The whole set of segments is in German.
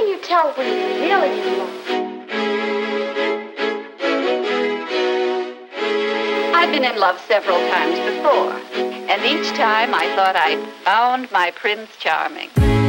can you tell when you're really in love? I've been in love several times before, and each time I thought I'd found my Prince Charming.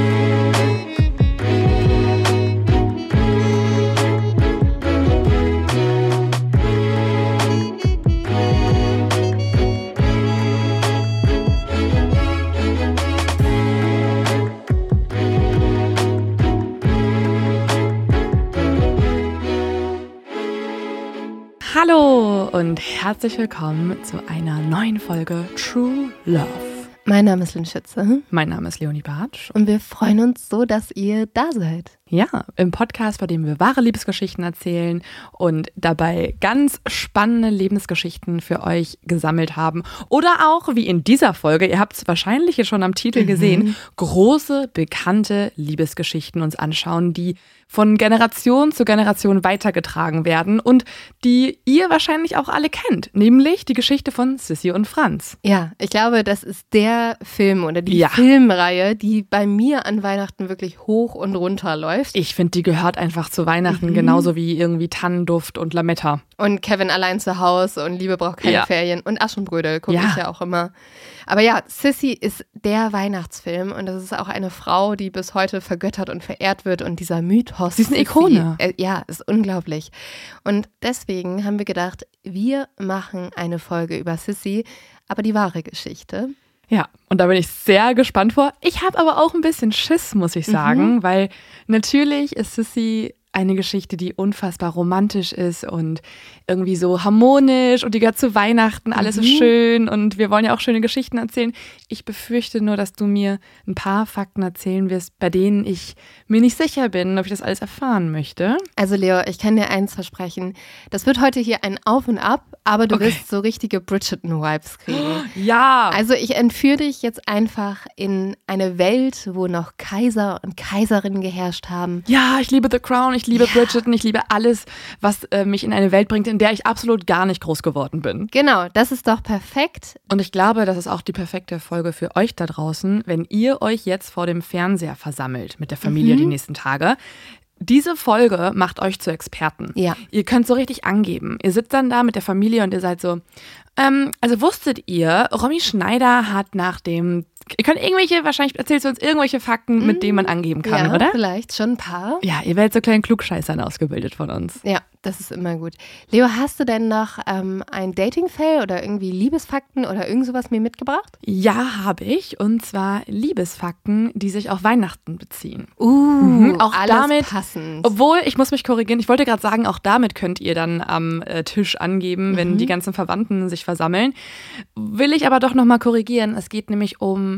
Hallo und herzlich willkommen zu einer neuen Folge True Love. Mein Name ist Lynn Schütze. Mein Name ist Leonie Bartsch. Und wir freuen uns so, dass ihr da seid. Ja, im Podcast, bei dem wir wahre Liebesgeschichten erzählen und dabei ganz spannende Lebensgeschichten für euch gesammelt haben. Oder auch, wie in dieser Folge, ihr habt es wahrscheinlich schon am Titel gesehen, große, bekannte Liebesgeschichten uns anschauen, die von Generation zu Generation weitergetragen werden und die ihr wahrscheinlich auch alle kennt, nämlich die Geschichte von Sissi und Franz. Ja, ich glaube, das ist der Film oder die Filmreihe, die bei mir an Weihnachten wirklich hoch und runter läuft. Ich finde, die gehört einfach zu Weihnachten, genauso wie irgendwie Tannenduft und Lametta. Und Kevin allein zu Hause und Liebe braucht keine Ferien und Aschenbrödel gucke ich ja auch immer. Aber ja, Sissi ist der Weihnachtsfilm und das ist auch eine Frau, die bis heute vergöttert und verehrt wird und dieser Mythos. Sie ist eine Ikone. Ist unglaublich. Und deswegen haben wir gedacht, wir machen eine Folge über Sissi, aber die wahre Geschichte. Ja, und da bin ich sehr gespannt vor. Ich habe aber auch ein bisschen Schiss, muss ich sagen, weil natürlich ist Sissi eine Geschichte, die unfassbar romantisch ist und irgendwie so harmonisch und die gehört zu Weihnachten, alles ist schön und wir wollen ja auch schöne Geschichten erzählen. Ich befürchte nur, dass du mir ein paar Fakten erzählen wirst, bei denen ich mir nicht sicher bin, ob ich das alles erfahren möchte. Also Leo, ich kann dir eins versprechen, das wird heute hier ein Auf und Ab, aber du wirst so richtige Bridgerton-Vibes kriegen. Ja! Also ich entführe dich jetzt einfach in eine Welt, wo noch Kaiser und Kaiserinnen geherrscht haben. Ja, ich liebe The Crown, ich liebe Bridgerton, ich liebe alles, was mich in eine Welt bringt, in der ich absolut gar nicht groß geworden bin. Genau, das ist doch perfekt. Und ich glaube, das ist auch die perfekte Folge für euch da draußen, wenn ihr euch jetzt vor dem Fernseher versammelt mit der Familie die nächsten Tage. Diese Folge macht euch zu Experten. Ja. Ihr könnt so richtig angeben. Ihr sitzt dann da mit der Familie und ihr seid so, also wusstet ihr, Romy Schneider hat nach dem, ihr könnt wahrscheinlich erzählst du uns irgendwelche Fakten, mit denen man angeben kann, oder? Ja, vielleicht schon ein paar. Ja, ihr werdet so kleinen Klugscheißern ausgebildet von uns. Ja, das ist immer gut. Leo, hast du denn noch ein Dating-Fail oder irgendwie Liebesfakten oder irgend sowas mir mitgebracht? Ja, habe ich. Und zwar Liebesfakten, die sich auf Weihnachten beziehen. Auch alles damit passend. Obwohl, ich muss mich korrigieren, ich wollte gerade sagen, auch damit könnt ihr dann am Tisch angeben, wenn die ganzen Verwandten sich versammeln. Will ich aber doch nochmal korrigieren. Es geht nämlich um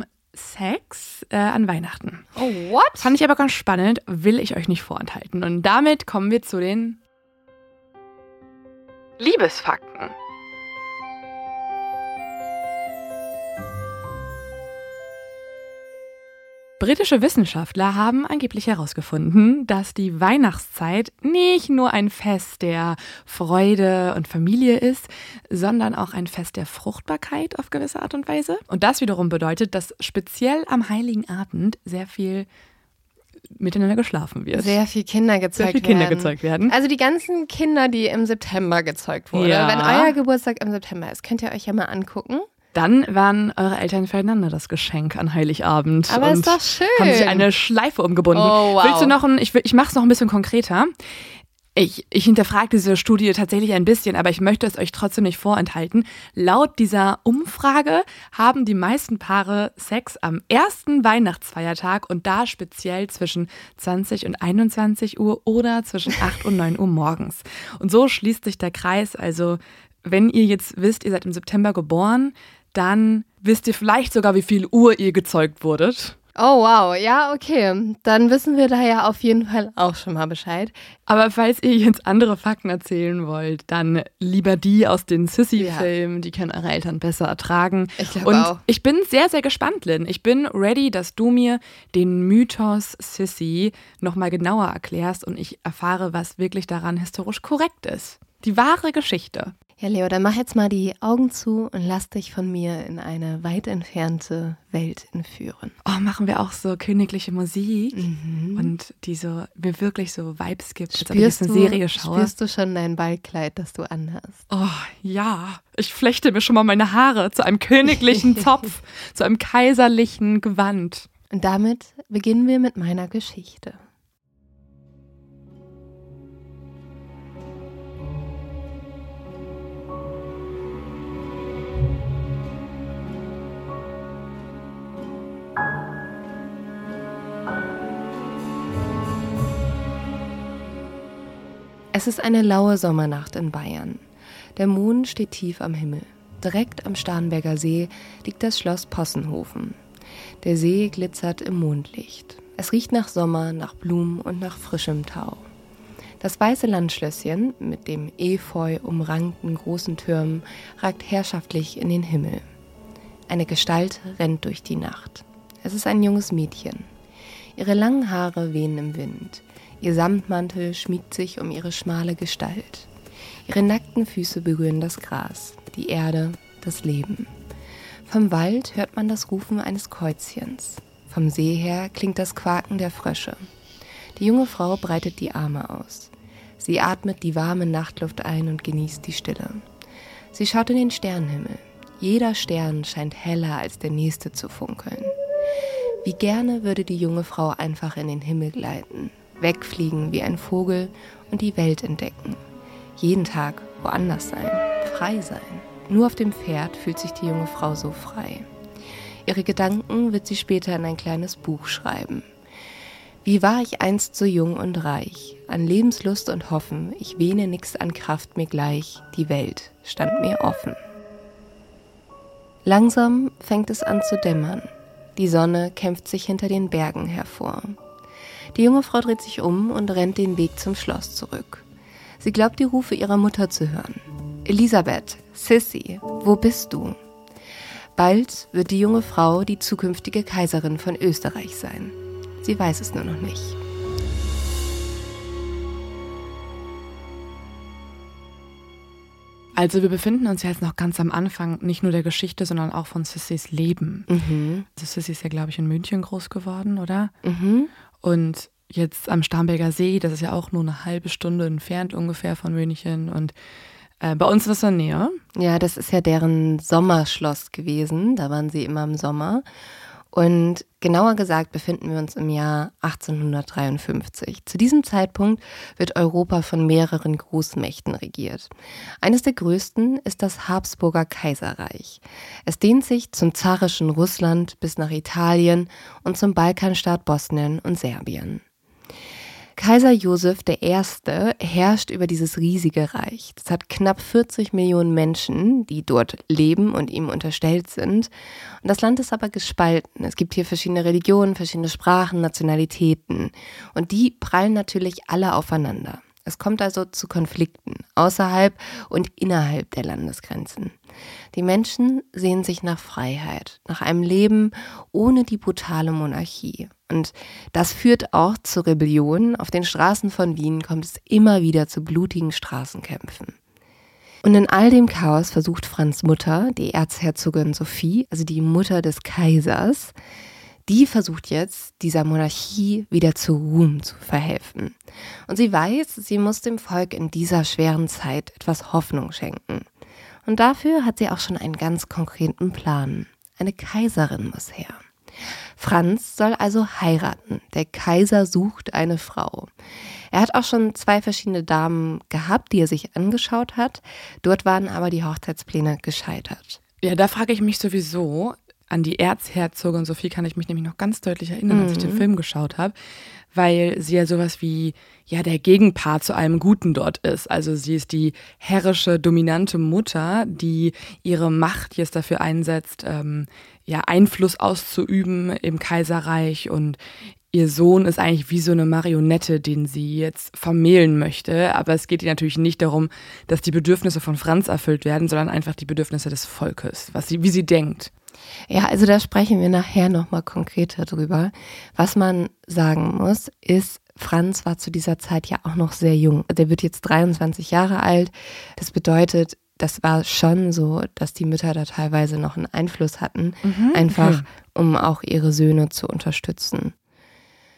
Sex an Weihnachten. Oh, what? Fand ich aber ganz spannend, will ich euch nicht vorenthalten. Und damit kommen wir zu den Liebesfakten. Britische Wissenschaftler haben angeblich herausgefunden, dass die Weihnachtszeit nicht nur ein Fest der Freude und Familie ist, sondern auch ein Fest der Fruchtbarkeit auf gewisse Art und Weise. Und das wiederum bedeutet, dass speziell am Heiligen Abend sehr viel miteinander geschlafen wird. Sehr viel Kinder gezeugt werden. Also die ganzen Kinder, die im September gezeugt wurden. Ja. Wenn euer Geburtstag im September ist, könnt ihr euch ja mal angucken. Dann waren eure Eltern füreinander das Geschenk an Heiligabend. Aber und ist doch schön. Haben sich eine Schleife umgebunden. Oh, wow. Willst du noch ich mache es noch ein bisschen konkreter. Ich hinterfrage diese Studie tatsächlich ein bisschen, aber ich möchte es euch trotzdem nicht vorenthalten. Laut dieser Umfrage haben die meisten Paare Sex am ersten Weihnachtsfeiertag und da speziell zwischen 20 und 21 Uhr oder zwischen 8 und 9 Uhr morgens. Und so schließt sich der Kreis. Also wenn ihr jetzt wisst, ihr seid im September geboren, dann wisst ihr vielleicht sogar, wie viel Uhr ihr gezeugt wurdet. Oh wow, ja okay, dann wissen wir da ja auf jeden Fall auch schon mal Bescheid. Aber falls ihr jetzt andere Fakten erzählen wollt, dann lieber die aus den Sissi-Filmen, die können eure Eltern besser ertragen. Ich glaube auch. Und ich bin sehr, sehr gespannt, Lynn. Ich bin ready, dass du mir den Mythos Sissi nochmal genauer erklärst und ich erfahre, was wirklich daran historisch korrekt ist. Die wahre Geschichte. Ja, Leo, dann mach jetzt mal die Augen zu und lass dich von mir in eine weit entfernte Welt entführen. Oh, machen wir auch so königliche Musik und und die so mir wirklich so Vibes gibt, als ob ich jetzt eine Serie schaue. Spürst du schon dein Ballkleid, das du anhast? Oh ja, ich flechte mir schon mal meine Haare zu einem königlichen Zopf, zu einem kaiserlichen Gewand. Und damit beginnen wir mit meiner Geschichte. Es ist eine laue Sommernacht in Bayern. Der Mond steht tief am Himmel. Direkt am Starnberger See liegt das Schloss Possenhofen. Der See glitzert im Mondlicht. Es riecht nach Sommer, nach Blumen und nach frischem Tau. Das weiße Landschlösschen mit dem Efeu umrankten großen Türmen ragt herrschaftlich in den Himmel. Eine Gestalt rennt durch die Nacht. Es ist ein junges Mädchen. Ihre langen Haare wehen im Wind. Ihr Samtmantel schmiegt sich um ihre schmale Gestalt. Ihre nackten Füße berühren das Gras, die Erde, das Leben. Vom Wald hört man das Rufen eines Käuzchens. Vom See her klingt das Quaken der Frösche. Die junge Frau breitet die Arme aus. Sie atmet die warme Nachtluft ein und genießt die Stille. Sie schaut in den Sternenhimmel. Jeder Stern scheint heller als der nächste zu funkeln. Wie gerne würde die junge Frau einfach in den Himmel gleiten, wegfliegen wie ein Vogel und die Welt entdecken. Jeden Tag woanders sein, frei sein. Nur auf dem Pferd fühlt sich die junge Frau so frei. Ihre Gedanken wird sie später in ein kleines Buch schreiben. Wie war ich einst so jung und reich, an Lebenslust und Hoffen, ich wähne nix an Kraft mir gleich, die Welt stand mir offen. Langsam fängt es an zu dämmern. Die Sonne kämpft sich hinter den Bergen hervor. Die junge Frau dreht sich um und rennt den Weg zum Schloss zurück. Sie glaubt, die Rufe ihrer Mutter zu hören. Elisabeth, Sissy, wo bist du? Bald wird die junge Frau die zukünftige Kaiserin von Österreich sein. Sie weiß es nur noch nicht. Also wir befinden uns ja jetzt noch ganz am Anfang, nicht nur der Geschichte, sondern auch von Sissys Leben. Also Sissy ist ja, glaube ich, in München groß geworden, oder? Und jetzt am Starnberger See, das ist ja auch nur eine halbe Stunde entfernt ungefähr von München. Und bei uns ist das in der Nähe. Ja, das ist ja deren Sommerschloss gewesen. Da waren sie immer im Sommer. Und genauer gesagt befinden wir uns im Jahr 1853. Zu diesem Zeitpunkt wird Europa von mehreren Großmächten regiert. Eines der größten ist das Habsburger Kaiserreich. Es dehnt sich zum zarischen Russland bis nach Italien und zum Balkanstaat Bosnien und Serbien. Kaiser Joseph I. herrscht über dieses riesige Reich. Es hat knapp 40 Millionen Menschen, die dort leben und ihm unterstellt sind. Und das Land ist aber gespalten. Es gibt hier verschiedene Religionen, verschiedene Sprachen, Nationalitäten. Und die prallen natürlich alle aufeinander. Es kommt also zu Konflikten außerhalb und innerhalb der Landesgrenzen. Die Menschen sehnen sich nach Freiheit, nach einem Leben ohne die brutale Monarchie. Und das führt auch zu Rebellion. Auf den Straßen von Wien kommt es immer wieder zu blutigen Straßenkämpfen. Und in all dem Chaos versucht Franz' Mutter, die Erzherzogin Sophie, also die Mutter des Kaisers, die versucht jetzt, dieser Monarchie wieder zu Ruhm zu verhelfen. Und sie weiß, sie muss dem Volk in dieser schweren Zeit etwas Hoffnung schenken. Und dafür hat sie auch schon einen ganz konkreten Plan. Eine Kaiserin muss her. Franz soll also heiraten. Der Kaiser sucht eine Frau. Er hat auch schon 2 verschiedene Damen gehabt, die er sich angeschaut hat. Dort waren aber die Hochzeitspläne gescheitert. Ja, da frage ich mich sowieso, an die Erzherzogin Sophie kann ich mich nämlich noch ganz deutlich erinnern, als ich den Film geschaut habe, weil sie ja sowas wie der Gegenpart zu allem Guten dort ist. Also sie ist die herrische, dominante Mutter, die ihre Macht jetzt dafür einsetzt, Einfluss auszuüben im Kaiserreich, und ihr Sohn ist eigentlich wie so eine Marionette, den sie jetzt vermählen möchte. Aber es geht ihr natürlich nicht darum, dass die Bedürfnisse von Franz erfüllt werden, sondern einfach die Bedürfnisse des Volkes, wie sie denkt. Ja, also da sprechen wir nachher nochmal konkreter drüber. Was man sagen muss, ist, Franz war zu dieser Zeit ja auch noch sehr jung. Der wird jetzt 23 Jahre alt. Das bedeutet, das war schon so, dass die Mütter da teilweise noch einen Einfluss hatten, einfach um auch ihre Söhne zu unterstützen.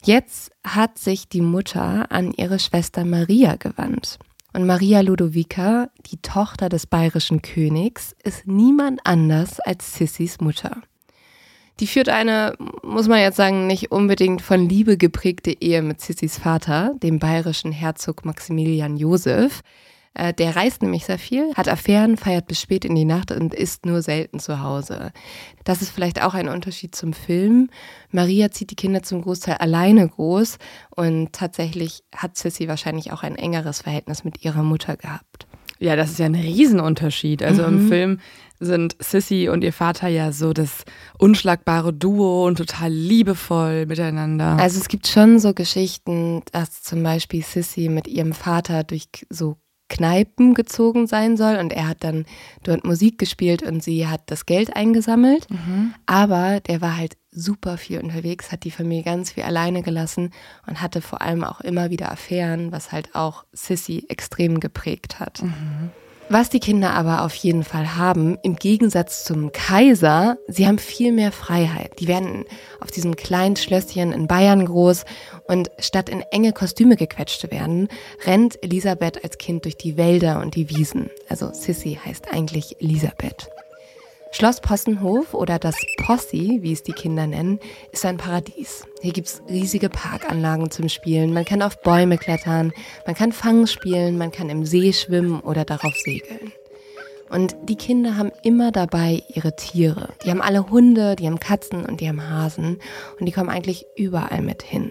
Jetzt hat sich die Mutter an ihre Schwester Maria gewandt. Und Maria Ludovica, die Tochter des bayerischen Königs, ist niemand anders als Sissys Mutter. Die führt eine, muss man jetzt sagen, nicht unbedingt von Liebe geprägte Ehe mit Sissys Vater, dem bayerischen Herzog Maximilian Joseph. Der reist nämlich sehr viel, hat Affären, feiert bis spät in die Nacht und ist nur selten zu Hause. Das ist vielleicht auch ein Unterschied zum Film. Maria zieht die Kinder zum Großteil alleine groß und tatsächlich hat Sissy wahrscheinlich auch ein engeres Verhältnis mit ihrer Mutter gehabt. Ja, das ist ja ein Riesenunterschied. Also im Film sind Sissy und ihr Vater ja so das unschlagbare Duo und total liebevoll miteinander. Also es gibt schon so Geschichten, dass zum Beispiel Sissy mit ihrem Vater durch so Kneipen gezogen sein soll und er hat dann dort Musik gespielt und sie hat das Geld eingesammelt. Aber der war halt super viel unterwegs, hat die Familie ganz viel alleine gelassen und hatte vor allem auch immer wieder Affären, was halt auch Sissy extrem geprägt hat. Was die Kinder aber auf jeden Fall haben, im Gegensatz zum Kaiser, sie haben viel mehr Freiheit. Die werden auf diesem kleinen Schlösschen in Bayern groß und statt in enge Kostüme gequetscht zu werden, rennt Elisabeth als Kind durch die Wälder und die Wiesen. Also Sissy heißt eigentlich Elisabeth. Schloss Possenhof oder das Possi, wie es die Kinder nennen, ist ein Paradies. Hier gibt es riesige Parkanlagen zum Spielen, man kann auf Bäume klettern, man kann Fang spielen, man kann im See schwimmen oder darauf segeln. Und die Kinder haben immer dabei ihre Tiere. Die haben alle Hunde, die haben Katzen und die haben Hasen und die kommen eigentlich überall mit hin.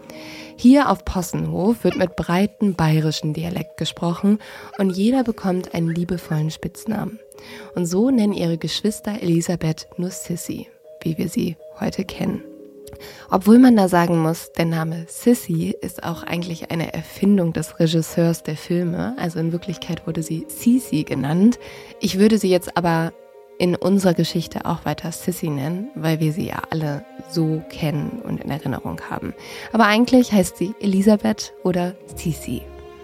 Hier auf Possenhof wird mit breitem bayerischen Dialekt gesprochen und jeder bekommt einen liebevollen Spitznamen. Und so nennen ihre Geschwister Elisabeth nur Sissy, wie wir sie heute kennen. Obwohl man da sagen muss, der Name Sissy ist auch eigentlich eine Erfindung des Regisseurs der Filme. Also in Wirklichkeit wurde sie Sisi genannt. Ich würde sie jetzt aber in unserer Geschichte auch weiter Sissy nennen, weil wir sie ja alle so kennen und in Erinnerung haben. Aber eigentlich heißt sie Elisabeth oder Sisi.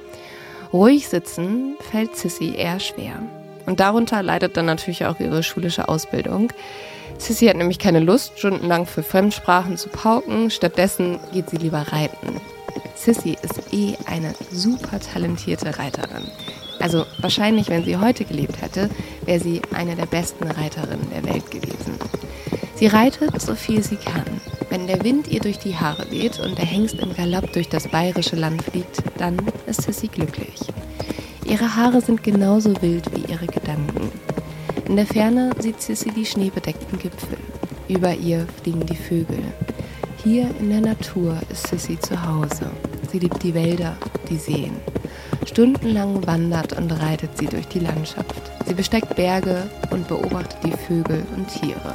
Ruhig sitzen fällt Sissy eher schwer. Und darunter leidet dann natürlich auch ihre schulische Ausbildung. Sissy hat nämlich keine Lust, stundenlang für Fremdsprachen zu pauken. Stattdessen geht sie lieber reiten. Sissy ist eine super talentierte Reiterin. Also wahrscheinlich, wenn sie heute gelebt hätte, wäre sie eine der besten Reiterinnen der Welt gewesen. Sie reitet so viel sie kann. Wenn der Wind ihr durch die Haare weht und der Hengst im Galopp durch das bayerische Land fliegt, dann ist Sissy glücklich. Ihre Haare sind genauso wild wie ihre Gedanken. In der Ferne sieht Sissy die schneebedeckten Gipfel. Über ihr fliegen die Vögel. Hier in der Natur ist Sissy zu Hause. Sie liebt die Wälder, die Seen. Stundenlang wandert und reitet sie durch die Landschaft. Sie besteigt Berge und beobachtet die Vögel und Tiere.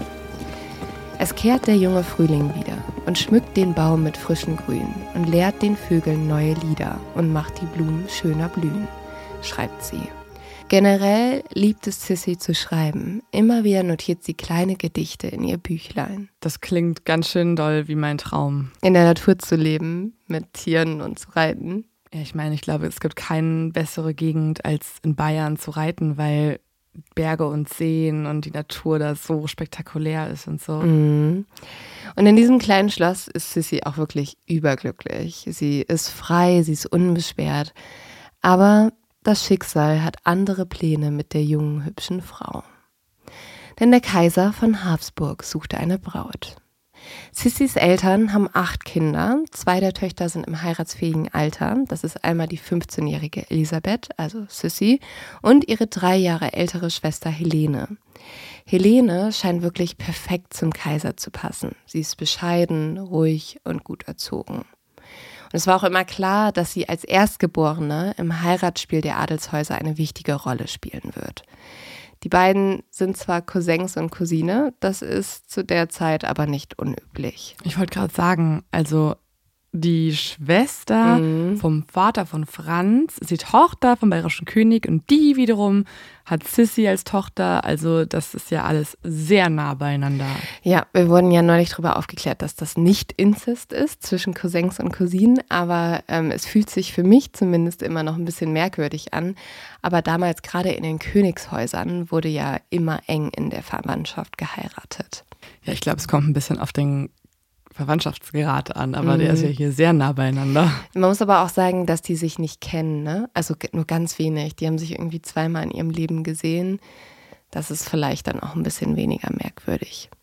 Es kehrt der junge Frühling wieder und schmückt den Baum mit frischem Grün und lehrt den Vögeln neue Lieder und macht die Blumen schöner blühen, schreibt sie. Generell liebt es Sissy zu schreiben. Immer wieder notiert sie kleine Gedichte in ihr Büchlein. Das klingt ganz schön doll wie mein Traum. In der Natur zu leben, mit Tieren und zu reiten. Ja, ich meine, ich glaube, es gibt keine bessere Gegend, als in Bayern zu reiten, weil Berge und Seen und die Natur da so spektakulär ist und so. Mhm. Und in diesem kleinen Schloss ist Sissy auch wirklich überglücklich. Sie ist frei, sie ist unbeschwert. Aber das Schicksal hat andere Pläne mit der jungen, hübschen Frau. Denn der Kaiser von Habsburg suchte eine Braut. Sissys Eltern haben 8 Kinder, 2 der Töchter sind im heiratsfähigen Alter. Das ist einmal die 15-jährige Elisabeth, also Sissy, und ihre 3 Jahre ältere Schwester Helene. Helene scheint wirklich perfekt zum Kaiser zu passen. Sie ist bescheiden, ruhig und gut erzogen. Und es war auch immer klar, dass sie als Erstgeborene im Heiratsspiel der Adelshäuser eine wichtige Rolle spielen wird. Die beiden sind zwar Cousins und Cousine, das ist zu der Zeit aber nicht unüblich. Ich wollte gerade sagen, also die Schwester vom Vater von Franz ist die Tochter vom bayerischen König und die wiederum hat Sissy als Tochter. Also das ist ja alles sehr nah beieinander. Ja, wir wurden ja neulich darüber aufgeklärt, dass das nicht Inzest ist zwischen Cousins und Cousinen, aber es fühlt sich für mich zumindest immer noch ein bisschen merkwürdig an. Aber damals gerade in den Königshäusern wurde ja immer eng in der Verwandtschaft geheiratet. Ja, ich glaube, es kommt ein bisschen auf den Verwandtschaftsgrad an, aber der ist ja hier sehr nah beieinander. Man muss aber auch sagen, dass die sich nicht kennen, ne? Also nur ganz wenig. Die haben sich irgendwie 2-mal in ihrem Leben gesehen. Das ist vielleicht dann auch ein bisschen weniger merkwürdig.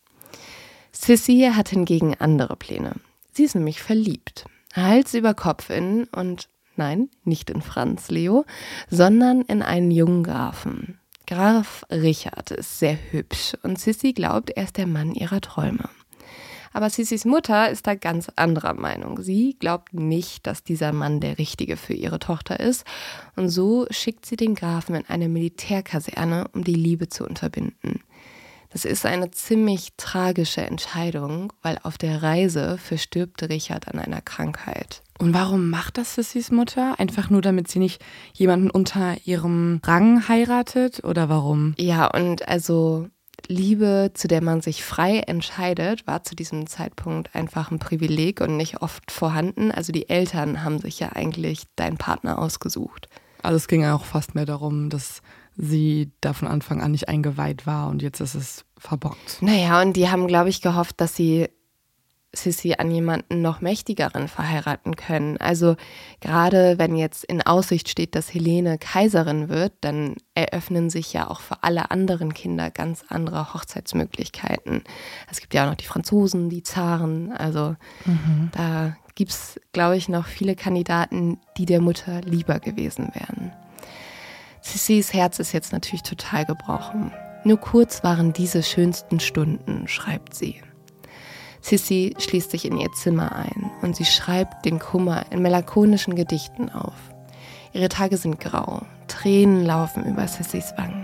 Sissy hat hingegen andere Pläne. Sie ist nämlich verliebt. Hals über Kopf und nein, nicht in Franz Leo, sondern in einen jungen Grafen. Graf Richard ist sehr hübsch und Sissy glaubt, er ist der Mann ihrer Träume. Aber Sissys Mutter ist da ganz anderer Meinung. Sie glaubt nicht, dass dieser Mann der Richtige für ihre Tochter ist. Und so schickt sie den Grafen in eine Militärkaserne, um die Liebe zu unterbinden. Das ist eine ziemlich tragische Entscheidung, weil auf der Reise verstirbt Richard an einer Krankheit. Und warum macht das Sissys Mutter? Einfach nur, damit sie nicht jemanden unter ihrem Rang heiratet? Oder warum? Ja, und also Liebe, zu der man sich frei entscheidet, war zu diesem Zeitpunkt einfach ein Privileg und nicht oft vorhanden. Also die Eltern haben sich ja eigentlich deinen Partner ausgesucht. Also es ging ja auch fast mehr darum, dass sie da von Anfang an nicht eingeweiht war und jetzt ist es verbockt. Naja, und die haben, glaube ich, gehofft, dass sie Sissy an jemanden noch mächtigeren verheiraten können. Also gerade wenn jetzt in Aussicht steht, dass Helene Kaiserin wird, dann eröffnen sich ja auch für alle anderen Kinder ganz andere Hochzeitsmöglichkeiten. Es gibt ja auch noch die Franzosen, die Zaren, also da gibt es, glaube ich, noch viele Kandidaten, die der Mutter lieber gewesen wären. Sissys Herz ist jetzt natürlich total gebrochen. Nur kurz waren diese schönsten Stunden, schreibt sie. Sissy schließt sich in ihr Zimmer ein und sie schreibt den Kummer in melancholischen Gedichten auf. Ihre Tage sind grau, Tränen laufen über Sissys Wangen.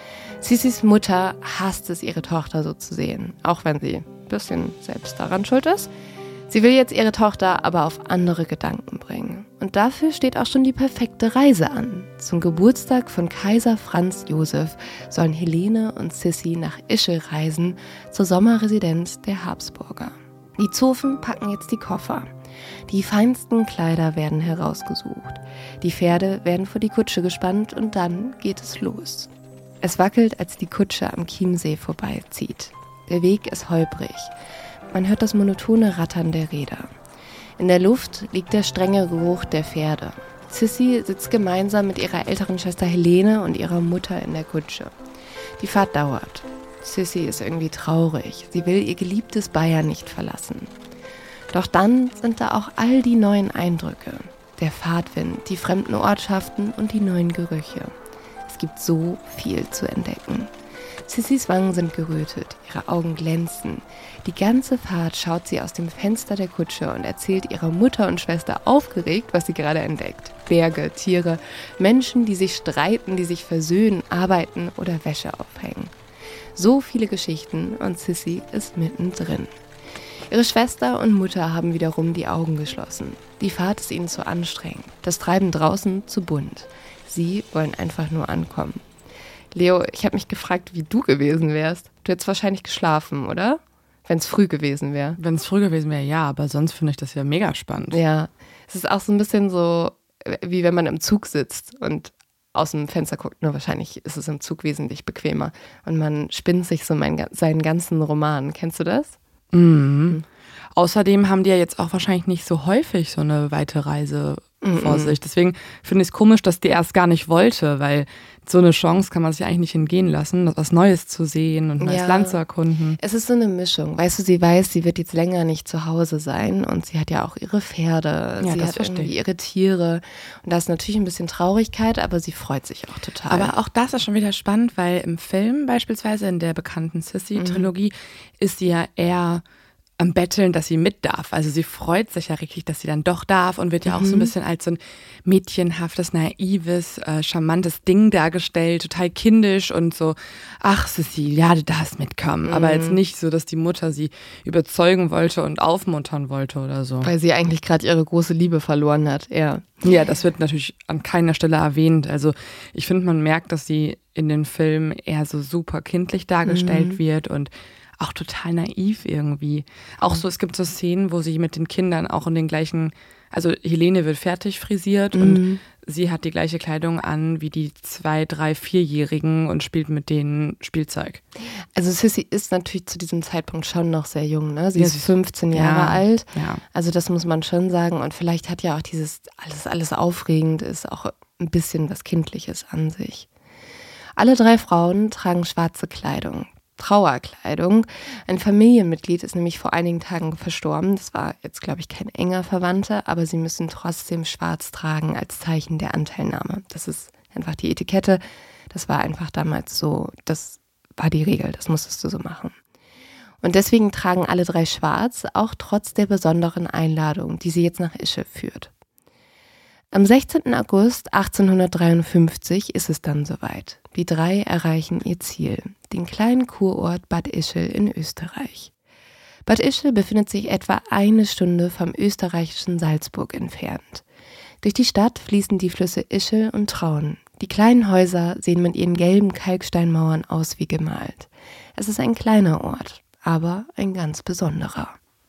Sissys Mutter hasst es, ihre Tochter so zu sehen, auch wenn sie ein bisschen selbst daran schuld ist. Sie will jetzt ihre Tochter aber auf andere Gedanken bringen. Und dafür steht auch schon die perfekte Reise an. Zum Geburtstag von Kaiser Franz Josef sollen Helene und Sissy nach Ischl reisen, zur Sommerresidenz der Habsburger. Die Zofen packen jetzt die Koffer. Die feinsten Kleider werden herausgesucht. Die Pferde werden vor die Kutsche gespannt und dann geht es los. Es wackelt, als die Kutsche am Chiemsee vorbeizieht. Der Weg ist holprig. Man hört das monotone Rattern der Räder. In der Luft liegt der strenge Geruch der Pferde. Sissy sitzt gemeinsam mit ihrer älteren Schwester Helene und ihrer Mutter in der Kutsche. Die Fahrt dauert. Sissy ist irgendwie traurig. Sie will ihr geliebtes Bayern nicht verlassen. Doch dann sind da auch all die neuen Eindrücke. Der Fahrtwind, die fremden Ortschaften und die neuen Gerüche. Es gibt so viel zu entdecken. Sissys Wangen sind gerötet, ihre Augen glänzen. Die ganze Fahrt schaut sie aus dem Fenster der Kutsche und erzählt ihrer Mutter und Schwester aufgeregt, was sie gerade entdeckt. Berge, Tiere, Menschen, die sich streiten, die sich versöhnen, arbeiten oder Wäsche aufhängen. So viele Geschichten und Sissy ist mittendrin. Ihre Schwester und Mutter haben wiederum die Augen geschlossen. Die Fahrt ist ihnen zu anstrengend, das Treiben draußen zu bunt. Sie wollen einfach nur ankommen. Leo, ich habe mich gefragt, wie du gewesen wärst. Du hättest wahrscheinlich geschlafen, oder? Wenn es früh gewesen wäre. Wenn es früh gewesen wäre, ja, aber sonst finde ich das ja mega spannend. Ja, es ist auch so ein bisschen so, wie wenn man im Zug sitzt und aus dem Fenster guckt. Nur wahrscheinlich ist es im Zug wesentlich bequemer. Und man spinnt sich so seinen ganzen Roman. Kennst du das? Mhm. Außerdem haben die ja jetzt auch wahrscheinlich nicht so häufig so eine weite Reise vor sich. Deswegen finde ich es komisch, dass die erst gar nicht wollte, weil so eine Chance kann man sich eigentlich nicht entgehen lassen, was Neues zu sehen und ein neues Land zu erkunden. Es ist so eine Mischung. Weißt du, sie weiß, sie wird jetzt länger nicht zu Hause sein und sie hat ja auch ihre Pferde, ja, sie hat irgendwie ihre Tiere und da ist natürlich ein bisschen Traurigkeit, aber sie freut sich auch total. Aber auch das ist schon wieder spannend, weil im Film beispielsweise in der bekannten Sissy-Trilogie ist sie ja eher am Betteln, dass sie mit darf. Also sie freut sich ja richtig, dass sie dann doch darf und wird ja auch so ein bisschen als so ein mädchenhaftes, naives, charmantes Ding dargestellt, total kindisch und so, ach Sissy, ja, du darfst mitkommen. Aber jetzt nicht so, dass die Mutter sie überzeugen wollte und aufmuntern wollte oder so. Weil sie eigentlich gerade ihre große Liebe verloren hat, ja. Ja, das wird natürlich an keiner Stelle erwähnt. Also ich finde, man merkt, dass sie in den Filmen eher so super kindlich dargestellt wird und auch total naiv irgendwie. Auch so, es gibt so Szenen, wo sie mit den Kindern auch in den gleichen, also Helene wird fertig frisiert und sie hat die gleiche Kleidung an wie die 2-, 3-, 4-Jährigen und spielt mit denen Spielzeug. Also Sissy ist natürlich zu diesem Zeitpunkt schon noch sehr jung, ne? Sie ist 15 Jahre alt. Ja. Also das muss man schon sagen. Und vielleicht hat ja auch dieses alles aufregend ist auch ein bisschen was Kindliches an sich. Alle 3 Frauen tragen schwarze Kleidung. Trauerkleidung. Ein Familienmitglied ist nämlich vor einigen Tagen verstorben. Das war jetzt, glaube ich, kein enger Verwandter, aber sie müssen trotzdem schwarz tragen als Zeichen der Anteilnahme. Das ist einfach die Etikette. Das war einfach damals so, das war die Regel, das musstest du so machen. Und deswegen tragen alle 3 schwarz, auch trotz der besonderen Einladung, die sie jetzt nach Ischl führt. Am 16. August 1853 ist es dann soweit. Die 3 erreichen ihr Ziel, den kleinen Kurort Bad Ischl in Österreich. Bad Ischl befindet sich etwa 1 Stunde vom österreichischen Salzburg entfernt. Durch die Stadt fließen die Flüsse Ischl und Traun. Die kleinen Häuser sehen mit ihren gelben Kalksteinmauern aus wie gemalt. Es ist ein kleiner Ort, aber ein ganz besonderer.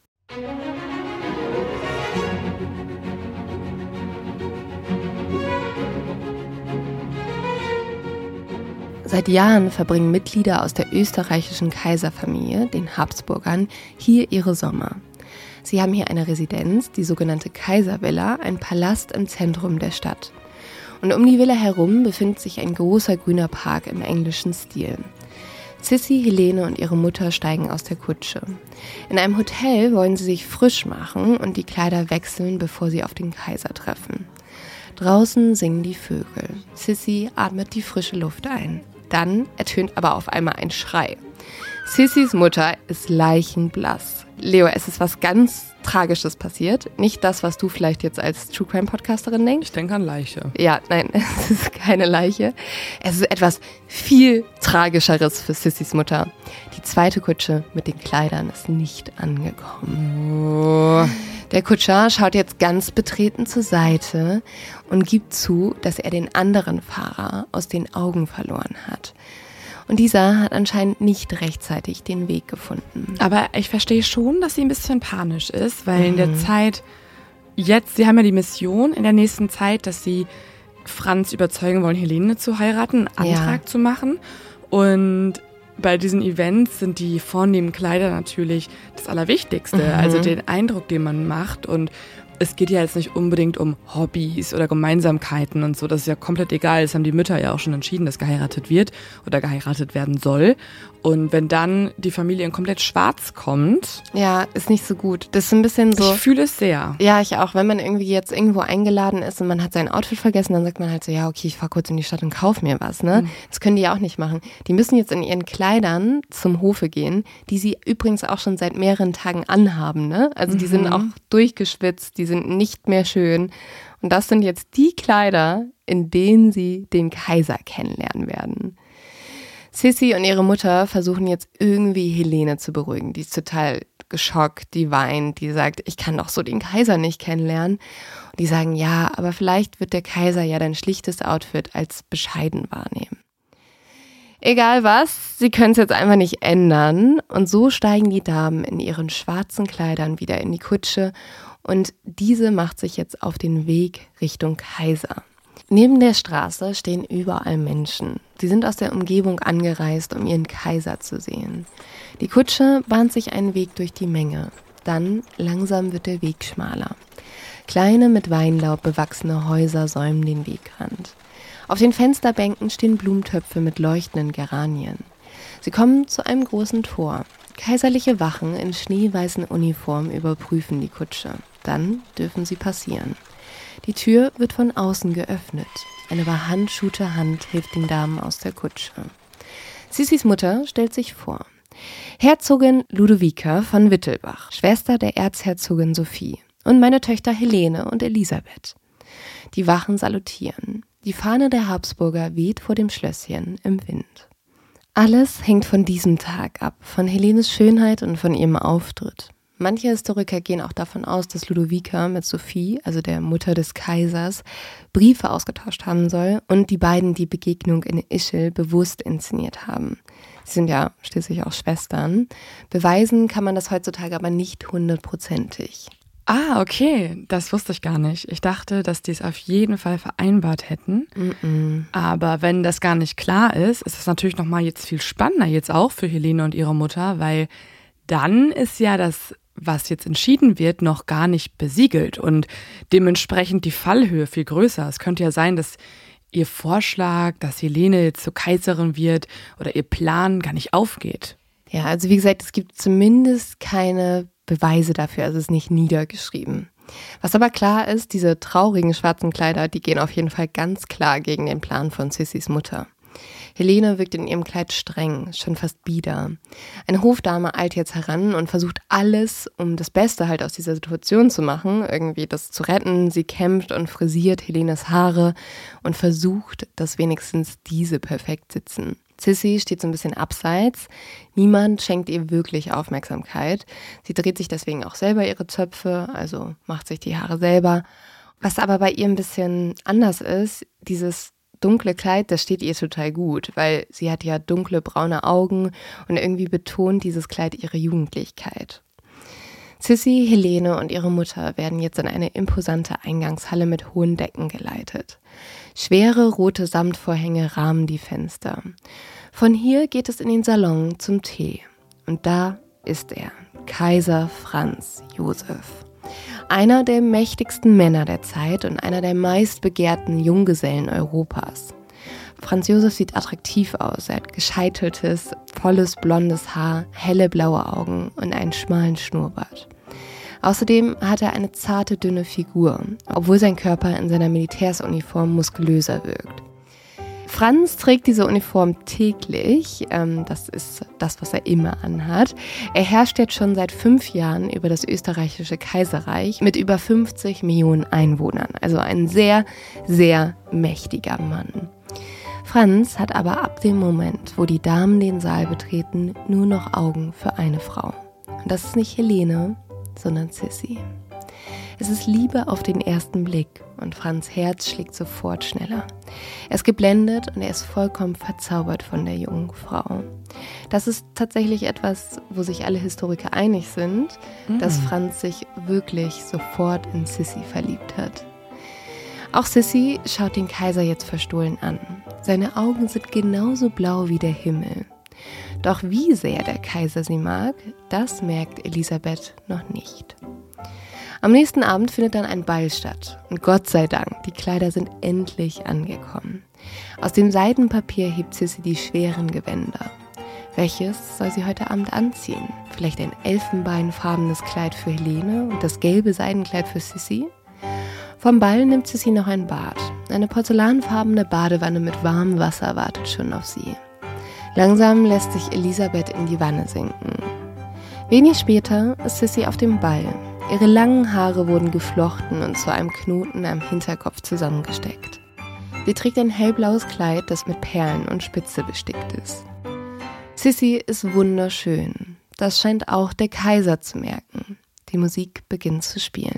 Seit Jahren verbringen Mitglieder aus der österreichischen Kaiserfamilie, den Habsburgern, hier ihre Sommer. Sie haben hier eine Residenz, die sogenannte Kaiservilla, ein Palast im Zentrum der Stadt. Und um die Villa herum befindet sich ein großer grüner Park im englischen Stil. Sissy, Helene und ihre Mutter steigen aus der Kutsche. In einem Hotel wollen sie sich frisch machen und die Kleider wechseln, bevor sie auf den Kaiser treffen. Draußen singen die Vögel. Sissy atmet die frische Luft ein. Dann ertönt aber auf einmal ein Schrei. Sissys Mutter ist leichenblass. Leo, es ist was ganz Tragisches passiert. Nicht das, was du vielleicht jetzt als True Crime Podcasterin denkst. Ich denke an Leiche. Ja, nein, es ist keine Leiche. Es ist etwas viel Tragischeres für Sissys Mutter. Die 2. Kutsche mit den Kleidern ist nicht angekommen. Der Kutscher schaut jetzt ganz betreten zur Seite und gibt zu, dass er den anderen Fahrer aus den Augen verloren hat. Und dieser hat anscheinend nicht rechtzeitig den Weg gefunden. Aber ich verstehe schon, dass sie ein bisschen panisch ist, weil in der Zeit, jetzt, sie haben ja die Mission in der nächsten Zeit, dass sie Franz überzeugen wollen, Helene zu heiraten, einen Antrag zu machen. Und bei diesen Events sind die vornehmen Kleider natürlich das Allerwichtigste, also den Eindruck, den man macht. Und es geht ja jetzt nicht unbedingt um Hobbys oder Gemeinsamkeiten und so, das ist ja komplett egal. Das haben die Mütter ja auch schon entschieden, dass geheiratet wird oder geheiratet werden soll. Und wenn dann die Familie in komplett schwarz kommt... Ja, ist nicht so gut. Das ist ein bisschen so... Ich fühle es sehr. Ja, ich auch. Wenn man irgendwie jetzt irgendwo eingeladen ist und man hat sein Outfit vergessen, dann sagt man halt so, ja, okay, ich fahr kurz in die Stadt und kauf mir was, ne? Das können die ja auch nicht machen. Die müssen jetzt in ihren Kleidern zum Hofe gehen, die sie übrigens auch schon seit mehreren Tagen anhaben, ne? Also die sind auch durchgeschwitzt, die sind nicht mehr schön. Und das sind jetzt die Kleider, in denen sie den Kaiser kennenlernen werden. Sissy und ihre Mutter versuchen jetzt irgendwie Helene zu beruhigen. Die ist total geschockt, die weint, die sagt, ich kann doch so den Kaiser nicht kennenlernen. Und die sagen, ja, aber vielleicht wird der Kaiser ja dein schlichtes Outfit als bescheiden wahrnehmen. Egal was, sie können es jetzt einfach nicht ändern. Und so steigen die Damen in ihren schwarzen Kleidern wieder in die Kutsche und diese macht sich jetzt auf den Weg Richtung Kaiser. Neben der Straße stehen überall Menschen. Sie sind aus der Umgebung angereist, um ihren Kaiser zu sehen. Die Kutsche bahnt sich einen Weg durch die Menge. Dann langsam wird der Weg schmaler. Kleine, mit Weinlaub bewachsene Häuser säumen den Wegrand. Auf den Fensterbänken stehen Blumentöpfe mit leuchtenden Geranien. Sie kommen zu einem großen Tor. Kaiserliche Wachen in schneeweißen Uniformen überprüfen die Kutsche. Dann dürfen sie passieren. Die Tür wird von außen geöffnet. Eine behandschuhte Hand hilft den Damen aus der Kutsche. Sissys Mutter stellt sich vor. Herzogin Ludovica von Wittelbach, Schwester der Erzherzogin Sophie und meine Töchter Helene und Elisabeth. Die Wachen salutieren. Die Fahne der Habsburger weht vor dem Schlösschen im Wind. Alles hängt von diesem Tag ab, von Helenes Schönheit und von ihrem Auftritt. Manche Historiker gehen auch davon aus, dass Ludovica mit Sophie, also der Mutter des Kaisers, Briefe ausgetauscht haben soll und die beiden die Begegnung in Ischl bewusst inszeniert haben. Sie sind ja schließlich auch Schwestern. Beweisen kann man das heutzutage aber nicht 100%. Ah, okay. Das wusste ich gar nicht. Ich dachte, dass die es auf jeden Fall vereinbart hätten. Aber wenn das gar nicht klar ist, ist es natürlich nochmal jetzt viel spannender jetzt auch für Helene und ihre Mutter, weil dann ist ja das, was jetzt entschieden wird, noch gar nicht besiegelt und dementsprechend die Fallhöhe viel größer. Es könnte ja sein, dass ihr Vorschlag, dass Helene jetzt zur Kaiserin wird oder ihr Plan gar nicht aufgeht. Ja, also wie gesagt, es gibt zumindest keine Beweise dafür, also es ist nicht niedergeschrieben. Was aber klar ist, diese traurigen schwarzen Kleider, die gehen auf jeden Fall ganz klar gegen den Plan von Sissys Mutter. Helene wirkt in ihrem Kleid streng, schon fast bieder. Eine Hofdame eilt jetzt heran und versucht alles, um das Beste halt aus dieser Situation zu machen, irgendwie das zu retten. Sie kämmt und frisiert Helenes Haare und versucht, dass wenigstens diese perfekt sitzen. Sissy steht so ein bisschen abseits. Niemand schenkt ihr wirklich Aufmerksamkeit. Sie dreht sich deswegen auch selber ihre Zöpfe, also macht sich die Haare selber. Was aber bei ihr ein bisschen anders ist, dieses dunkle Kleid, das steht ihr total gut, weil sie hat ja dunkle, braune Augen und irgendwie betont dieses Kleid ihre Jugendlichkeit. Sissy, Helene und ihre Mutter werden jetzt in eine imposante Eingangshalle mit hohen Decken geleitet. Schwere rote Samtvorhänge rahmen die Fenster. Von hier geht es in den Salon zum Tee. Und da ist er, Kaiser Franz Josef. Einer der mächtigsten Männer der Zeit und einer der meistbegehrten Junggesellen Europas. Franz Josef sieht attraktiv aus. Er hat gescheiteltes, volles blondes Haar, helle blaue Augen und einen schmalen Schnurrbart. Außerdem hat er eine zarte, dünne Figur, obwohl sein Körper in seiner Militärsuniform muskulöser wirkt. Franz trägt diese Uniform täglich, das ist das, was er immer anhat. Er herrscht jetzt schon seit 5 Jahren über das österreichische Kaiserreich mit über 50 Millionen Einwohnern, also ein sehr, sehr mächtiger Mann. Franz hat aber ab dem Moment, wo die Damen den Saal betreten, nur noch Augen für eine Frau. Und das ist nicht Helene, sondern Sissy. Es ist Liebe auf den ersten Blick und Franz' Herz schlägt sofort schneller. Er ist geblendet und er ist vollkommen verzaubert von der jungen Frau. Das ist tatsächlich etwas, wo sich alle Historiker einig sind, dass Franz sich wirklich sofort in Sissy verliebt hat. Auch Sissy schaut den Kaiser jetzt verstohlen an. Seine Augen sind genauso blau wie der Himmel. Doch wie sehr der Kaiser sie mag, das merkt Elisabeth noch nicht. Am nächsten Abend findet dann ein Ball statt. Und Gott sei Dank, die Kleider sind endlich angekommen. Aus dem Seidenpapier hebt Sissy die schweren Gewänder. Welches soll sie heute Abend anziehen? Vielleicht ein elfenbeinfarbenes Kleid für Helene und das gelbe Seidenkleid für Sissy? Vom Ball nimmt Sissy noch ein Bad. Eine porzellanfarbene Badewanne mit warmem Wasser wartet schon auf sie. Langsam lässt sich Elisabeth in die Wanne sinken. Wenig später ist Sissy auf dem Ball. Ihre langen Haare wurden geflochten und zu einem Knoten am Hinterkopf zusammengesteckt. Sie trägt ein hellblaues Kleid, das mit Perlen und Spitze bestickt ist. Sissy ist wunderschön. Das scheint auch der Kaiser zu merken. Die Musik beginnt zu spielen.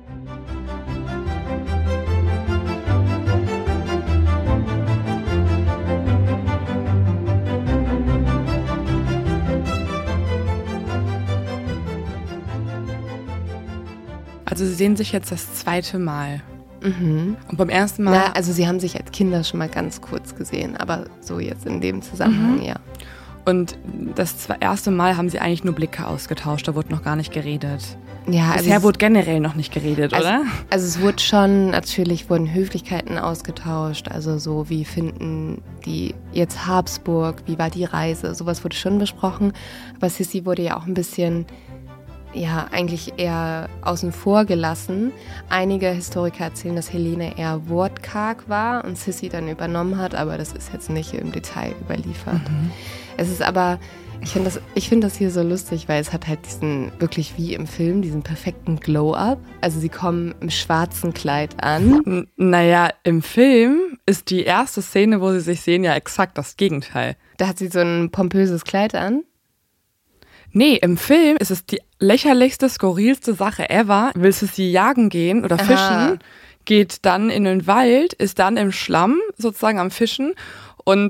Also sie sehen sich jetzt das 2. Mal. Und beim ersten Mal... Na, also sie haben sich als Kinder schon mal ganz kurz gesehen, aber so jetzt in dem Zusammenhang, ja. Und das erste Mal haben sie eigentlich nur Blicke ausgetauscht, da wurde noch gar nicht geredet. Ja, bisher wurde generell noch nicht geredet, oder? Also es wurde schon, natürlich wurden Höflichkeiten ausgetauscht, also so wie finden die jetzt Habsburg, wie war die Reise, sowas wurde schon besprochen. Aber Sissy wurde ja auch ein bisschen... ja, eigentlich eher außen vor gelassen. Einige Historiker erzählen, dass Helene eher wortkarg war und Sissy dann übernommen hat, aber das ist jetzt nicht im Detail überliefert. Es ist aber, ich finde das hier so lustig, weil es hat halt diesen, wirklich wie im Film, diesen perfekten Glow-Up. Also sie kommen im schwarzen Kleid an. Naja, im Film ist die erste Szene, wo sie sich sehen, ja exakt das Gegenteil. Da hat sie so ein pompöses Kleid an. Nee, im Film ist es die lächerlichste, skurrilste Sache ever. Willst du sie jagen gehen oder fischen, geht dann in den Wald, ist dann im Schlamm sozusagen am Fischen und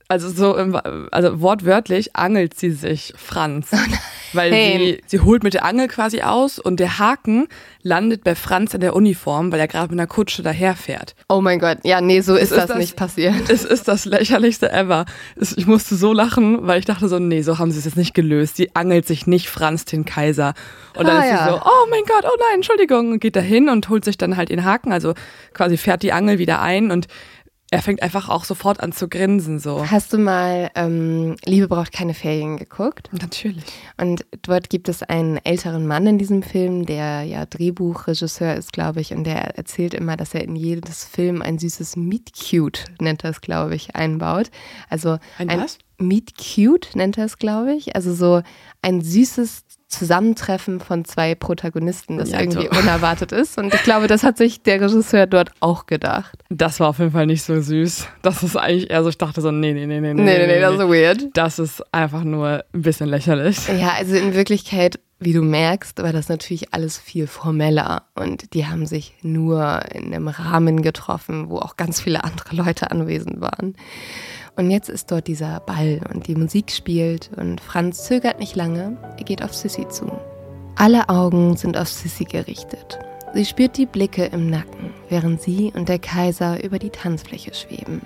Also wortwörtlich angelt sie sich Franz. Weil sie holt mit der Angel quasi aus und der Haken landet bei Franz in der Uniform, weil er gerade mit einer Kutsche daherfährt. Oh mein Gott, ja, nee, so ist das nicht passiert. Es ist das lächerlichste ever. Ich musste so lachen, weil ich dachte so, nee, so haben sie es jetzt nicht gelöst. Sie angelt sich nicht Franz den Kaiser. Und dann ist sie so, oh mein Gott, oh nein, Entschuldigung. Und geht da hin und holt sich dann halt den Haken, also quasi fährt die Angel wieder ein und er fängt einfach auch sofort an zu grinsen. So. Hast du mal Liebe braucht keine Ferien geguckt? Natürlich. Und dort gibt es einen älteren Mann in diesem Film, der ja Drehbuchregisseur ist, glaube ich. Und der erzählt immer, dass er in jedes Film ein süßes Meet Cute, nennt er es, glaube ich, einbaut. Also ein was? Meet Cute nennt er es, glaube ich. Also so ein süßes Zusammentreffen von zwei Protagonisten, das irgendwie unerwartet ist. Und ich glaube, das hat sich der Regisseur dort auch gedacht. Das war auf jeden Fall nicht so süß. Das ist eigentlich eher so, ich dachte so, nee, das ist weird. Das ist einfach nur ein bisschen lächerlich. Ja, also in Wirklichkeit, wie du merkst, war das natürlich alles viel formeller. Und die haben sich nur in einem Rahmen getroffen, wo auch ganz viele andere Leute anwesend waren. Und jetzt ist dort dieser Ball und die Musik spielt und Franz zögert nicht lange, er geht auf Sissy zu. Alle Augen sind auf Sissy gerichtet. Sie spürt die Blicke im Nacken, während sie und der Kaiser über die Tanzfläche schweben.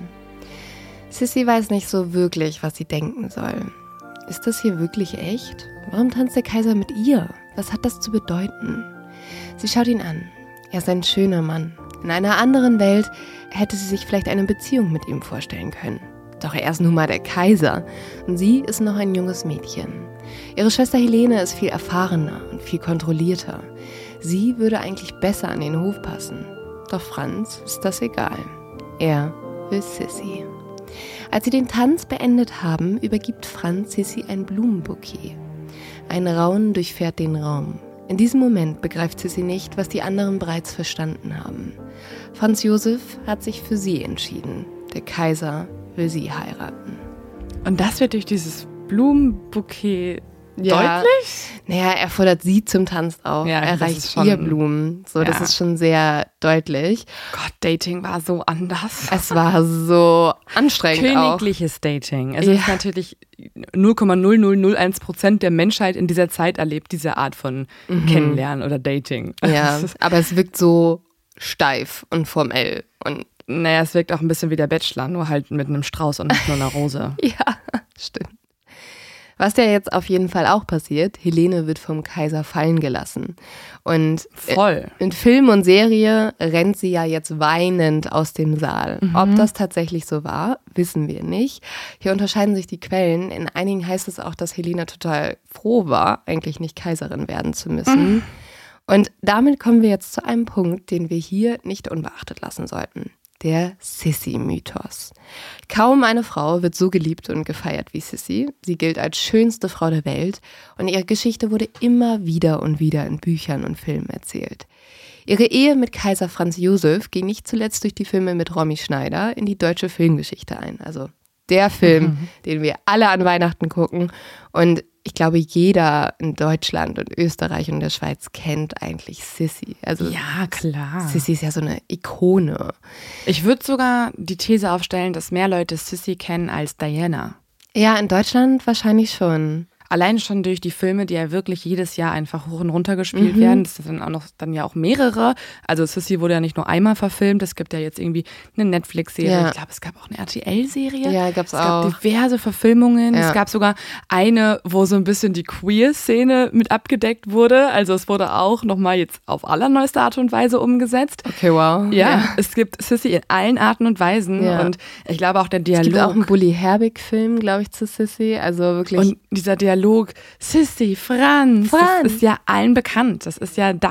Sissy weiß nicht so wirklich, was sie denken soll. Ist das hier wirklich echt? Warum tanzt der Kaiser mit ihr? Was hat das zu bedeuten? Sie schaut ihn an. Er ist ein schöner Mann. In einer anderen Welt hätte sie sich vielleicht eine Beziehung mit ihm vorstellen können. Doch er ist nun mal der Kaiser und sie ist noch ein junges Mädchen. Ihre Schwester Helene ist viel erfahrener und viel kontrollierter. Sie würde eigentlich besser an den Hof passen. Doch Franz ist das egal. Er will Sissy. Als sie den Tanz beendet haben, übergibt Franz Sissy ein Blumenbouquet. Ein Raunen durchfährt den Raum. In diesem Moment begreift Sissy nicht, was die anderen bereits verstanden haben. Franz Josef hat sich für sie entschieden. Der Kaiser will sie heiraten. Und das wird durch dieses Blumenbouquet deutlich? Naja, er fordert sie zum Tanz auf. Ja, er reicht ihr Blumen. So, das ist schon sehr deutlich. Gott, Dating war so anders. Es war so anstrengend Königliches Dating. Es ist natürlich 0,0001% der Menschheit in dieser Zeit erlebt diese Art von Kennenlernen oder Dating. Ja, aber es wirkt so steif und formell und naja, es wirkt auch ein bisschen wie der Bachelor, nur halt mit einem Strauß und nicht nur einer Rose. Ja, stimmt. Was ja jetzt auf jeden Fall auch passiert, Helene wird vom Kaiser fallen gelassen. Und voll. In Film und Serie rennt sie ja jetzt weinend aus dem Saal. Ob das tatsächlich so war, wissen wir nicht. Hier unterscheiden sich die Quellen. In einigen heißt es auch, dass Helene total froh war, eigentlich nicht Kaiserin werden zu müssen. Und damit kommen wir jetzt zu einem Punkt, den wir hier nicht unbeachtet lassen sollten. Der Sissy-Mythos. Kaum eine Frau wird so geliebt und gefeiert wie Sissy. Sie gilt als schönste Frau der Welt und ihre Geschichte wurde immer wieder und wieder in Büchern und Filmen erzählt. Ihre Ehe mit Kaiser Franz Josef ging nicht zuletzt durch die Filme mit Romy Schneider in die deutsche Filmgeschichte ein. Also der Film, den wir alle an Weihnachten gucken. Und ich glaube, jeder in Deutschland und Österreich und der Schweiz kennt eigentlich Sissy. Also ja, klar. Sissy ist ja so eine Ikone. Ich würde sogar die These aufstellen, dass mehr Leute Sissy kennen als Diana. Ja, in Deutschland wahrscheinlich schon. Allein schon durch die Filme, die ja wirklich jedes Jahr einfach hoch und runter gespielt werden. Das sind dann ja auch mehrere. Also Sissy wurde ja nicht nur einmal verfilmt. Es gibt ja jetzt irgendwie eine Netflix-Serie. Ja. Ich glaube, es gab auch eine RTL-Serie. Ja, gab's auch. Es gab diverse Verfilmungen. Ja. Es gab sogar eine, wo so ein bisschen die Queer-Szene mit abgedeckt wurde. Also es wurde auch nochmal jetzt auf allerneueste Art und Weise umgesetzt. Okay, wow. Ja, es gibt Sissy in allen Arten und Weisen. Ja. Und ich glaube auch der Dialog. Es gibt auch einen Bully Herbig-Film, glaube ich, zu Sissy. Also wirklich. Und dieser Dialog, Sissy, Franz, das ist ja allen bekannt. Das ist ja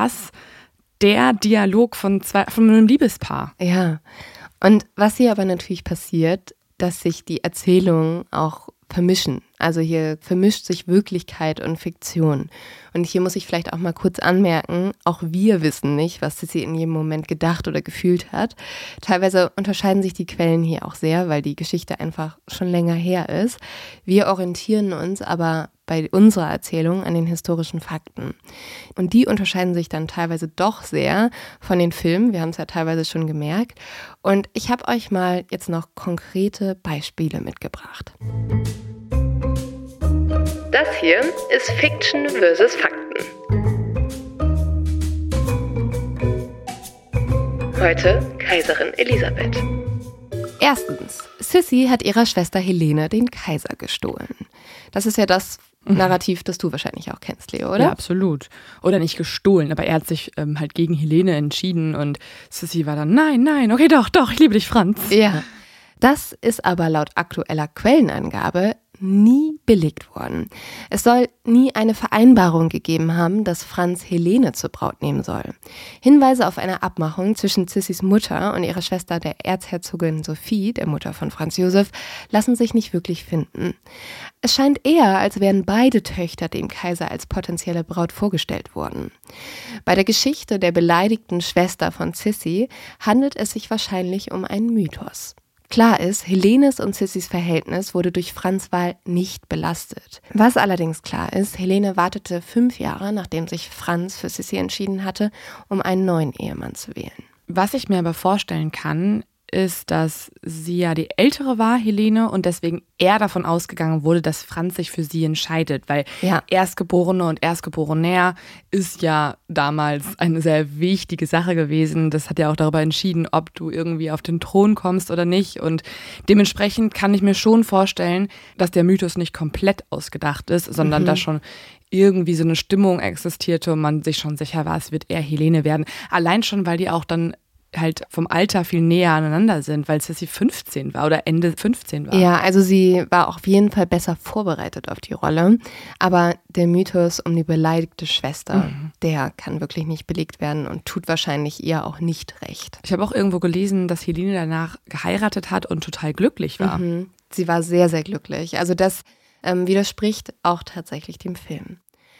der Dialog von einem Liebespaar. Ja, und was hier aber natürlich passiert, dass sich die Erzählungen auch vermischen. Also hier vermischt sich Wirklichkeit und Fiktion. Und hier muss ich vielleicht auch mal kurz anmerken, auch wir wissen nicht, was Sissy in jedem Moment gedacht oder gefühlt hat. Teilweise unterscheiden sich die Quellen hier auch sehr, weil die Geschichte einfach schon länger her ist. Wir orientieren uns aber bei unserer Erzählung an den historischen Fakten. Und die unterscheiden sich dann teilweise doch sehr von den Filmen. Wir haben es ja teilweise schon gemerkt. Und ich habe euch mal jetzt noch konkrete Beispiele mitgebracht. Das hier ist Fiction versus Fakten. Heute Kaiserin Elisabeth. Erstens, Sissi hat ihrer Schwester Helene den Kaiser gestohlen. Das ist ja das Narrativ, das du wahrscheinlich auch kennst, Leo, oder? Ja, absolut. Oder nicht gestohlen, aber er hat sich halt gegen Helene entschieden und Sissi war dann, nein, okay, doch, ich liebe dich, Franz. Ja, das ist aber laut aktueller Quellenangabe nie belegt worden. Es soll nie eine Vereinbarung gegeben haben, dass Franz Helene zur Braut nehmen soll. Hinweise auf eine Abmachung zwischen Sissis Mutter und ihrer Schwester, der Erzherzogin Sophie, der Mutter von Franz Josef, lassen sich nicht wirklich finden. Es scheint eher, als wären beide Töchter dem Kaiser als potenzielle Braut vorgestellt worden. Bei der Geschichte der beleidigten Schwester von Sissi handelt es sich wahrscheinlich um einen Mythos. Klar ist, Helenes und Sissis Verhältnis wurde durch Franz' Wahl nicht belastet. Was allerdings klar ist, Helene wartete 5 Jahre, nachdem sich Franz für Sissi entschieden hatte, um einen neuen Ehemann zu wählen. Was ich mir aber vorstellen kann, ist, dass sie ja die Ältere war, Helene, und deswegen eher davon ausgegangen wurde, dass Franz sich für sie entscheidet, weil Erstgeborene und Erstgeborener ist ja damals eine sehr wichtige Sache gewesen. Das hat ja auch darüber entschieden, ob du irgendwie auf den Thron kommst oder nicht, und dementsprechend kann ich mir schon vorstellen, dass der Mythos nicht komplett ausgedacht ist, sondern dass schon irgendwie so eine Stimmung existierte und man sich schon sicher war, es wird eher Helene werden. Allein schon, weil die auch dann halt vom Alter viel näher aneinander sind, weil Sissi 15 war oder Ende 15 war. Ja, also sie war auf jeden Fall besser vorbereitet auf die Rolle. Aber der Mythos um die beleidigte Schwester, der kann wirklich nicht belegt werden und tut wahrscheinlich ihr auch nicht recht. Ich habe auch irgendwo gelesen, dass Helene danach geheiratet hat und total glücklich war. Sie war sehr, sehr glücklich. Also das widerspricht auch tatsächlich dem Film.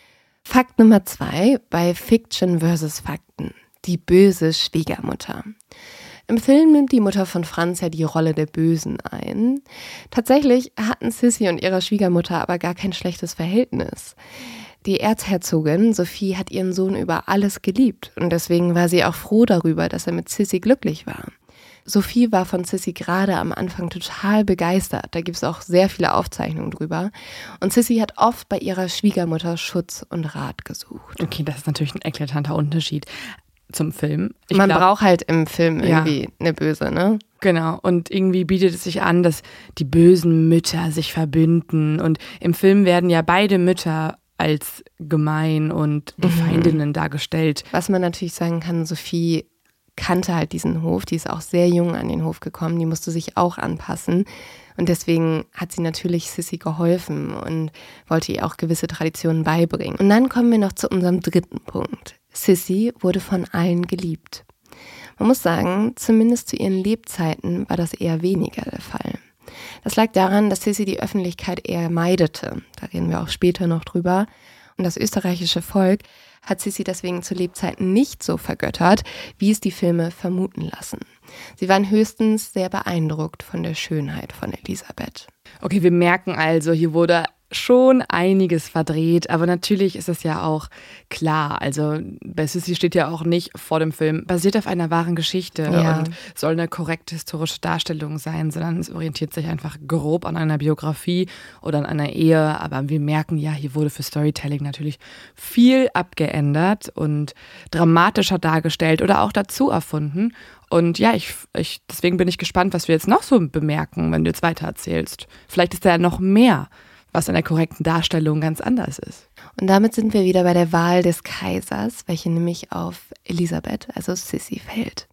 Fakt Nummer 2 bei Fiction versus Fakten. Die böse Schwiegermutter. Im Film nimmt die Mutter von Franz ja die Rolle der Bösen ein. Tatsächlich hatten Sissi und ihre Schwiegermutter aber gar kein schlechtes Verhältnis. Die Erzherzogin Sophie hat ihren Sohn über alles geliebt und deswegen war sie auch froh darüber, dass er mit Sissi glücklich war. Sophie war von Sissi gerade am Anfang total begeistert. Da gibt es auch sehr viele Aufzeichnungen drüber. Und Sissi hat oft bei ihrer Schwiegermutter Schutz und Rat gesucht. Okay, das ist natürlich ein eklatanter Unterschied zum Film. Man braucht halt im Film irgendwie eine Böse, ne? Genau, und irgendwie bietet es sich an, dass die bösen Mütter sich verbünden. Und im Film werden ja beide Mütter als gemein und die Feindinnen dargestellt. Was man natürlich sagen kann, Sophie kannte halt diesen Hof, die ist auch sehr jung an den Hof gekommen, die musste sich auch anpassen. Und deswegen hat sie natürlich Sissi geholfen und wollte ihr auch gewisse Traditionen beibringen. Und dann kommen wir noch zu unserem dritten Punkt. Sissi wurde von allen geliebt. Man muss sagen, zumindest zu ihren Lebzeiten war das eher weniger der Fall. Das lag daran, dass Sissi die Öffentlichkeit eher meidete. Da reden wir auch später noch drüber. Und das österreichische Volk hat Sissi deswegen zu Lebzeiten nicht so vergöttert, wie es die Filme vermuten lassen. Sie waren höchstens sehr beeindruckt von der Schönheit von Elisabeth. Okay, wir merken also, hier wurde schon einiges verdreht, aber natürlich ist es ja auch klar, also bei Sissi steht ja auch nicht vor dem Film, basiert auf einer wahren Geschichte und soll eine korrekte historische Darstellung sein, sondern es orientiert sich einfach grob an einer Biografie oder an einer Ehe, aber wir merken ja, hier wurde für Storytelling natürlich viel abgeändert und dramatischer dargestellt oder auch dazu erfunden. Und ja, deswegen bin ich gespannt, was wir jetzt noch so bemerken, wenn du jetzt weiter erzählst. Vielleicht ist da ja noch mehr, was in der korrekten Darstellung ganz anders ist. Und damit sind wir wieder bei der Wahl des Kaisers, welche nämlich auf Elisabeth, also Sissi, fällt.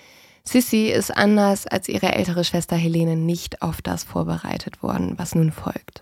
Sissi ist anders als ihre ältere Schwester Helene nicht auf das vorbereitet worden, was nun folgt.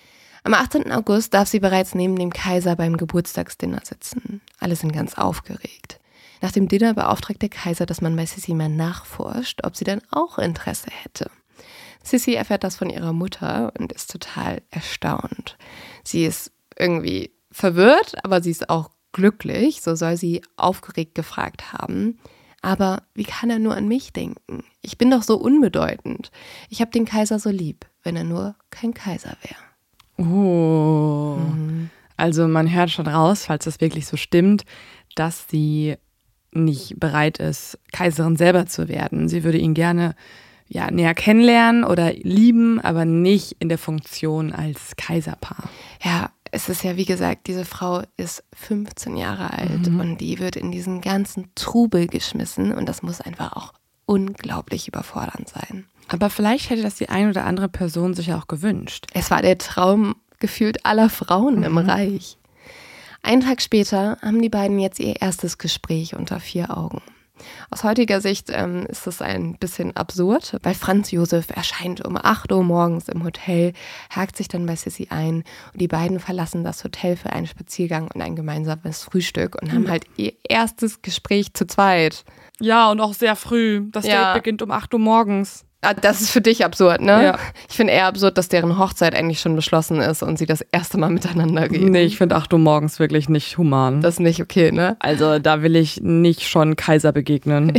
Am 18. August darf sie bereits neben dem Kaiser beim Geburtstagsdinner sitzen. Alle sind ganz aufgeregt. Nach dem Dinner beauftragt der Kaiser, dass man bei Sissi mal nachforscht, ob sie denn auch Interesse hätte. Sissi erfährt das von ihrer Mutter und ist total erstaunt. Sie ist irgendwie verwirrt, aber sie ist auch glücklich, so soll sie aufgeregt gefragt haben. Aber wie kann er nur an mich denken? Ich bin doch so unbedeutend. Ich habe den Kaiser so lieb, wenn er nur kein Kaiser wäre. Oh. Also man hört schon raus, falls das wirklich so stimmt, dass sie nicht bereit ist, Kaiserin selber zu werden. Sie würde ihn gerne näher kennenlernen oder lieben, aber nicht in der Funktion als Kaiserpaar. Ja, es ist ja, wie gesagt, diese Frau ist 15 Jahre alt und die wird in diesen ganzen Trubel geschmissen und das muss einfach auch unglaublich überfordernd sein. Aber vielleicht hätte das die ein oder andere Person sich auch gewünscht. Es war der Traum gefühlt aller Frauen im Reich. Einen Tag später haben die beiden jetzt ihr erstes Gespräch unter 4 Augen. Aus heutiger Sicht ist das ein bisschen absurd, weil Franz Josef erscheint um 8 Uhr morgens im Hotel, hakt sich dann bei Sissy ein und die beiden verlassen das Hotel für einen Spaziergang und ein gemeinsames Frühstück und haben halt ihr erstes Gespräch zu zweit. Ja, und auch sehr früh. Das Date beginnt um 8 Uhr morgens. Das ist für dich absurd, ne? Ja. Ich finde eher absurd, dass deren Hochzeit eigentlich schon beschlossen ist und sie das erste Mal miteinander reden. Nee, ich finde 8 Uhr morgens wirklich nicht human. Das ist nicht okay, ne? Also da will ich nicht schon Kaiser begegnen.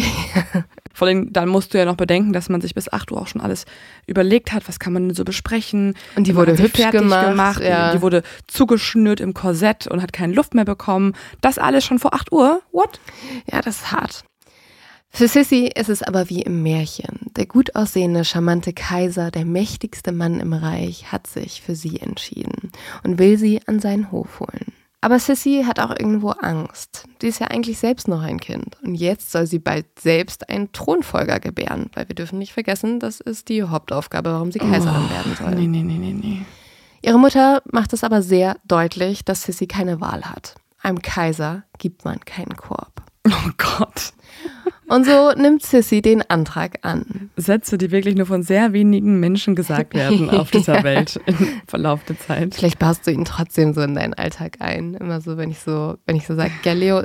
Vor allem, dann musst du ja noch bedenken, dass man sich bis 8 Uhr auch schon alles überlegt hat, was kann man denn so besprechen. Und die wurde hübsch fertig gemacht. Ja. Die wurde zugeschnürt im Korsett und hat keine Luft mehr bekommen. Das alles schon vor 8 Uhr? What? Ja, das ist hart. Für Sissy ist es aber wie im Märchen. Der gut aussehende, charmante Kaiser, der mächtigste Mann im Reich, hat sich für sie entschieden und will sie an seinen Hof holen. Aber Sissy hat auch irgendwo Angst. Die ist ja eigentlich selbst noch ein Kind. Und jetzt soll sie bald selbst einen Thronfolger gebären. Weil wir dürfen nicht vergessen, das ist die Hauptaufgabe, warum sie Kaiserin werden soll. Nee. Ihre Mutter macht es aber sehr deutlich, dass Sissy keine Wahl hat. Einem Kaiser gibt man keinen Korb. Oh Gott. Und so nimmt Sissy den Antrag an. Sätze, die wirklich nur von sehr wenigen Menschen gesagt werden auf dieser Welt im Verlauf der Zeit. Vielleicht baust du ihn trotzdem so in deinen Alltag ein. Immer so, wenn ich so sage, ja Leo,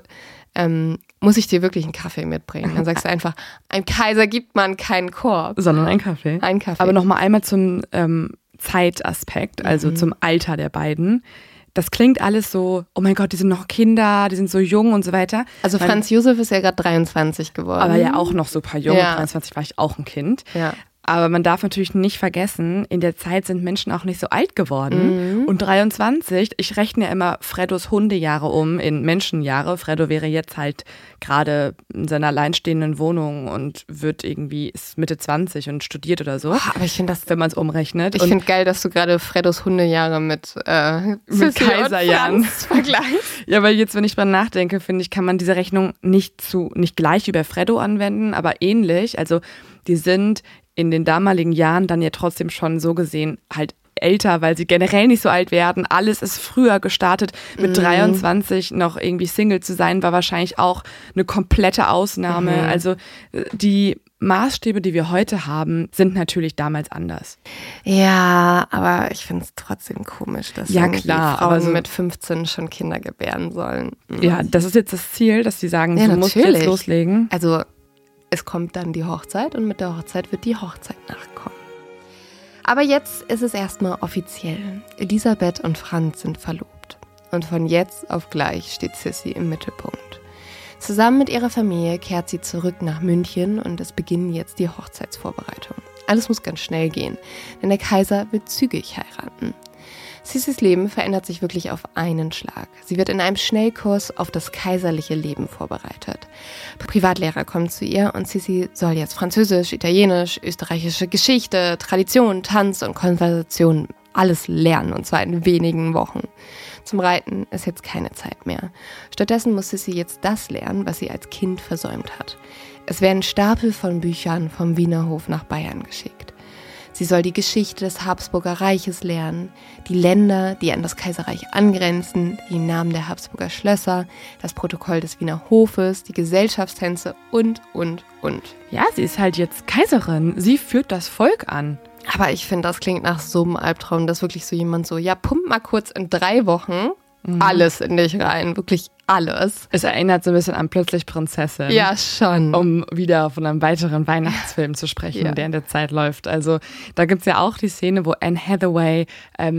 muss ich dir wirklich einen Kaffee mitbringen? Dann sagst du einfach, einem Kaiser gibt man keinen Korb. Sondern einen Kaffee. Einen Kaffee. Aber nochmal einmal zum Zeitaspekt, also zum Alter der beiden. Das klingt alles so, oh mein Gott, die sind noch Kinder, die sind so jung und so weiter. Also Franz Josef ist ja gerade 23 geworden. Aber ja auch noch super jung. Ja. 23 war ich auch ein Kind. Ja. Aber man darf natürlich nicht vergessen, in der Zeit sind Menschen auch nicht so alt geworden. Und 23, ich rechne ja immer Freddos Hundejahre in Menschenjahre. Freddo wäre jetzt halt gerade in seiner alleinstehenden Wohnung und ist Mitte 20 und studiert oder so. Aber ich finde das, wenn man es umrechnet. Ich finde geil, dass du gerade Freddos Hundejahre mit Kaiserjahren vergleichst. Ja, weil jetzt, wenn ich dran nachdenke, finde ich, kann man diese Rechnung nicht gleich über Freddo anwenden, aber ähnlich. Also die sind in den damaligen Jahren dann ja trotzdem schon so gesehen halt älter, weil sie generell nicht so alt werden. Alles ist früher gestartet. Mit 23 noch irgendwie Single zu sein, war wahrscheinlich auch eine komplette Ausnahme. Also die Maßstäbe, die wir heute haben, sind natürlich damals anders. Ja, aber ich finde es trotzdem komisch, dass klar, Frauen aber mit 15 schon Kinder gebären sollen. Ja, das ist jetzt das Ziel, dass sie sagen, du musst jetzt loslegen. Also es kommt dann die Hochzeit und mit der Hochzeit wird die Hochzeit nachkommen. Aber jetzt ist es erstmal offiziell. Elisabeth und Franz sind verlobt. Und von jetzt auf gleich steht Sissy im Mittelpunkt. Zusammen mit ihrer Familie kehrt sie zurück nach München und es beginnen jetzt die Hochzeitsvorbereitungen. Alles muss ganz schnell gehen, denn der Kaiser will zügig heiraten. Sissys Leben verändert sich wirklich auf einen Schlag. Sie wird in einem Schnellkurs auf das kaiserliche Leben vorbereitet. Privatlehrer kommen zu ihr und Sissy soll jetzt Französisch, Italienisch, österreichische Geschichte, Tradition, Tanz und Konversation alles lernen, und zwar in wenigen Wochen. Zum Reiten ist jetzt keine Zeit mehr. Stattdessen muss Sissy jetzt das lernen, was sie als Kind versäumt hat. Es werden Stapel von Büchern vom Wiener Hof nach Bayern geschickt. Sie soll die Geschichte des Habsburger Reiches lernen, die Länder, die an das Kaiserreich angrenzen, die Namen der Habsburger Schlösser, das Protokoll des Wiener Hofes, die Gesellschaftstänze und. Ja, sie ist halt jetzt Kaiserin. Sie führt das Volk an. Aber ich finde, das klingt nach so einem Albtraum, dass wirklich so jemand so, ja, pump mal kurz in 3 Wochen alles in dich rein, wirklich alles. Es erinnert so ein bisschen an Plötzlich Prinzessin. Ja, schon. Um wieder von einem weiteren Weihnachtsfilm zu sprechen, der in der Zeit läuft. Also da gibt es ja auch die Szene, wo Anne Hathaway als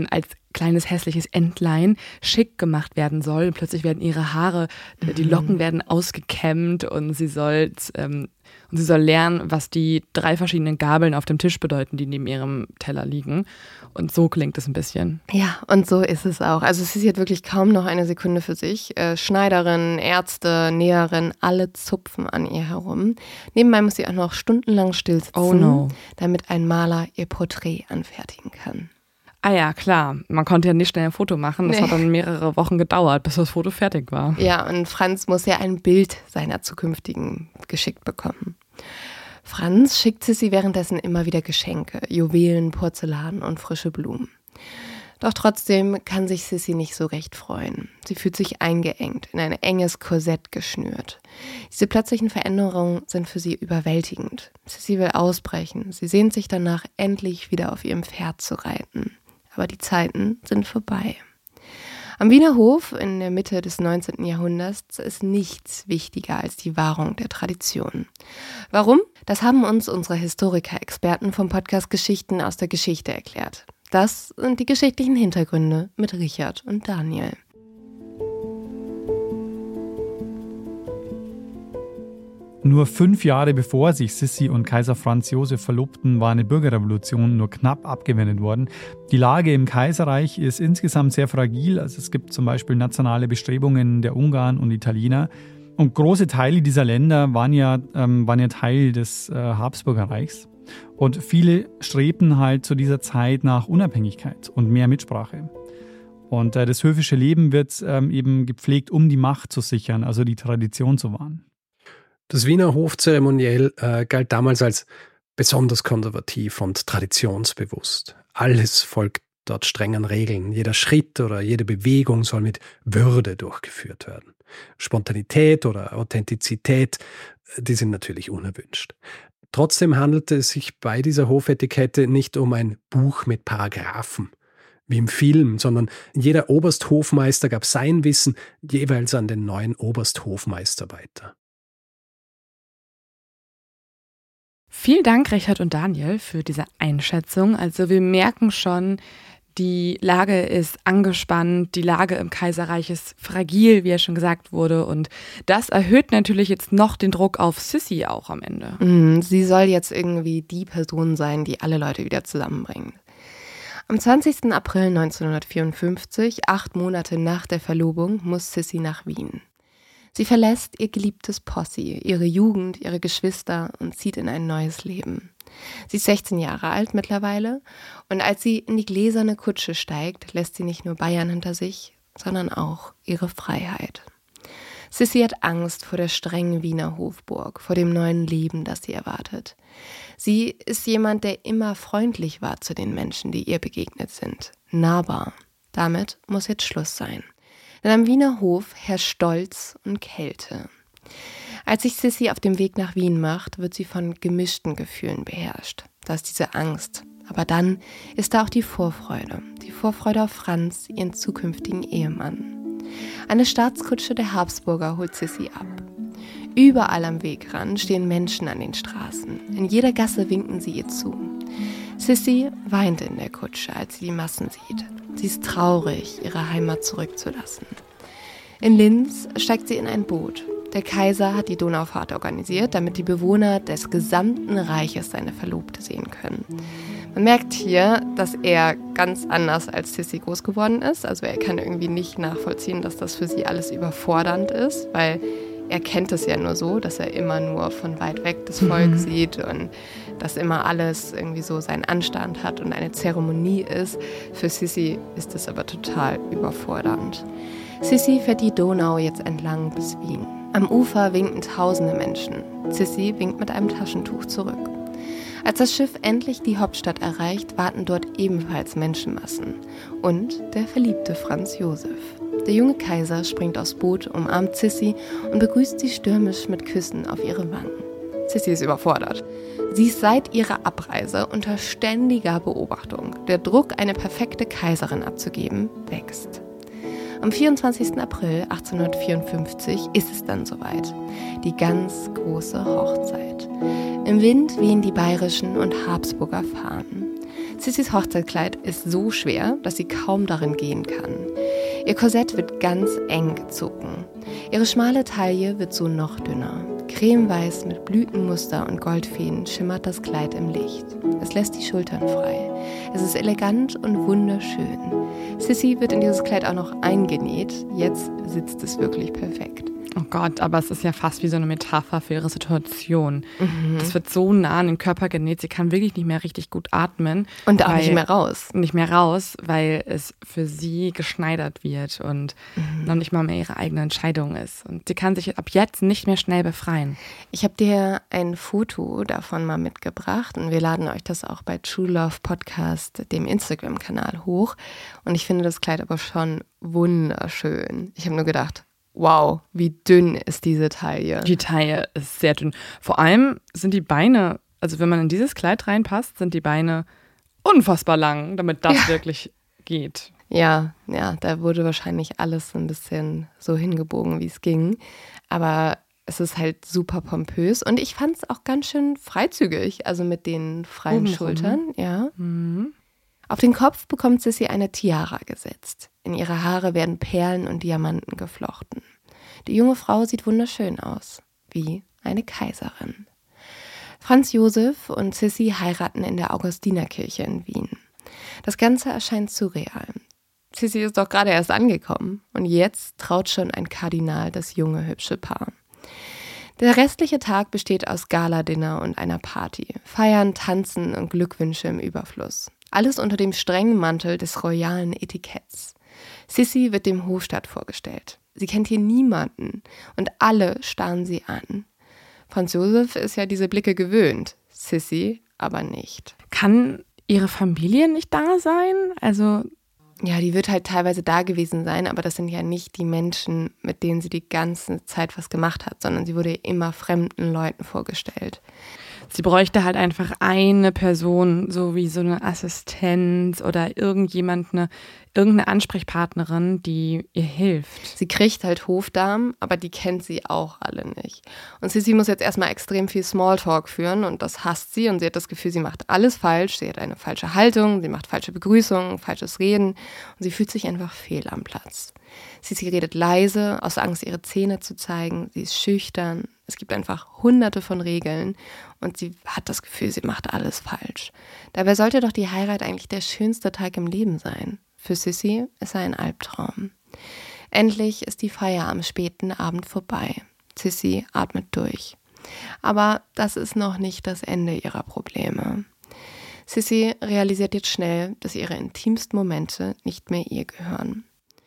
kleines hässliches Entlein schick gemacht werden soll. Und plötzlich werden ihre Haare, die Locken werden ausgekämmt und sie soll lernen, was die 3 verschiedenen Gabeln auf dem Tisch bedeuten, die neben ihrem Teller liegen. Und so klingt es ein bisschen. Ja, und so ist es auch. Also Sissy hat wirklich kaum noch eine Sekunde für sich. Schneiderin, Ärzte, Näherin, alle zupfen an ihr herum. Nebenbei muss sie auch noch stundenlang stillsitzen, damit ein Maler ihr Porträt anfertigen kann. Ah ja, klar. Man konnte ja nicht schnell ein Foto machen. Das hat dann mehrere Wochen gedauert, bis das Foto fertig war. Ja, und Franz muss ja ein Bild seiner zukünftigen geschickt bekommen. Franz schickt Sissy währenddessen immer wieder Geschenke, Juwelen, Porzellan und frische Blumen. Doch trotzdem kann sich Sissy nicht so recht freuen. Sie fühlt sich eingeengt, in ein enges Korsett geschnürt. Diese plötzlichen Veränderungen sind für sie überwältigend. Sissy will ausbrechen. Sie sehnt sich danach, endlich wieder auf ihrem Pferd zu reiten. Aber die Zeiten sind vorbei. Am Wiener Hof in der Mitte des 19. Jahrhunderts ist nichts wichtiger als die Wahrung der Tradition. Warum? Das haben uns unsere Historiker-Experten vom Podcast Geschichten aus der Geschichte erklärt. Das sind die geschichtlichen Hintergründe mit Richard und Daniel. Nur 5 Jahre bevor sich Sissy und Kaiser Franz Josef verlobten, war eine Bürgerrevolution nur knapp abgewendet worden. Die Lage im Kaiserreich ist insgesamt sehr fragil. Also es gibt zum Beispiel nationale Bestrebungen der Ungarn und Italiener. Und große Teile dieser Länder waren ja Teil des Habsburger Reichs. Und viele strebten halt zu dieser Zeit nach Unabhängigkeit und mehr Mitsprache. Und das höfische Leben wird eben gepflegt, um die Macht zu sichern, also die Tradition zu wahren. Das Wiener Hofzeremoniell galt damals als besonders konservativ und traditionsbewusst. Alles folgt dort strengen Regeln. Jeder Schritt oder jede Bewegung soll mit Würde durchgeführt werden. Spontanität oder Authentizität, die sind natürlich unerwünscht. Trotzdem handelte es sich bei dieser Hofetikette nicht um ein Buch mit Paragraphen, wie im Film, sondern jeder Obersthofmeister gab sein Wissen jeweils an den neuen Obersthofmeister weiter. Vielen Dank, Richard und Daniel, für diese Einschätzung. Also wir merken schon, die Lage ist angespannt, die Lage im Kaiserreich ist fragil, wie ja schon gesagt wurde. Und das erhöht natürlich jetzt noch den Druck auf Sissy auch am Ende. Sie soll jetzt irgendwie die Person sein, die alle Leute wieder zusammenbringt. Am 20. April 1954, 8 Monate nach der Verlobung, muss Sissy nach Wien. Sie verlässt ihr geliebtes Posse, ihre Jugend, ihre Geschwister und zieht in ein neues Leben. Sie ist 16 Jahre alt mittlerweile und als sie in die gläserne Kutsche steigt, lässt sie nicht nur Bayern hinter sich, sondern auch ihre Freiheit. Sissy hat Angst vor der strengen Wiener Hofburg, vor dem neuen Leben, das sie erwartet. Sie ist jemand, der immer freundlich war zu den Menschen, die ihr begegnet sind, nahbar. Damit muss jetzt Schluss sein. Denn am Wiener Hof herrscht Stolz und Kälte. Als sich Sissy auf dem Weg nach Wien macht, wird sie von gemischten Gefühlen beherrscht. Da ist diese Angst. Aber dann ist da auch die Vorfreude. Die Vorfreude auf Franz, ihren zukünftigen Ehemann. Eine Staatskutsche der Habsburger holt Sissy ab. Überall am Wegrand stehen Menschen an den Straßen. In jeder Gasse winken sie ihr zu. Sissy weint in der Kutsche, als sie die Massen sieht. Sie ist traurig, ihre Heimat zurückzulassen. In Linz steigt sie in ein Boot. Der Kaiser hat die Donaufahrt organisiert, damit die Bewohner des gesamten Reiches seine Verlobte sehen können. Man merkt hier, dass er ganz anders als Sissy groß geworden ist. Also er kann irgendwie nicht nachvollziehen, dass das für sie alles überfordernd ist, weil er kennt es ja nur so, dass er immer nur von weit weg das Volk sieht und dass immer alles irgendwie so seinen Anstand hat und eine Zeremonie ist. Für Sissy ist es aber total überfordernd. Sissy fährt die Donau jetzt entlang bis Wien. Am Ufer winken tausende Menschen. Sissy winkt mit einem Taschentuch zurück. Als das Schiff endlich die Hauptstadt erreicht, warten dort ebenfalls Menschenmassen. Und der verliebte Franz Josef. Der junge Kaiser springt aufs Boot, umarmt Sissy und begrüßt sie stürmisch mit Küssen auf ihre Wangen. Sissy ist überfordert. Sie ist seit ihrer Abreise unter ständiger Beobachtung. Der Druck, eine perfekte Kaiserin abzugeben, wächst. Am 24. April 1854 ist es dann soweit. Die ganz große Hochzeit. Im Wind wehen die bayerischen und Habsburger Fahnen. Sissys Hochzeitskleid ist so schwer, dass sie kaum darin gehen kann. Ihr Korsett wird ganz eng gezogen. Ihre schmale Taille wird so noch dünner. Cremeweiß mit Blütenmuster und Goldfäden schimmert das Kleid im Licht. Es lässt die Schultern frei. Es ist elegant und wunderschön. Sissy wird in dieses Kleid auch noch eingenäht. Jetzt sitzt es wirklich perfekt. Oh Gott, aber es ist ja fast wie so eine Metapher für ihre Situation. Das wird so nah an den Körper genäht, sie kann wirklich nicht mehr richtig gut atmen. Und auch nicht mehr raus. Nicht mehr raus, weil es für sie geschneidert wird und noch nicht mal mehr ihre eigene Entscheidung ist. Und sie kann sich ab jetzt nicht mehr schnell befreien. Ich habe dir ein Foto davon mal mitgebracht und wir laden euch das auch bei True Love Podcast, dem Instagram-Kanal, hoch. Und ich finde das Kleid aber schon wunderschön. Ich habe nur gedacht, wow, wie dünn ist diese Taille. Die Taille ist sehr dünn. Vor allem sind die Beine, also wenn man in dieses Kleid reinpasst, sind die Beine unfassbar lang, damit das wirklich geht. Ja, da wurde wahrscheinlich alles ein bisschen so hingebogen, wie es ging. Aber es ist halt super pompös und ich fand es auch ganz schön freizügig, also mit den freien Schultern. Ja. Auf den Kopf bekommt Sissy eine Tiara gesetzt. In ihre Haare werden Perlen und Diamanten geflochten. Die junge Frau sieht wunderschön aus, wie eine Kaiserin. Franz Josef und Sissy heiraten in der Augustinerkirche in Wien. Das Ganze erscheint surreal. Sissy ist doch gerade erst angekommen und jetzt traut schon ein Kardinal das junge, hübsche Paar. Der restliche Tag besteht aus Gala-Dinner und einer Party. Feiern, Tanzen und Glückwünsche im Überfluss. Alles unter dem strengen Mantel des royalen Etiketts. Sissy wird dem Hofstaat vorgestellt. Sie kennt hier niemanden und alle starren sie an. Franz Josef ist ja diese Blicke gewöhnt, Sissy aber nicht. Kann ihre Familie nicht da sein? Also ja, die wird halt teilweise da gewesen sein, aber das sind ja nicht die Menschen, mit denen sie die ganze Zeit was gemacht hat, sondern sie wurde immer fremden Leuten vorgestellt. Sie bräuchte halt einfach eine Person, so wie so eine Assistenz oder irgendeine Ansprechpartnerin, die ihr hilft. Sie kriegt halt Hofdamen, aber die kennt sie auch alle nicht. Und Sissy muss jetzt erstmal extrem viel Smalltalk führen und das hasst sie und sie hat das Gefühl, sie macht alles falsch. Sie hat eine falsche Haltung, sie macht falsche Begrüßungen, falsches Reden und sie fühlt sich einfach fehl am Platz. Sissy redet leise, aus Angst, ihre Zähne zu zeigen. Sie ist schüchtern. Es gibt einfach hunderte von Regeln und sie hat das Gefühl, sie macht alles falsch. Dabei sollte doch die Heirat eigentlich der schönste Tag im Leben sein. Für Sissy ist er ein Albtraum. Endlich ist die Feier am späten Abend vorbei. Sissy atmet durch. Aber das ist noch nicht das Ende ihrer Probleme. Sissy realisiert jetzt schnell, dass ihre intimsten Momente nicht mehr ihr gehören.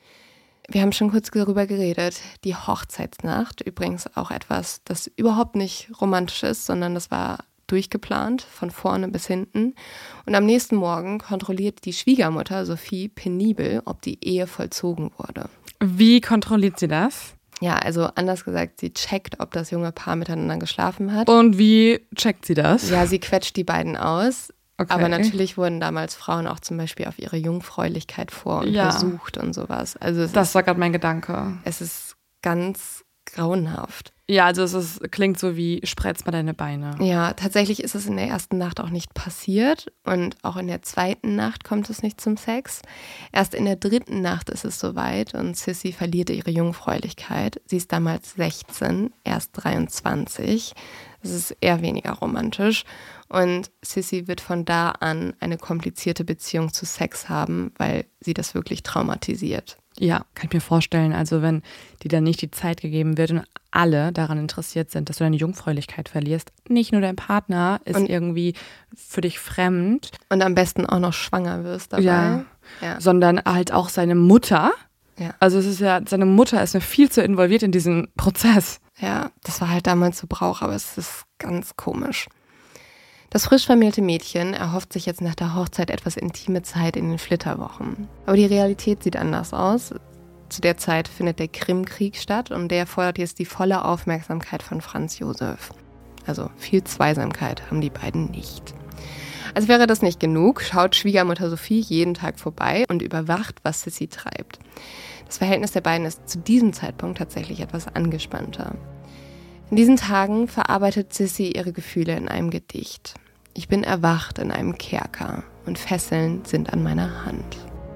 Wir haben schon kurz darüber geredet. Die Hochzeitsnacht, übrigens auch etwas, das überhaupt nicht romantisch ist, sondern das war durchgeplant, von vorne bis hinten. Und am nächsten Morgen kontrolliert die Schwiegermutter Sophie penibel, ob die Ehe vollzogen wurde. Wie kontrolliert sie das? Ja, also anders gesagt, sie checkt, ob das junge Paar miteinander geschlafen hat. Und wie checkt sie das? Ja, sie quetscht die beiden aus. Okay. Aber natürlich wurden damals Frauen auch zum Beispiel auf ihre Jungfräulichkeit voruntersucht und sowas. Also das war gerade mein Gedanke. Es ist ganz grauenhaft. Ja, also klingt so wie, spreiz mal deine Beine. Ja, tatsächlich ist es in der ersten Nacht auch nicht passiert und auch in der zweiten Nacht kommt es nicht zum Sex. Erst in der dritten Nacht ist es soweit und Sissy verliert ihre Jungfräulichkeit. Sie ist damals 16, erst 23. Das ist eher weniger romantisch. Und Sissy wird von da an eine komplizierte Beziehung zu Sex haben, weil sie das wirklich traumatisiert. Ja, kann ich mir vorstellen. Also wenn dir dann nicht die Zeit gegeben wird und alle daran interessiert sind, dass du deine Jungfräulichkeit verlierst, nicht nur dein Partner ist und irgendwie für dich fremd. Und am besten auch noch schwanger wirst dabei. Ja. Sondern halt auch seine Mutter. Ja. Also es ist ja, seine Mutter ist ja viel zu involviert in diesen Prozess. Ja, das war halt damals so Brauch, aber es ist ganz komisch. Das frisch vermählte Mädchen erhofft sich jetzt nach der Hochzeit etwas intime Zeit in den Flitterwochen. Aber die Realität sieht anders aus. Zu der Zeit findet der Krimkrieg statt und der fordert jetzt die volle Aufmerksamkeit von Franz Josef. Also viel Zweisamkeit haben die beiden nicht. Als wäre das nicht genug, schaut Schwiegermutter Sophie jeden Tag vorbei und überwacht, was Sissy treibt. Das Verhältnis der beiden ist zu diesem Zeitpunkt tatsächlich etwas angespannter. In diesen Tagen verarbeitet Sissy ihre Gefühle in einem Gedicht. Ich bin erwacht in einem Kerker und Fesseln sind an meiner Hand.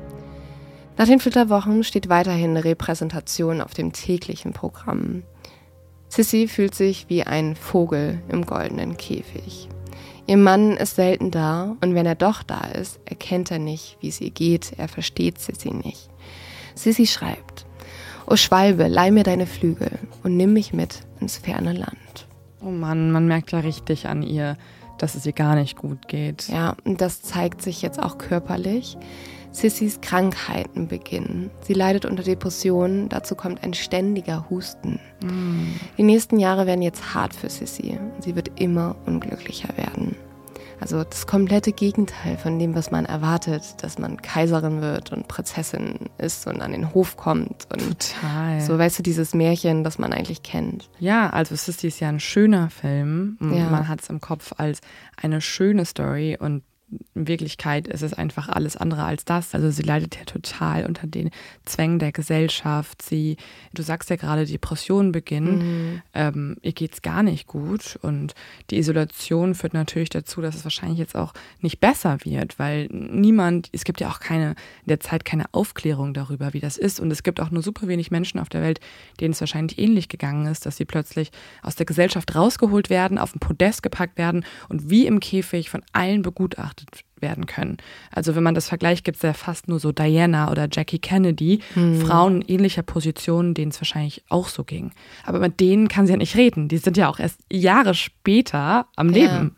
Nach den Flitterwochen steht weiterhin eine Repräsentation auf dem täglichen Programm. Sissy fühlt sich wie ein Vogel im goldenen Käfig. Ihr Mann ist selten da und wenn er doch da ist, erkennt er nicht, wie es ihr geht, er versteht Sissy nicht. Sissy schreibt: O Schwalbe, leih mir deine Flügel und nimm mich mit ins ferne Land. Oh Mann, man merkt ja richtig an ihr, dass es ihr gar nicht gut geht. Ja, und das zeigt sich jetzt auch körperlich. Sissys Krankheiten beginnen. Sie leidet unter Depressionen, dazu kommt ein ständiger Husten. Die nächsten Jahre werden jetzt hart für Sissy. Sie wird immer unglücklicher werden. Also das komplette Gegenteil von dem, was man erwartet, dass man Kaiserin wird und Prinzessin ist und an den Hof kommt. Und total. So, weißt du, dieses Märchen, das man eigentlich kennt. Ja, also Sissy ist ja ein schöner Film. Ja. Man hat es im Kopf als eine schöne Story und in Wirklichkeit ist es einfach alles andere als das. Also sie leidet ja total unter den Zwängen der Gesellschaft. Du sagst ja gerade, Depressionen beginnen. Ihr geht's gar nicht gut. Und die Isolation führt natürlich dazu, dass es wahrscheinlich jetzt auch nicht besser wird, weil es gibt ja auch in der Zeit keine Aufklärung darüber, wie das ist. Und es gibt auch nur super wenig Menschen auf der Welt, denen es wahrscheinlich ähnlich gegangen ist, dass sie plötzlich aus der Gesellschaft rausgeholt werden, auf ein Podest gepackt werden und wie im Käfig von allen begutachtet werden können. Also wenn man das vergleicht, gibt es ja fast nur so Diana oder Jackie Kennedy, Frauen in ähnlicher Position, denen es wahrscheinlich auch so ging. Aber mit denen kann sie ja nicht reden. Die sind ja auch erst Jahre später am Leben.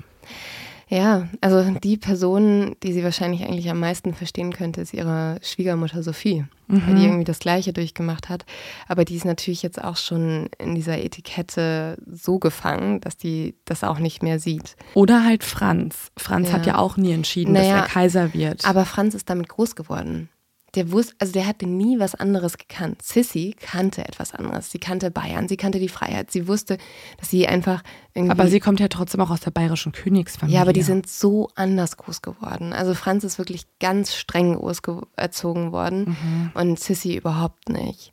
Ja, also die Person, die sie wahrscheinlich eigentlich am meisten verstehen könnte, ist ihre Schwiegermutter Sophie, weil die irgendwie das Gleiche durchgemacht hat. Aber die ist natürlich jetzt auch schon in dieser Etikette so gefangen, dass die das auch nicht mehr sieht. Oder halt Franz. Franz hat ja auch nie entschieden, dass er Kaiser wird. Aber Franz ist damit groß geworden. Der hatte nie was anderes gekannt. Sissy kannte etwas anderes. Sie kannte Bayern, sie kannte die Freiheit. Sie wusste, dass sie einfach irgendwie... Aber sie kommt ja trotzdem auch aus der bayerischen Königsfamilie. Ja, aber die sind so anders groß geworden. Also Franz ist wirklich ganz streng erzogen worden und Sissy überhaupt nicht.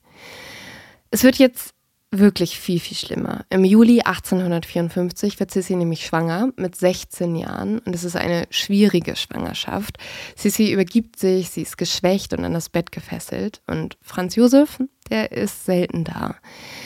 Es wird jetzt wirklich viel, viel schlimmer. Im Juli 1854 wird Sissy nämlich schwanger mit 16 Jahren und es ist eine schwierige Schwangerschaft. Sissy übergibt sich, sie ist geschwächt und an das Bett gefesselt und Franz Josef, der ist selten da.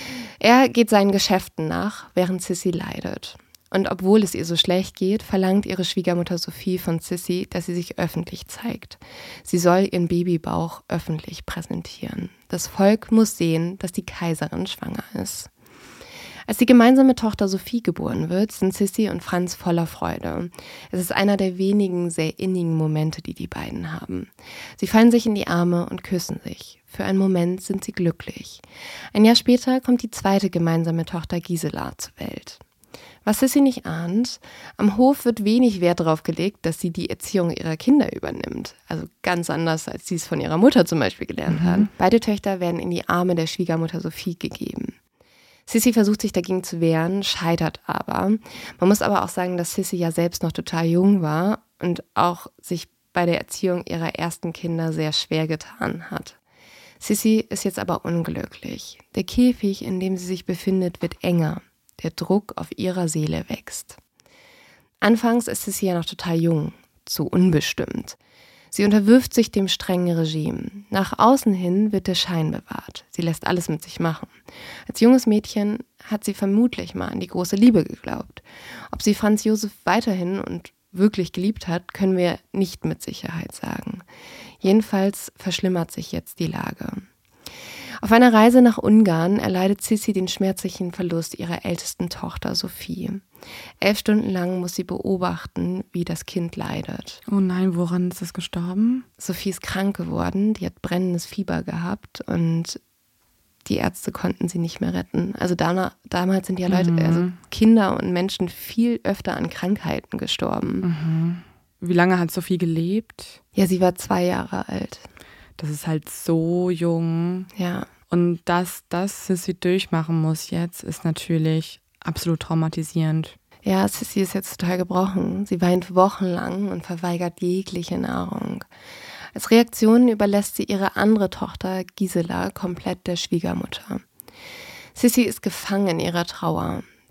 Er geht seinen Geschäften nach, während Sissy leidet. Und obwohl es ihr so schlecht geht, verlangt ihre Schwiegermutter Sophie von Sissy, dass sie sich öffentlich zeigt. Sie soll ihren Babybauch öffentlich präsentieren. Das Volk muss sehen, dass die Kaiserin schwanger ist. Als die gemeinsame Tochter Sophie geboren wird, sind Sissy und Franz voller Freude. Es ist einer der wenigen sehr innigen Momente, die die beiden haben. Sie fallen sich in die Arme und küssen sich. Für einen Moment sind sie glücklich. Ein Jahr später kommt die zweite gemeinsame Tochter Gisela zur Welt. Was Sissy nicht ahnt, am Hof wird wenig Wert darauf gelegt, dass sie die Erziehung ihrer Kinder übernimmt. Also ganz anders, als sie es von ihrer Mutter zum Beispiel gelernt hat. Beide Töchter werden in die Arme der Schwiegermutter Sophie gegeben. Sissy versucht sich dagegen zu wehren, scheitert aber. Man muss aber auch sagen, dass Sissy ja selbst noch total jung war und auch sich bei der Erziehung ihrer ersten Kinder sehr schwer getan hat. Sissy ist jetzt aber unglücklich. Der Käfig, in dem sie sich befindet, wird enger. Der Druck auf ihrer Seele wächst. Anfangs ist Sissy ja noch total jung, zu unbestimmt. Sie unterwirft sich dem strengen Regime. Nach außen hin wird der Schein bewahrt. Sie lässt alles mit sich machen. Als junges Mädchen hat sie vermutlich mal an die große Liebe geglaubt. Ob sie Franz Josef weiterhin und wirklich geliebt hat, können wir nicht mit Sicherheit sagen. Jedenfalls verschlimmert sich jetzt die Lage. Auf einer Reise nach Ungarn erleidet Sissy den schmerzlichen Verlust ihrer ältesten Tochter Sophie. 11 Stunden lang muss sie beobachten, wie das Kind leidet. Oh nein, woran ist es gestorben? Sophie ist krank geworden, die hat brennendes Fieber gehabt und die Ärzte konnten sie nicht mehr retten. Also damals sind ja Leute, also Kinder und Menschen viel öfter an Krankheiten gestorben. Wie lange hat Sophie gelebt? Ja, sie war 2 Jahre alt. Das ist halt so jung. Ja. Und dass das Sissy durchmachen muss jetzt, ist natürlich absolut traumatisierend. Ja, Sissy ist jetzt total gebrochen. Sie weint wochenlang und verweigert jegliche Nahrung. Als Reaktion überlässt sie ihre andere Tochter Gisela komplett der Schwiegermutter. Sissy ist gefangen in ihrer Trauer.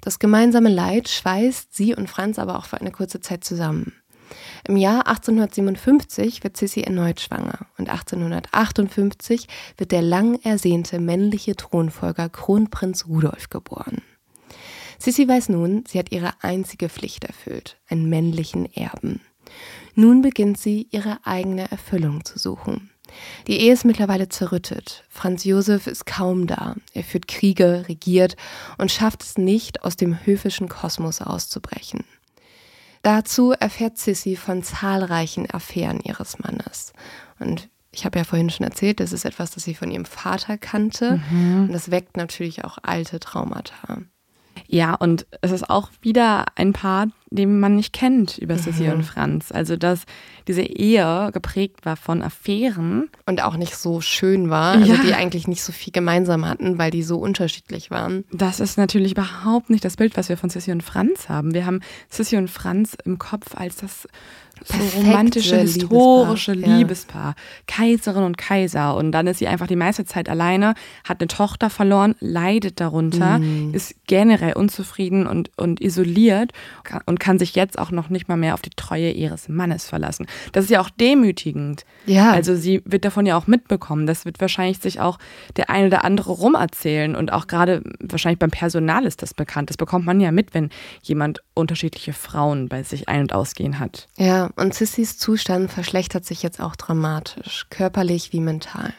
Das gemeinsame Leid schweißt sie und Franz aber auch für eine kurze Zeit zusammen. Im Jahr 1857 wird Sissi erneut schwanger und 1858 wird der lang ersehnte männliche Thronfolger Kronprinz Rudolf geboren. Sissi weiß nun, sie hat ihre einzige Pflicht erfüllt, einen männlichen Erben. Nun beginnt sie, ihre eigene Erfüllung zu suchen. Die Ehe ist mittlerweile zerrüttet. Franz Josef ist kaum da. Er führt Kriege, regiert und schafft es nicht, aus dem höfischen Kosmos auszubrechen. Dazu erfährt Sissi von zahlreichen Affären ihres Mannes. Und ich habe ja vorhin schon erzählt, das ist etwas, das sie von ihrem Vater kannte. Und das weckt natürlich auch alte Traumata. Ja, und es ist auch wieder ein Paar, den man nicht kennt über Sissi und Franz. Also, dass diese Ehe geprägt war von Affären. Und auch nicht so schön war, also die eigentlich nicht so viel gemeinsam hatten, weil die so unterschiedlich waren. Das ist natürlich überhaupt nicht das Bild, was wir von Sissi und Franz haben. Wir haben Sissi und Franz im Kopf als das so romantische, historische Liebespaar. Kaiserin und Kaiser. Und dann ist sie einfach die meiste Zeit alleine, hat eine Tochter verloren, leidet darunter, ist generell unzufrieden und isoliert und kann sich jetzt auch noch nicht mal mehr auf die Treue ihres Mannes verlassen. Das ist ja auch demütigend. Ja. Also sie wird davon ja auch mitbekommen. Das wird wahrscheinlich sich auch der eine oder andere rumerzählen. Und auch gerade wahrscheinlich beim Personal ist das bekannt. Das bekommt man ja mit, wenn jemand unterschiedliche Frauen bei sich ein- und ausgehen hat. Ja, und Sissis Zustand verschlechtert sich jetzt auch dramatisch, körperlich wie mental.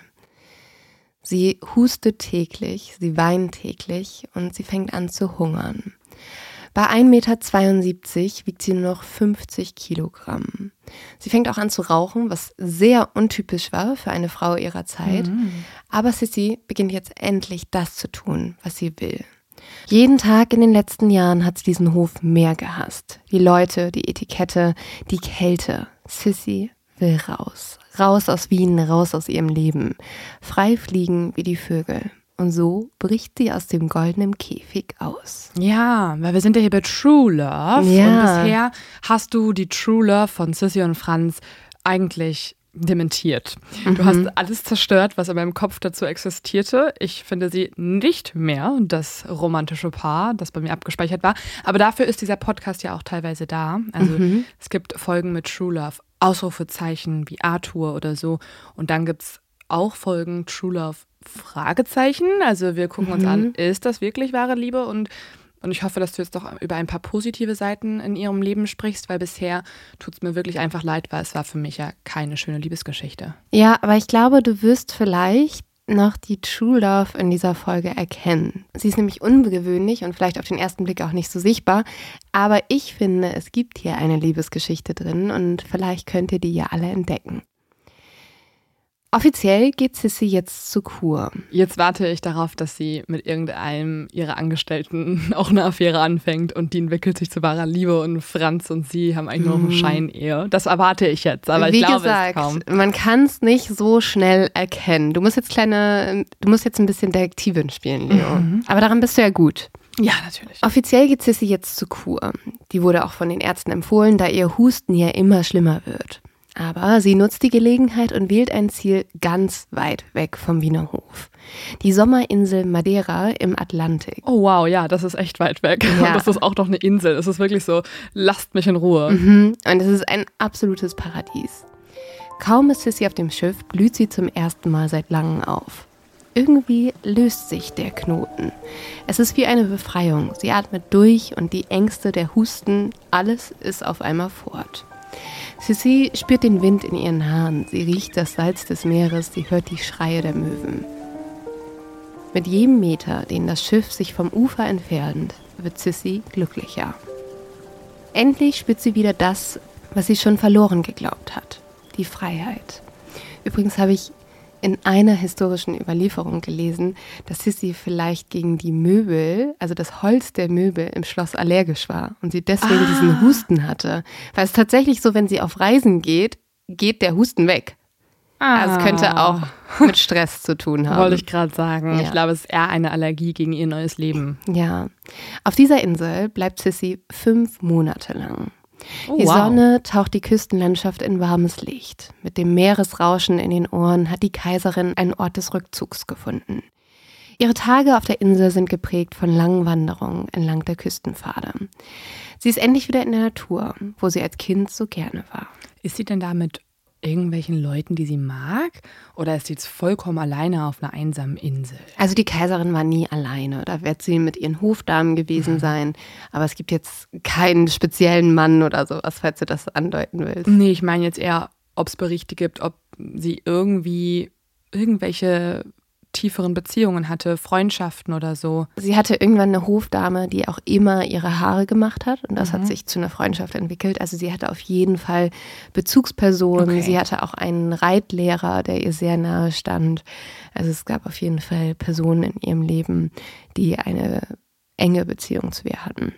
Sie hustet täglich, sie weint täglich und sie fängt an zu hungern. Bei 1,72 Meter wiegt sie nur noch 50 Kilogramm. Sie fängt auch an zu rauchen, was sehr untypisch war für eine Frau ihrer Zeit. Aber Sissi beginnt jetzt endlich das zu tun, was sie will. Jeden Tag in den letzten Jahren hat sie diesen Hof mehr gehasst. Die Leute, die Etikette, die Kälte. Sissi will raus. Raus aus Wien, raus aus ihrem Leben. Frei fliegen wie die Vögel. Und so bricht sie aus dem goldenen Käfig aus. Ja, weil wir sind ja hier bei True Love. Ja. Und bisher hast du die True Love von Sissi und Franz eigentlich dementiert. Du hast alles zerstört, was in meinem Kopf dazu existierte. Ich finde sie nicht mehr das romantische Paar, das bei mir abgespeichert war. Aber dafür ist dieser Podcast ja auch teilweise da. Also es gibt Folgen mit True Love, Ausrufezeichen wie Arthur oder so. Und dann gibt es auch Folgen True Love Fragezeichen. Also wir gucken uns an, ist das wirklich wahre Liebe? Und ich hoffe, dass du jetzt doch über ein paar positive Seiten in ihrem Leben sprichst, weil bisher tut es mir wirklich einfach leid, weil es war für mich ja keine schöne Liebesgeschichte. Ja, aber ich glaube, du wirst vielleicht noch die True Love in dieser Folge erkennen. Sie ist nämlich ungewöhnlich und vielleicht auf den ersten Blick auch nicht so sichtbar, aber ich finde, es gibt hier eine Liebesgeschichte drin und vielleicht könnt ihr die ja alle entdecken. Offiziell geht Sissi jetzt zur Kur. Jetzt warte ich darauf, dass sie mit irgendeinem ihrer Angestellten auch eine Affäre anfängt und die entwickelt sich zu wahrer Liebe und Franz und sie haben eigentlich nur eine Scheinehe. Das erwarte ich jetzt, aber ich glaube es kaum. Man kann es nicht so schnell erkennen. Du musst jetzt ein bisschen Detektivin spielen, Leo. Aber daran bist du ja gut. Ja, natürlich. Offiziell geht Sissi jetzt zur Kur. Die wurde auch von den Ärzten empfohlen, da ihr Husten ja immer schlimmer wird. Aber sie nutzt die Gelegenheit und wählt ein Ziel ganz weit weg vom Wiener Hof. Die Sommerinsel Madeira im Atlantik. Oh wow, ja, das ist echt weit weg. Ja. Und das ist auch noch eine Insel. Es ist wirklich so, lasst mich in Ruhe. Und es ist ein absolutes Paradies. Kaum ist Sissi auf dem Schiff, blüht sie zum ersten Mal seit langem auf. Irgendwie löst sich der Knoten. Es ist wie eine Befreiung. Sie atmet durch und die Ängste, der Husten, alles ist auf einmal fort. Sissi spürt den Wind in ihren Haaren, sie riecht das Salz des Meeres, sie hört die Schreie der Möwen. Mit jedem Meter, den das Schiff sich vom Ufer entfernt, wird Sissi glücklicher. Endlich spürt sie wieder das, was sie schon verloren geglaubt hat, die Freiheit. Übrigens habe ich in einer historischen Überlieferung gelesen, dass Sissi vielleicht gegen die Möbel, also das Holz der Möbel im Schloss allergisch war und sie deswegen diesen Husten hatte. Weil es tatsächlich so, wenn sie auf Reisen geht der Husten weg. Also es könnte auch mit Stress zu tun haben. Wollte ich gerade sagen. Ja. Ich glaube, es ist eher eine Allergie gegen ihr neues Leben. Ja. Auf dieser Insel bleibt Sissi 5 Monate lang. Die Sonne taucht die Küstenlandschaft in warmes Licht. Mit dem Meeresrauschen in den Ohren hat die Kaiserin einen Ort des Rückzugs gefunden. Ihre Tage auf der Insel sind geprägt von langen Wanderungen entlang der Küstenpfade. Sie ist endlich wieder in der Natur, wo sie als Kind so gerne war. Ist sie denn da mit irgendwelchen Leuten, die sie mag? Oder ist sie jetzt vollkommen alleine auf einer einsamen Insel? Also die Kaiserin war nie alleine. Da wird sie mit ihren Hofdamen gewesen sein. Aber es gibt jetzt keinen speziellen Mann oder sowas, falls du das andeuten willst. Nee, ich meine jetzt eher, ob es Berichte gibt, ob sie irgendwie irgendwelche tieferen Beziehungen hatte, Freundschaften oder so. Sie hatte irgendwann eine Hofdame, die auch immer ihre Haare gemacht hat und das hat sich zu einer Freundschaft entwickelt. Also sie hatte auf jeden Fall Bezugspersonen. Okay. Sie hatte auch einen Reitlehrer, der ihr sehr nahe stand. Also es gab auf jeden Fall Personen in ihrem Leben, die eine enge Beziehung zu ihr hatten.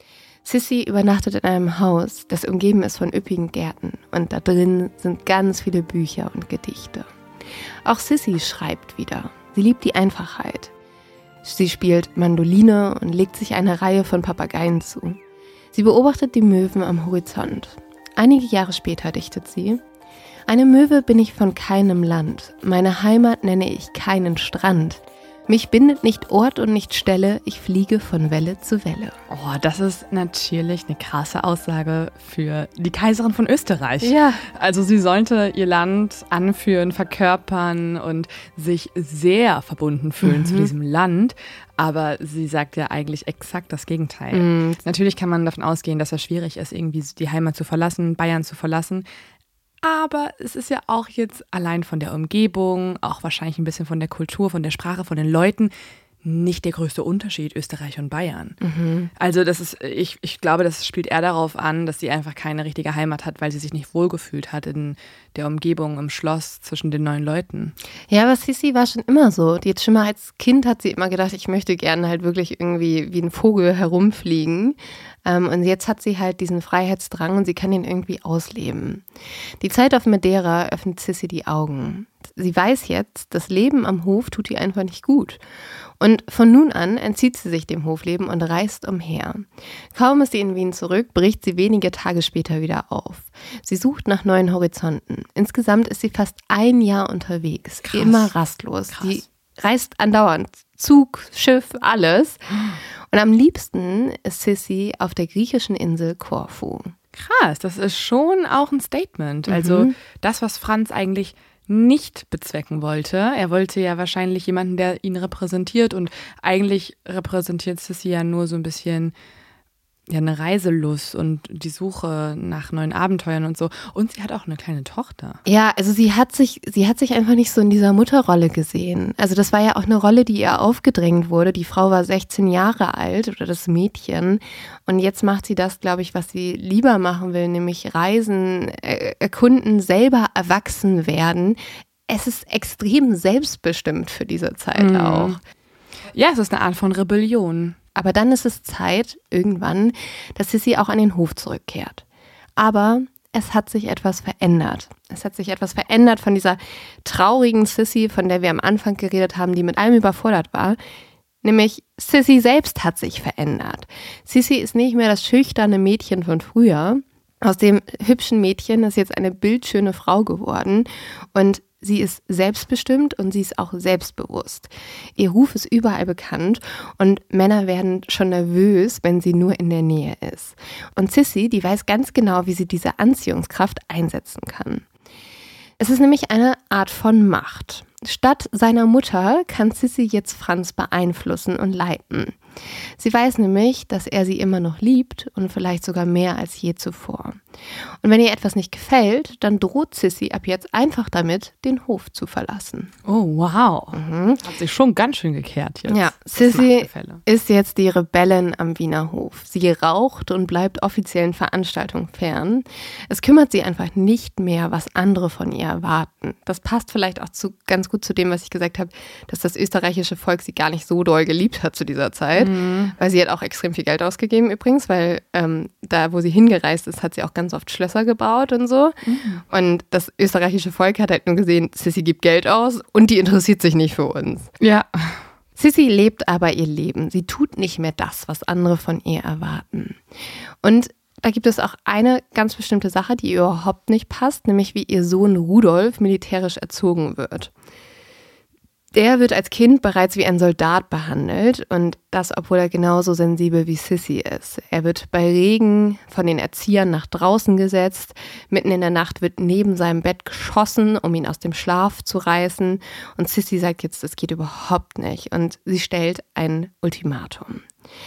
Sissy übernachtet in einem Haus, das umgeben ist von üppigen Gärten und da drin sind ganz viele Bücher und Gedichte. Auch Sissy schreibt wieder. Sie liebt die Einfachheit. Sie spielt Mandoline und legt sich eine Reihe von Papageien zu. Sie beobachtet die Möwen am Horizont. Einige Jahre später dichtet sie: Eine Möwe bin ich von keinem Land. Meine Heimat nenne ich keinen Strand. Mich bindet nicht Ort und nicht Stelle, ich fliege von Welle zu Welle. Oh, das ist natürlich eine krasse Aussage für die Kaiserin von Österreich. Ja. Also sie sollte ihr Land anführen, verkörpern und sich sehr verbunden fühlen zu diesem Land. Aber sie sagt ja eigentlich exakt das Gegenteil. Natürlich kann man davon ausgehen, dass es schwierig ist, irgendwie die Heimat zu verlassen, Bayern zu verlassen. Aber es ist ja auch jetzt allein von der Umgebung, auch wahrscheinlich ein bisschen von der Kultur, von der Sprache, von den Leuten, nicht der größte Unterschied Österreich und Bayern. Also das ist, ich glaube, das spielt eher darauf an, dass sie einfach keine richtige Heimat hat, weil sie sich nicht wohlgefühlt hat in der Umgebung, im Schloss, zwischen den neuen Leuten. Ja, aber Sissy war schon immer so. Die hat schon mal als Kind hat sie immer gedacht, ich möchte gerne halt wirklich irgendwie wie ein Vogel herumfliegen. Und jetzt hat sie halt diesen Freiheitsdrang und sie kann ihn irgendwie ausleben. Die Zeit auf Madeira öffnet Sissy die Augen. Sie weiß jetzt, das Leben am Hof tut ihr einfach nicht gut. Und von nun an entzieht sie sich dem Hofleben und reist umher. Kaum ist sie in Wien zurück, bricht sie wenige Tage später wieder auf. Sie sucht nach neuen Horizonten. Insgesamt ist sie fast ein Jahr unterwegs, krass. Immer rastlos. Krass. Die reist andauernd, Zug, Schiff, alles. Und am liebsten ist Sissy auf der griechischen Insel Korfu. Krass, das ist schon auch ein Statement. Also das, was Franz eigentlich nicht bezwecken wollte. Er wollte ja wahrscheinlich jemanden, der ihn repräsentiert und eigentlich repräsentiert Sissy ja nur so ein bisschen ja eine Reiselust und die Suche nach neuen Abenteuern und so. Und sie hat auch eine kleine Tochter. Ja, also sie hat sich einfach nicht so in dieser Mutterrolle gesehen. Also das war ja auch eine Rolle, die ihr aufgedrängt wurde. Die Frau war 16 Jahre alt oder das Mädchen. Und jetzt macht sie das, glaube ich, was sie lieber machen will, nämlich reisen, erkunden, selber erwachsen werden. Es ist extrem selbstbestimmt für diese Zeit auch. Ja, es ist eine Art von Rebellion. Aber dann ist es Zeit, irgendwann, dass Sissy auch an den Hof zurückkehrt. Aber es hat sich etwas verändert. Es hat sich etwas verändert von dieser traurigen Sissy, von der wir am Anfang geredet haben, die mit allem überfordert war. Nämlich Sissy selbst hat sich verändert. Sissy ist nicht mehr das schüchterne Mädchen von früher. Aus dem hübschen Mädchen ist jetzt eine bildschöne Frau geworden und sie ist selbstbestimmt und sie ist auch selbstbewusst. Ihr Ruf ist überall bekannt und Männer werden schon nervös, wenn sie nur in der Nähe ist. Und Sissy, die weiß ganz genau, wie sie diese Anziehungskraft einsetzen kann. Es ist nämlich eine Art von Macht. Statt seiner Mutter kann Sissy jetzt Franz beeinflussen und leiten. Sie weiß nämlich, dass er sie immer noch liebt und vielleicht sogar mehr als je zuvor. Und wenn ihr etwas nicht gefällt, dann droht Sissy ab jetzt einfach damit, den Hof zu verlassen. Oh, wow. Hat sich schon ganz schön gekehrt jetzt. Ja, Sissy ist jetzt die Rebellin am Wiener Hof. Sie raucht und bleibt offiziellen Veranstaltungen fern. Es kümmert sie einfach nicht mehr, was andere von ihr erwarten. Das passt vielleicht auch ganz gut zu dem, was ich gesagt habe, dass das österreichische Volk sie gar nicht so doll geliebt hat zu dieser Zeit. Weil sie hat auch extrem viel Geld ausgegeben übrigens, weil da, wo sie hingereist ist, hat sie auch ganz oft Schlösser gebaut und so. Und das österreichische Volk hat halt nur gesehen, Sissy gibt Geld aus und die interessiert sich nicht für uns. Ja. Sissy lebt aber ihr Leben. Sie tut nicht mehr das, was andere von ihr erwarten. Und da gibt es auch eine ganz bestimmte Sache, die ihr überhaupt nicht passt, nämlich wie ihr Sohn Rudolf militärisch erzogen wird. Der wird als Kind bereits wie ein Soldat behandelt und das, obwohl er genauso sensibel wie Sissy ist. Er wird bei Regen von den Erziehern nach draußen gesetzt. Mitten in der Nacht wird neben seinem Bett geschossen, um ihn aus dem Schlaf zu reißen. Und Sissy sagt jetzt, das geht überhaupt nicht. Und sie stellt ein Ultimatum.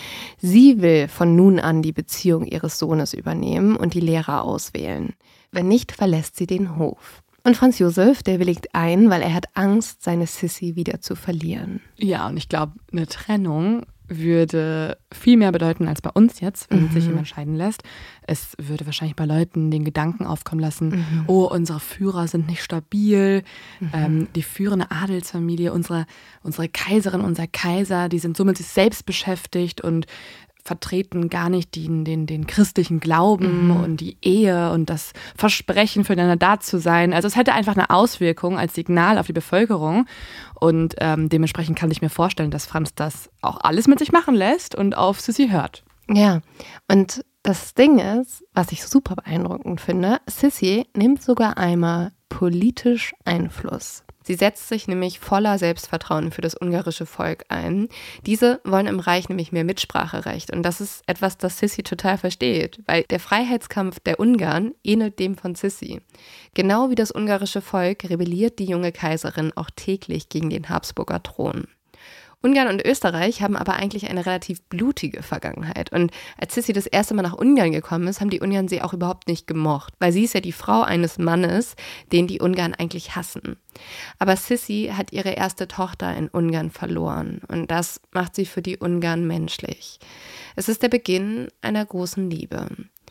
Sie will von nun an die Beziehung ihres Sohnes übernehmen und die Lehrer auswählen. Wenn nicht, verlässt sie den Hof. Und Franz Josef, der willigt ein, weil er hat Angst, seine Sissy wieder zu verlieren. Ja, und ich glaube, eine Trennung würde viel mehr bedeuten als bei uns jetzt, wenn sich jemand scheiden lässt. Es würde wahrscheinlich bei Leuten den Gedanken aufkommen lassen, oh, unsere Führer sind nicht stabil, die führende Adelsfamilie, unsere Kaiserin, unser Kaiser, die sind so mit sich selbst beschäftigt und vertreten gar nicht den christlichen Glauben und die Ehe und das Versprechen, füreinander da zu sein. Also es hätte einfach eine Auswirkung als Signal auf die Bevölkerung und dementsprechend kann ich mir vorstellen, dass Franz das auch alles mit sich machen lässt und auf Sissy hört. Ja, und das Ding ist, was ich super beeindruckend finde, Sissy nimmt sogar einmal politisch Einfluss. Sie setzt sich nämlich voller Selbstvertrauen für das ungarische Volk ein. Diese wollen im Reich nämlich mehr Mitspracherecht. Und das ist etwas, das Sissy total versteht, weil der Freiheitskampf der Ungarn ähnelt dem von Sissy. Genau wie das ungarische Volk rebelliert die junge Kaiserin auch täglich gegen den Habsburger Thron. Ungarn und Österreich haben aber eigentlich eine relativ blutige Vergangenheit. Und als Sissy das erste Mal nach Ungarn gekommen ist, haben die Ungarn sie auch überhaupt nicht gemocht. Weil sie ist ja die Frau eines Mannes, den die Ungarn eigentlich hassen. Aber Sissy hat ihre erste Tochter in Ungarn verloren. Und das macht sie für die Ungarn menschlich. Es ist der Beginn einer großen Liebe.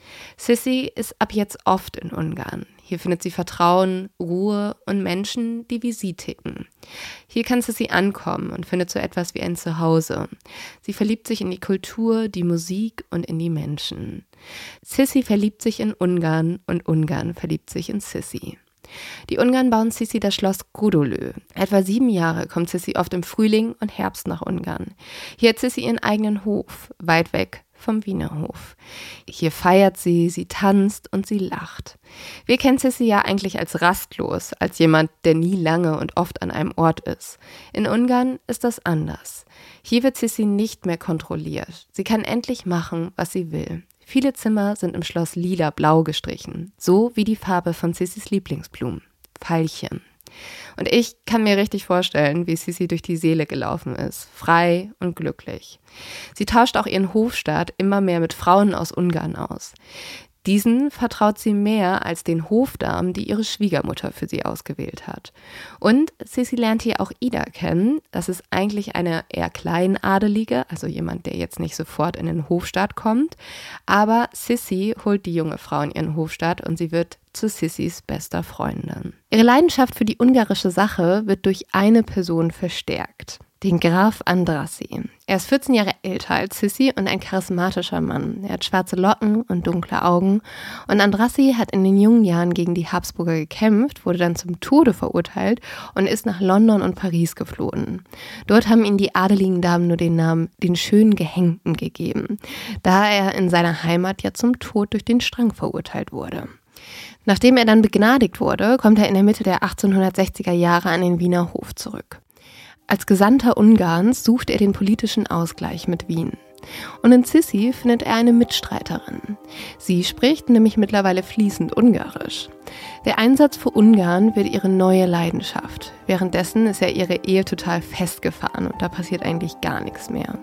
Sissy ist ab jetzt oft in Ungarn. Hier findet sie Vertrauen, Ruhe und Menschen, die wie sie ticken. Hier kann Sissy ankommen und findet so etwas wie ein Zuhause. Sie verliebt sich in die Kultur, die Musik und in die Menschen. Sissy verliebt sich in Ungarn und Ungarn verliebt sich in Sissy. Die Ungarn bauen Sissy das Schloss Gödöllő. Etwa 7 Jahre kommt Sissy oft im Frühling und Herbst nach Ungarn. Hier hat Sissy ihren eigenen Hof, weit weg vom Wiener Hof. Hier feiert sie tanzt und sie lacht. Wir kennen Sissy ja eigentlich als rastlos, als jemand, der nie lange und oft an einem Ort ist. In Ungarn ist das anders. Hier wird Sissy nicht mehr kontrolliert. Sie kann endlich machen, was sie will. Viele Zimmer sind im Schloss lila-blau gestrichen, so wie die Farbe von Sissys Lieblingsblumen, Veilchen. Und ich kann mir richtig vorstellen, wie Sissy durch die Seele gelaufen ist, frei und glücklich. Sie tauscht auch ihren Hofstaat immer mehr mit Frauen aus Ungarn aus. Diesen vertraut sie mehr als den Hofdamen, die ihre Schwiegermutter für sie ausgewählt hat. Und Sissy lernt hier auch Ida kennen. Das ist eigentlich eine eher Kleinadelige, also jemand, der jetzt nicht sofort in den Hofstaat kommt. Aber Sissy holt die junge Frau in ihren Hofstaat und sie wird zu Sissys bester Freundin. Ihre Leidenschaft für die ungarische Sache wird durch eine Person verstärkt. Den Graf Andrassy. Er ist 14 Jahre älter als Sissy und ein charismatischer Mann. Er hat schwarze Locken und dunkle Augen. Und Andrassy hat in den jungen Jahren gegen die Habsburger gekämpft, wurde dann zum Tode verurteilt und ist nach London und Paris geflohen. Dort haben ihm die adeligen Damen nur den Namen den schönen Gehängten gegeben, da er in seiner Heimat ja zum Tod durch den Strang verurteilt wurde. Nachdem er dann begnadigt wurde, kommt er in der Mitte der 1860er Jahre an den Wiener Hof zurück. Als Gesandter Ungarns sucht er den politischen Ausgleich mit Wien. Und in Sissy findet er eine Mitstreiterin. Sie spricht nämlich mittlerweile fließend Ungarisch. Der Einsatz für Ungarn wird ihre neue Leidenschaft. Währenddessen ist ja ihre Ehe total festgefahren und da passiert eigentlich gar nichts mehr.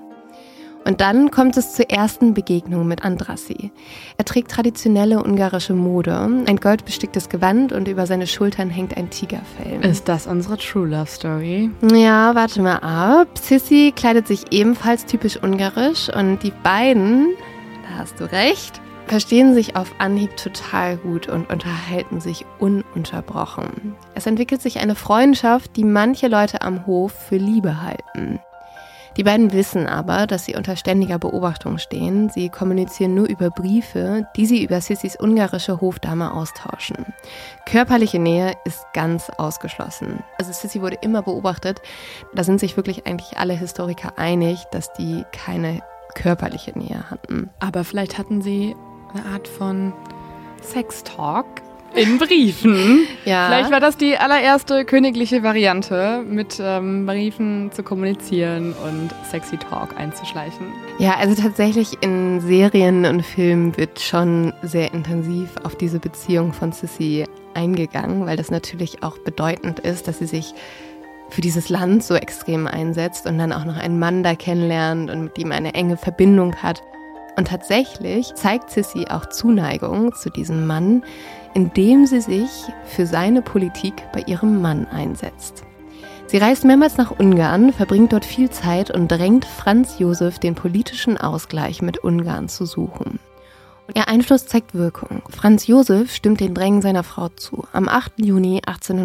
Und dann kommt es zur ersten Begegnung mit Andrassy. Er trägt traditionelle ungarische Mode, ein goldbesticktes Gewand und über seine Schultern hängt ein Tigerfell. Ist das unsere True Love Story? Ja, warte mal ab. Sissy kleidet sich ebenfalls typisch ungarisch und die beiden, da hast du recht, verstehen sich auf Anhieb total gut und unterhalten sich ununterbrochen. Es entwickelt sich eine Freundschaft, die manche Leute am Hof für Liebe halten. Die beiden wissen aber, dass sie unter ständiger Beobachtung stehen. Sie kommunizieren nur über Briefe, die sie über Sissys ungarische Hofdame austauschen. Körperliche Nähe ist ganz ausgeschlossen. Also Sissy wurde immer beobachtet. Da sind sich wirklich eigentlich alle Historiker einig, dass die keine körperliche Nähe hatten. Aber vielleicht hatten sie eine Art von Sextalk. In Briefen. Ja. Vielleicht war das die allererste königliche Variante, mit Briefen zu kommunizieren und Sexy Talk einzuschleichen. Ja, also tatsächlich in Serien und Filmen wird schon sehr intensiv auf diese Beziehung von Sissy eingegangen, weil das natürlich auch bedeutend ist, dass sie sich für dieses Land so extrem einsetzt und dann auch noch einen Mann da kennenlernt und mit ihm eine enge Verbindung hat. Und tatsächlich zeigt Sissy auch Zuneigung zu diesem Mann, indem sie sich für seine Politik bei ihrem Mann einsetzt. Sie reist mehrmals nach Ungarn, verbringt dort viel Zeit und drängt Franz Josef, den politischen Ausgleich mit Ungarn zu suchen. Ihr Einfluss zeigt Wirkung. Franz Josef stimmt den Drängen seiner Frau zu. Am 8. Juni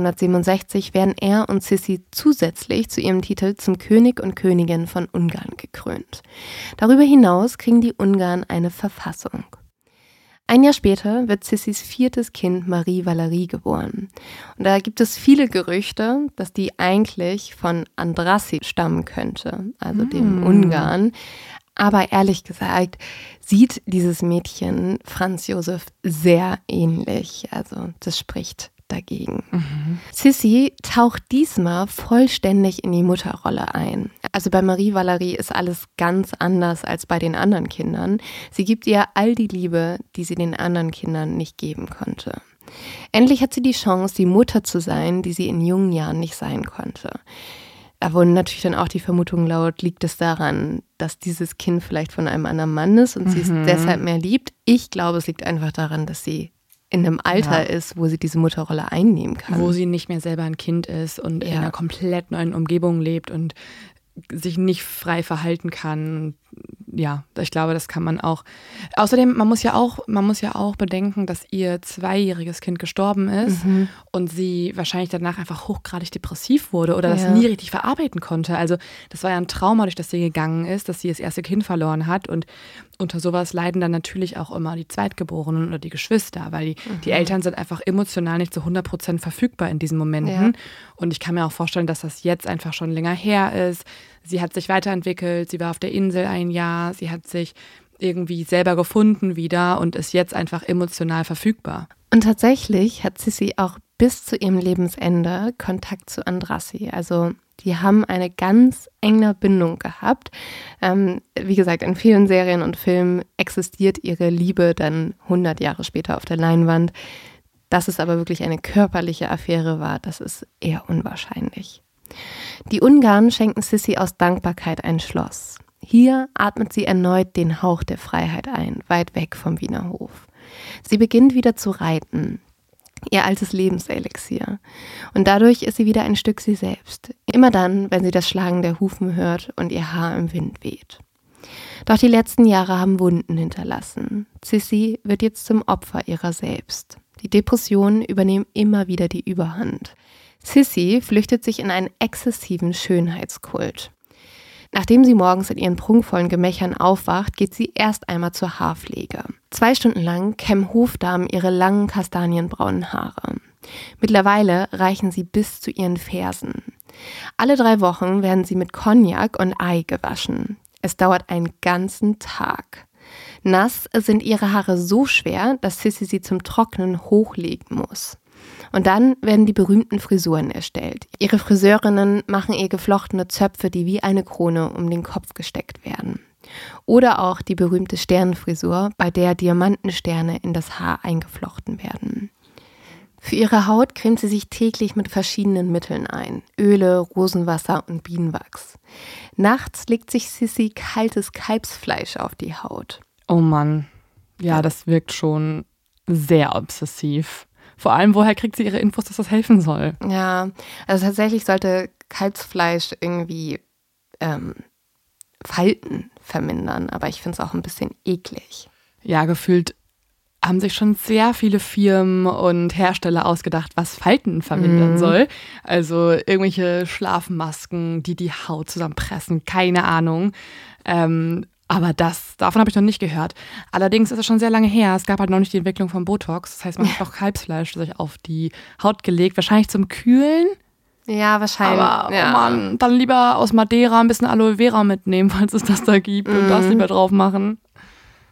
1867 werden er und Sissy zusätzlich zu ihrem Titel zum König und Königin von Ungarn gekrönt. Darüber hinaus kriegen die Ungarn eine Verfassung. Ein Jahr später wird Sissys 4. Kind Marie Valerie geboren. Und da gibt es viele Gerüchte, dass die eigentlich von Andrassy stammen könnte, also dem Ungarn. Aber ehrlich gesagt sieht dieses Mädchen Franz Josef sehr ähnlich. Also das spricht dagegen. Sissy taucht diesmal vollständig in die Mutterrolle ein. Also bei Marie Valerie ist alles ganz anders als bei den anderen Kindern. Sie gibt ihr all die Liebe, die sie den anderen Kindern nicht geben konnte. Endlich hat sie die Chance, die Mutter zu sein, die sie in jungen Jahren nicht sein konnte. Da wurden natürlich dann auch die Vermutungen laut, liegt es daran, dass dieses Kind vielleicht von einem anderen Mann ist und sie es deshalb mehr liebt. Ich glaube, es liegt einfach daran, dass sie in einem Alter ist, wo sie diese Mutterrolle einnehmen kann. Wo sie nicht mehr selber ein Kind ist und in einer komplett neuen Umgebung lebt und sich nicht frei verhalten kann. Ja, ich glaube, das kann man auch. Außerdem, man muss ja auch bedenken, dass ihr 2-jähriges Kind gestorben ist und sie wahrscheinlich danach einfach hochgradig depressiv wurde oder das nie richtig verarbeiten konnte. Also das war ja ein Trauma, durch das sie gegangen ist, dass sie das erste Kind verloren hat und unter sowas leiden dann natürlich auch immer die Zweitgeborenen oder die Geschwister, weil die Eltern sind einfach emotional nicht zu 100% verfügbar in diesen Momenten. Ja. Und ich kann mir auch vorstellen, dass das jetzt einfach schon länger her ist. Sie hat sich weiterentwickelt, sie war auf der Insel ein Jahr, sie hat sich irgendwie selber gefunden wieder und ist jetzt einfach emotional verfügbar. Und tatsächlich hat Sissy auch bis zu ihrem Lebensende Kontakt zu Andrassy. Also die haben eine ganz enge Bindung gehabt. Wie gesagt, in vielen Serien und Filmen existiert ihre Liebe dann 100 Jahre später auf der Leinwand. Dass es aber wirklich eine körperliche Affäre war, das ist eher unwahrscheinlich. Die Ungarn schenken Sissy aus Dankbarkeit ein Schloss. Hier atmet sie erneut den Hauch der Freiheit ein, weit weg vom Wiener Hof. Sie beginnt wieder zu reiten, ihr altes Lebenselixier. Und dadurch ist sie wieder ein Stück sie selbst. Immer dann, wenn sie das Schlagen der Hufen hört und ihr Haar im Wind weht. Doch die letzten Jahre haben Wunden hinterlassen. Sissy wird jetzt zum Opfer ihrer selbst. Die Depressionen übernehmen immer wieder die Überhand. Sissy flüchtet sich in einen exzessiven Schönheitskult. Nachdem sie morgens in ihren prunkvollen Gemächern aufwacht, geht sie erst einmal zur Haarpflege. 2 Stunden lang kämmen Hofdamen ihre langen kastanienbraunen Haare. Mittlerweile reichen sie bis zu ihren Fersen. Alle 3 Wochen werden sie mit Cognac und Ei gewaschen. Es dauert einen ganzen Tag. Nass sind ihre Haare so schwer, dass Sissy sie zum Trocknen hochlegen muss. Und dann werden die berühmten Frisuren erstellt. Ihre Friseurinnen machen ihr geflochtene Zöpfe, die wie eine Krone um den Kopf gesteckt werden. Oder auch die berühmte Sternenfrisur, bei der Diamantensterne in das Haar eingeflochten werden. Für ihre Haut cremt sie sich täglich mit verschiedenen Mitteln ein. Öle, Rosenwasser und Bienenwachs. Nachts legt sich Sissy kaltes Kalbsfleisch auf die Haut. Oh Mann, ja, das wirkt schon sehr obsessiv. Vor allem, woher kriegt sie ihre Infos, dass das helfen soll? Ja, also tatsächlich sollte Kalbsfleisch irgendwie Falten vermindern, aber ich finde es auch ein bisschen eklig. Ja, gefühlt haben sich schon sehr viele Firmen und Hersteller ausgedacht, was Falten vermindern soll. Also irgendwelche Schlafmasken, die die Haut zusammenpressen, keine Ahnung. Aber davon habe ich noch nicht gehört. Allerdings ist es schon sehr lange her. Es gab halt noch nicht die Entwicklung von Botox. Das heißt, man hat auch Kalbsfleisch sich auf die Haut gelegt. Wahrscheinlich zum Kühlen. Ja, wahrscheinlich. Aber ja. Oh Mann, dann lieber aus Madeira ein bisschen Aloe Vera mitnehmen, falls es das da gibt und das lieber drauf machen.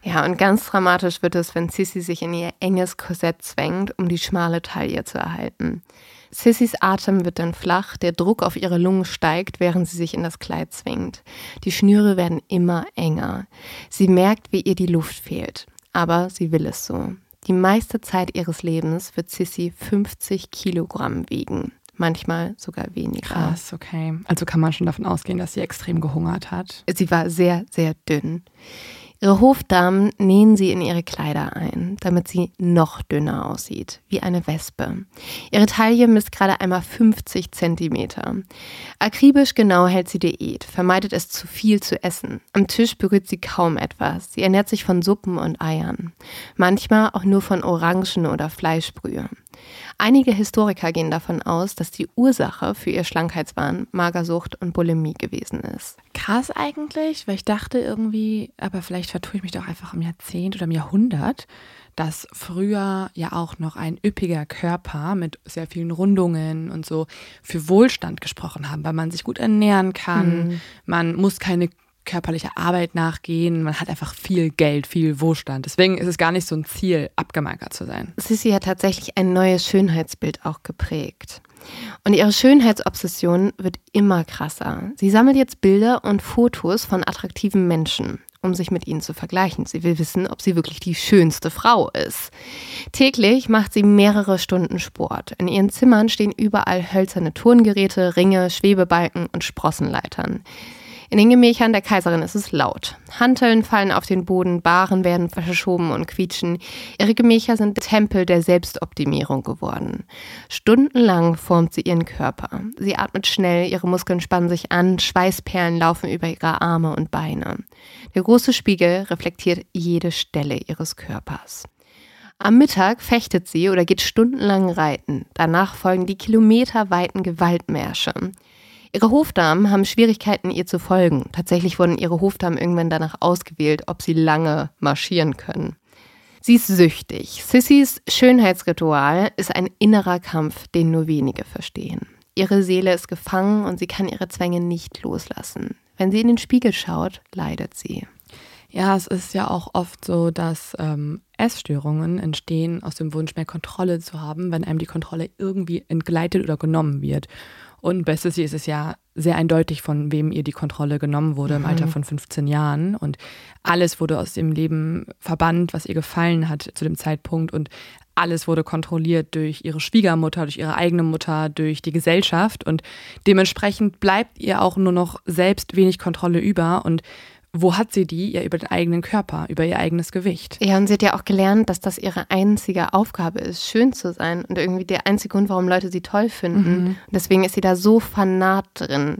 Ja, und ganz dramatisch wird es, wenn Sissy sich in ihr enges Korsett zwängt, um die schmale Taille zu erhalten. Sissys Atem wird dann flach, der Druck auf ihre Lungen steigt, während sie sich in das Kleid zwingt. Die Schnüre werden immer enger. Sie merkt, wie ihr die Luft fehlt. Aber sie will es so. Die meiste Zeit ihres Lebens wird Sissy 50 Kilogramm wiegen. Manchmal sogar weniger. Krass, okay. Also kann man schon davon ausgehen, dass sie extrem gehungert hat. Sie war sehr, sehr dünn. Ihre Hofdamen nähen sie in ihre Kleider ein, damit sie noch dünner aussieht, wie eine Wespe. Ihre Taille misst gerade einmal 50 Zentimeter. Akribisch genau hält sie Diät, vermeidet es zu viel zu essen. Am Tisch berührt sie kaum etwas. Sie ernährt sich von Suppen und Eiern. Manchmal auch nur von Orangen- oder Fleischbrühe. Einige Historiker gehen davon aus, dass die Ursache für ihr Schlankheitswahn Magersucht und Bulimie gewesen ist. Krass eigentlich, weil ich dachte irgendwie, aber vielleicht vertue ich mich doch einfach im Jahrzehnt oder im Jahrhundert, dass früher ja auch noch ein üppiger Körper mit sehr vielen Rundungen und so für Wohlstand gesprochen haben, weil man sich gut ernähren kann, man muss keine körperliche Arbeit nachgehen, man hat einfach viel Geld, viel Wohlstand. Deswegen ist es gar nicht so ein Ziel, abgemagert zu sein. Sissy hat tatsächlich ein neues Schönheitsbild auch geprägt. Und ihre Schönheitsobsession wird immer krasser. Sie sammelt jetzt Bilder und Fotos von attraktiven Menschen, um sich mit ihnen zu vergleichen. Sie will wissen, ob sie wirklich die schönste Frau ist. Täglich macht sie mehrere Stunden Sport. In ihren Zimmern stehen überall hölzerne Turngeräte, Ringe, Schwebebalken und Sprossenleitern. In den Gemächern der Kaiserin ist es laut. Hanteln fallen auf den Boden, Bahren werden verschoben und quietschen. Ihre Gemächer sind Tempel der Selbstoptimierung geworden. Stundenlang formt sie ihren Körper. Sie atmet schnell, ihre Muskeln spannen sich an, Schweißperlen laufen über ihre Arme und Beine. Der große Spiegel reflektiert jede Stelle ihres Körpers. Am Mittag fechtet sie oder geht stundenlang reiten. Danach folgen die kilometerweiten Gewaltmärsche. Ihre Hofdamen haben Schwierigkeiten, ihr zu folgen. Tatsächlich wurden ihre Hofdamen irgendwann danach ausgewählt, ob sie lange marschieren können. Sie ist süchtig. Sissys Schönheitsritual ist ein innerer Kampf, den nur wenige verstehen. Ihre Seele ist gefangen und sie kann ihre Zwänge nicht loslassen. Wenn sie in den Spiegel schaut, leidet sie. Ja, es ist ja auch oft so, dass Essstörungen entstehen aus dem Wunsch, mehr Kontrolle zu haben, wenn einem die Kontrolle irgendwie entgleitet oder genommen wird. Und bei Sissy ist es ja sehr eindeutig, von wem ihr die Kontrolle genommen wurde im Alter von 15 Jahren. Und alles wurde aus dem Leben verbannt, was ihr gefallen hat zu dem Zeitpunkt. Und alles wurde kontrolliert durch ihre Schwiegermutter, durch ihre eigene Mutter, durch die Gesellschaft. Und dementsprechend bleibt ihr auch nur noch selbst wenig Kontrolle über. Und wo hat sie die? Ja, über den eigenen Körper, über ihr eigenes Gewicht. Ja, und sie hat ja auch gelernt, dass das ihre einzige Aufgabe ist, schön zu sein und irgendwie der einzige Grund, warum Leute sie toll finden. Und deswegen ist sie da so fanat drin.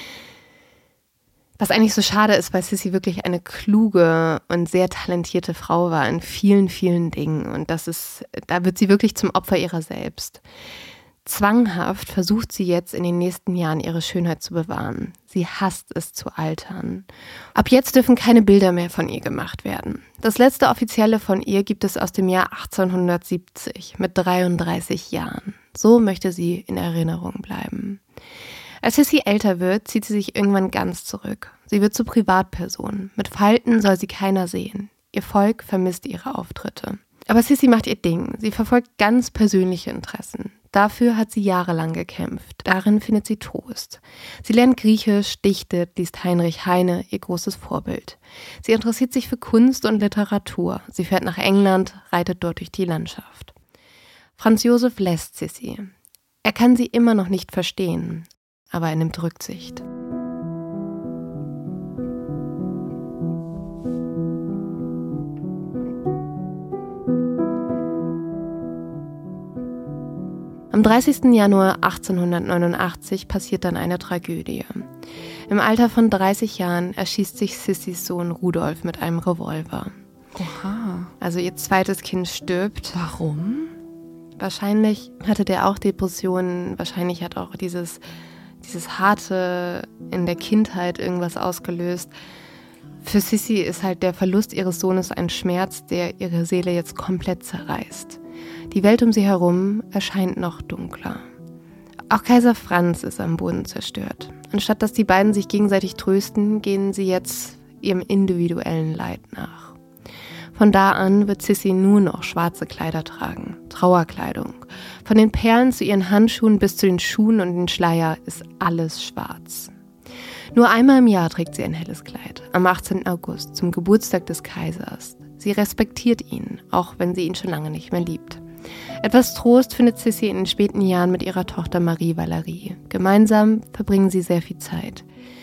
Was eigentlich so schade ist, weil Sissy wirklich eine kluge und sehr talentierte Frau war in vielen, vielen Dingen. Und da wird sie wirklich zum Opfer ihrer selbst. Zwanghaft versucht sie jetzt in den nächsten Jahren ihre Schönheit zu bewahren. Sie hasst es zu altern. Ab jetzt dürfen keine Bilder mehr von ihr gemacht werden. Das letzte offizielle von ihr gibt es aus dem Jahr 1870 mit 33 Jahren. So möchte sie in Erinnerung bleiben. Als Sissy älter wird, zieht sie sich irgendwann ganz zurück. Sie wird zur Privatperson. Mit Falten soll sie keiner sehen. Ihr Volk vermisst ihre Auftritte. Aber Sissy macht ihr Ding. Sie verfolgt ganz persönliche Interessen. Dafür hat sie jahrelang gekämpft. Darin findet sie Trost. Sie lernt Griechisch, dichtet, liest Heinrich Heine, ihr großes Vorbild. Sie interessiert sich für Kunst und Literatur. Sie fährt nach England, reitet dort durch die Landschaft. Franz Josef lässt Sissy. Er kann sie immer noch nicht verstehen, aber er nimmt Rücksicht. Am 30. Januar 1889 passiert dann eine Tragödie. Im Alter von 30 Jahren erschießt sich Sissys Sohn Rudolf mit einem Revolver. Oha. Also ihr zweites Kind stirbt. Warum? Wahrscheinlich hatte der auch Depressionen, wahrscheinlich hat auch dieses Harte in der Kindheit irgendwas ausgelöst. Für Sissy ist halt der Verlust ihres Sohnes ein Schmerz, der ihre Seele jetzt komplett zerreißt. Die Welt um sie herum erscheint noch dunkler. Auch Kaiser Franz ist am Boden zerstört. Anstatt dass die beiden sich gegenseitig trösten, gehen sie jetzt ihrem individuellen Leid nach. Von da an wird Sissy nur noch schwarze Kleider tragen, Trauerkleidung. Von den Perlen zu ihren Handschuhen bis zu den Schuhen und den Schleier ist alles schwarz. Nur einmal im Jahr trägt sie ein helles Kleid, am 18. August, zum Geburtstag des Kaisers. Sie respektiert ihn, auch wenn sie ihn schon lange nicht mehr liebt. Etwas Trost findet Sissy in den späten Jahren mit ihrer Tochter Marie Valerie. Gemeinsam verbringen sie sehr viel Zeit.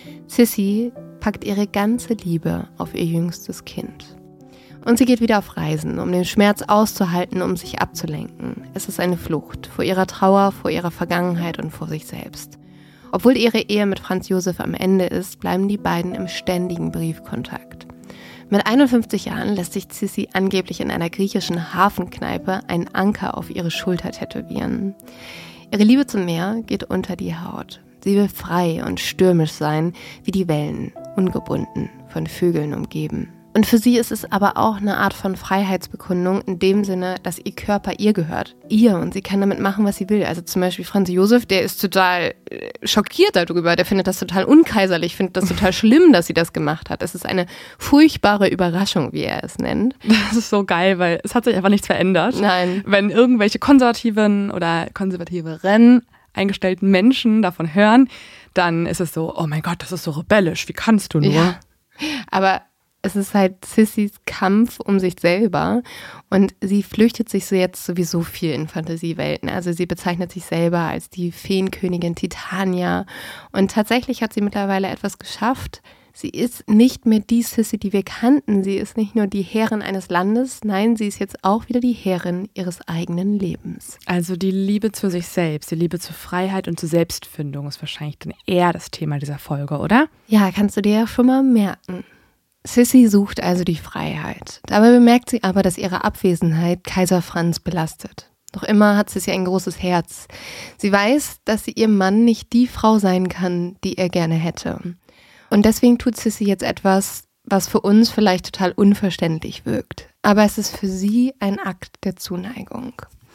Sissy packt ihre ganze Liebe auf ihr jüngstes Kind. Und sie geht wieder auf Reisen, um den Schmerz auszuhalten, um sich abzulenken. Es ist eine Flucht vor ihrer Trauer, vor ihrer Vergangenheit und vor sich selbst. Obwohl ihre Ehe mit Franz Josef am Ende ist, bleiben die beiden im ständigen Briefkontakt. Mit 51 Jahren lässt sich Sissy angeblich in einer griechischen Hafenkneipe einen Anker auf ihre Schulter tätowieren. Ihre Liebe zum Meer geht unter die Haut. Sie will frei und stürmisch sein, wie die Wellen, ungebunden, von Vögeln umgeben. Und für sie ist es aber auch eine Art von Freiheitsbekundung in dem Sinne, dass ihr Körper ihr gehört. Ihr, und sie kann damit machen, was sie will. Also zum Beispiel Franz Josef, der ist total schockiert darüber. Der findet das total unkaiserlich, findet das total schlimm, dass sie das gemacht hat. Es ist eine furchtbare Überraschung, wie er es nennt. Das ist so geil, weil es hat sich einfach nichts verändert. Nein. Wenn irgendwelche konservativen oder konservativeren eingestellten Menschen davon hören, dann ist es so, oh mein Gott, das ist so rebellisch, wie kannst du nur? Ja. Aber es ist halt Sissys Kampf um sich selber und sie flüchtet sich so jetzt sowieso viel in Fantasiewelten. Also sie bezeichnet sich selber als die Feenkönigin Titania und tatsächlich hat sie mittlerweile etwas geschafft. Sie ist nicht mehr die Sissy, die wir kannten. Sie ist nicht nur die Herrin eines Landes, nein, sie ist jetzt auch wieder die Herrin ihres eigenen Lebens. Also die Liebe zu sich selbst, die Liebe zur Freiheit und zur Selbstfindung ist wahrscheinlich dann eher das Thema dieser Folge, oder? Ja, kannst du dir ja schon mal merken. Sissy sucht also die Freiheit. Dabei bemerkt sie aber, dass ihre Abwesenheit Kaiser Franz belastet. Noch immer hat Sissy ein großes Herz. Sie weiß, dass sie ihrem Mann nicht die Frau sein kann, die er gerne hätte. Und deswegen tut Sissy jetzt etwas, was für uns vielleicht total unverständlich wirkt. Aber es ist für sie ein Akt der Zuneigung.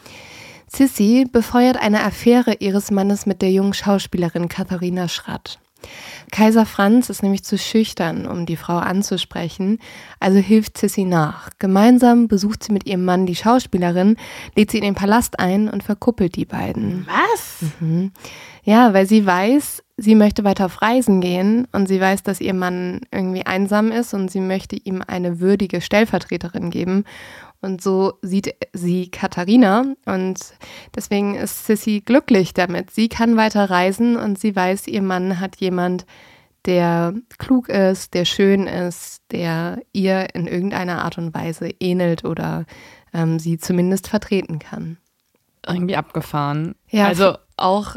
Sissy befeuert eine Affäre ihres Mannes mit der jungen Schauspielerin Katharina Schratt. Kaiser Franz ist nämlich zu schüchtern, um die Frau anzusprechen, also hilft Sissy nach. Gemeinsam besucht sie mit ihrem Mann die Schauspielerin, lädt sie in den Palast ein und verkuppelt die beiden. Was? Ja, weil sie weiß, sie möchte weiter auf Reisen gehen und sie weiß, dass ihr Mann irgendwie einsam ist und sie möchte ihm eine würdige Stellvertreterin geben. Und so sieht sie Katharina und deswegen ist Sissy glücklich damit. Sie kann weiter reisen und sie weiß, ihr Mann hat jemand, der klug ist, der schön ist, der ihr in irgendeiner Art und Weise ähnelt oder sie zumindest vertreten kann. Irgendwie abgefahren. Ja, also auch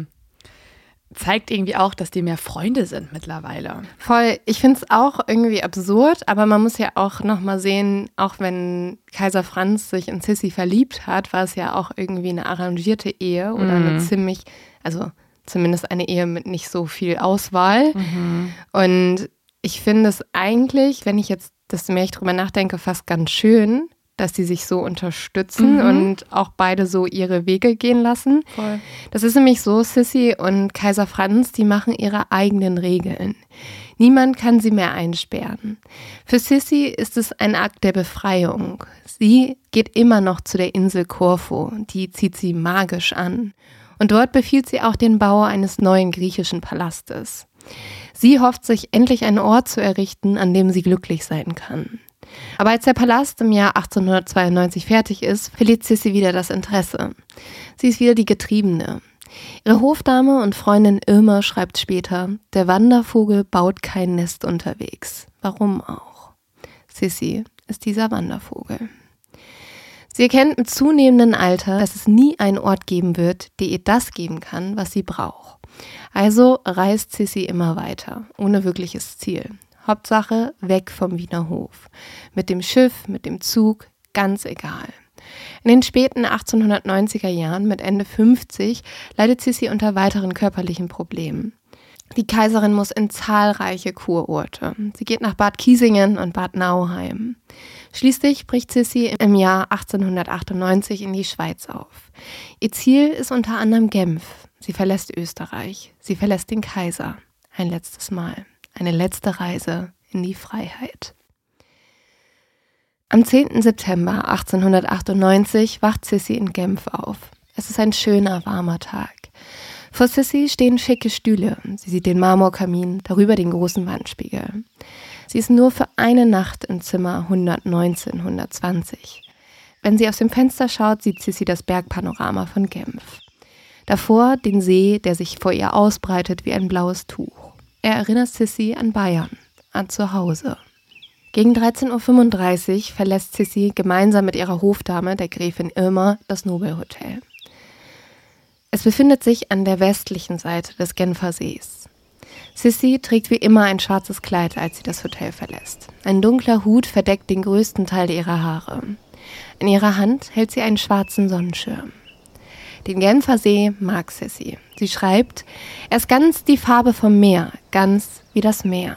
zeigt irgendwie auch, dass die mehr Freunde sind mittlerweile. Voll. Ich finde es auch irgendwie absurd, aber man muss ja auch nochmal sehen, auch wenn Kaiser Franz sich in Sissy verliebt hat, war es ja auch irgendwie eine arrangierte Ehe oder eine zumindest eine Ehe mit nicht so viel Auswahl. Und ich finde es eigentlich, wenn ich jetzt, desto mehr ich drüber nachdenke, fast ganz schön, dass die sich so unterstützen und auch beide so ihre Wege gehen lassen. Voll. Das ist nämlich so, Sissy und Kaiser Franz, die machen ihre eigenen Regeln. Niemand kann sie mehr einsperren. Für Sissy ist es ein Akt der Befreiung. Sie geht immer noch zu der Insel Korfu, die zieht sie magisch an. Und dort befiehlt sie auch den Bau eines neuen griechischen Palastes. Sie hofft sich endlich einen Ort zu errichten, an dem sie glücklich sein kann. Aber als der Palast im Jahr 1892 fertig ist, verliert Sissy wieder das Interesse. Sie ist wieder die Getriebene. Ihre Hofdame und Freundin Irma schreibt später, der Wandervogel baut kein Nest unterwegs. Warum auch? Sissy ist dieser Wandervogel. Sie erkennt mit zunehmendem Alter, dass es nie einen Ort geben wird, der ihr das geben kann, was sie braucht. Also reist Sissy immer weiter, ohne wirkliches Ziel. Hauptsache weg vom Wiener Hof. Mit dem Schiff, mit dem Zug, ganz egal. In den späten 1890er Jahren, mit Ende 50, leidet Sissy unter weiteren körperlichen Problemen. Die Kaiserin muss in zahlreiche Kurorte. Sie geht nach Bad Kiesingen und Bad Nauheim. Schließlich bricht Sissy im Jahr 1898 in die Schweiz auf. Ihr Ziel ist unter anderem Genf. Sie verlässt Österreich. Sie verlässt den Kaiser. Ein letztes Mal. Eine letzte Reise in die Freiheit. Am 10. September 1898 wacht Sissy in Genf auf. Es ist ein schöner, warmer Tag. Vor Sissy stehen schicke Stühle. Sie sieht den Marmorkamin, darüber den großen Wandspiegel. Sie ist nur für eine Nacht im Zimmer 119/120. Wenn sie aus dem Fenster schaut, sieht Sissy das Bergpanorama von Genf. Davor den See, der sich vor ihr ausbreitet wie ein blaues Tuch. Er erinnert Sissy an Bayern, an zu Hause. Gegen 13:35 Uhr verlässt Sissy gemeinsam mit ihrer Hofdame, der Gräfin Irma, das Nobelhotel. Es befindet sich an der westlichen Seite des Genfer Sees. Sissy trägt wie immer ein schwarzes Kleid, als sie das Hotel verlässt. Ein dunkler Hut verdeckt den größten Teil ihrer Haare. In ihrer Hand hält sie einen schwarzen Sonnenschirm. Den Genfer See mag Sissy. Sie schreibt, er ist ganz die Farbe vom Meer, ganz wie das Meer.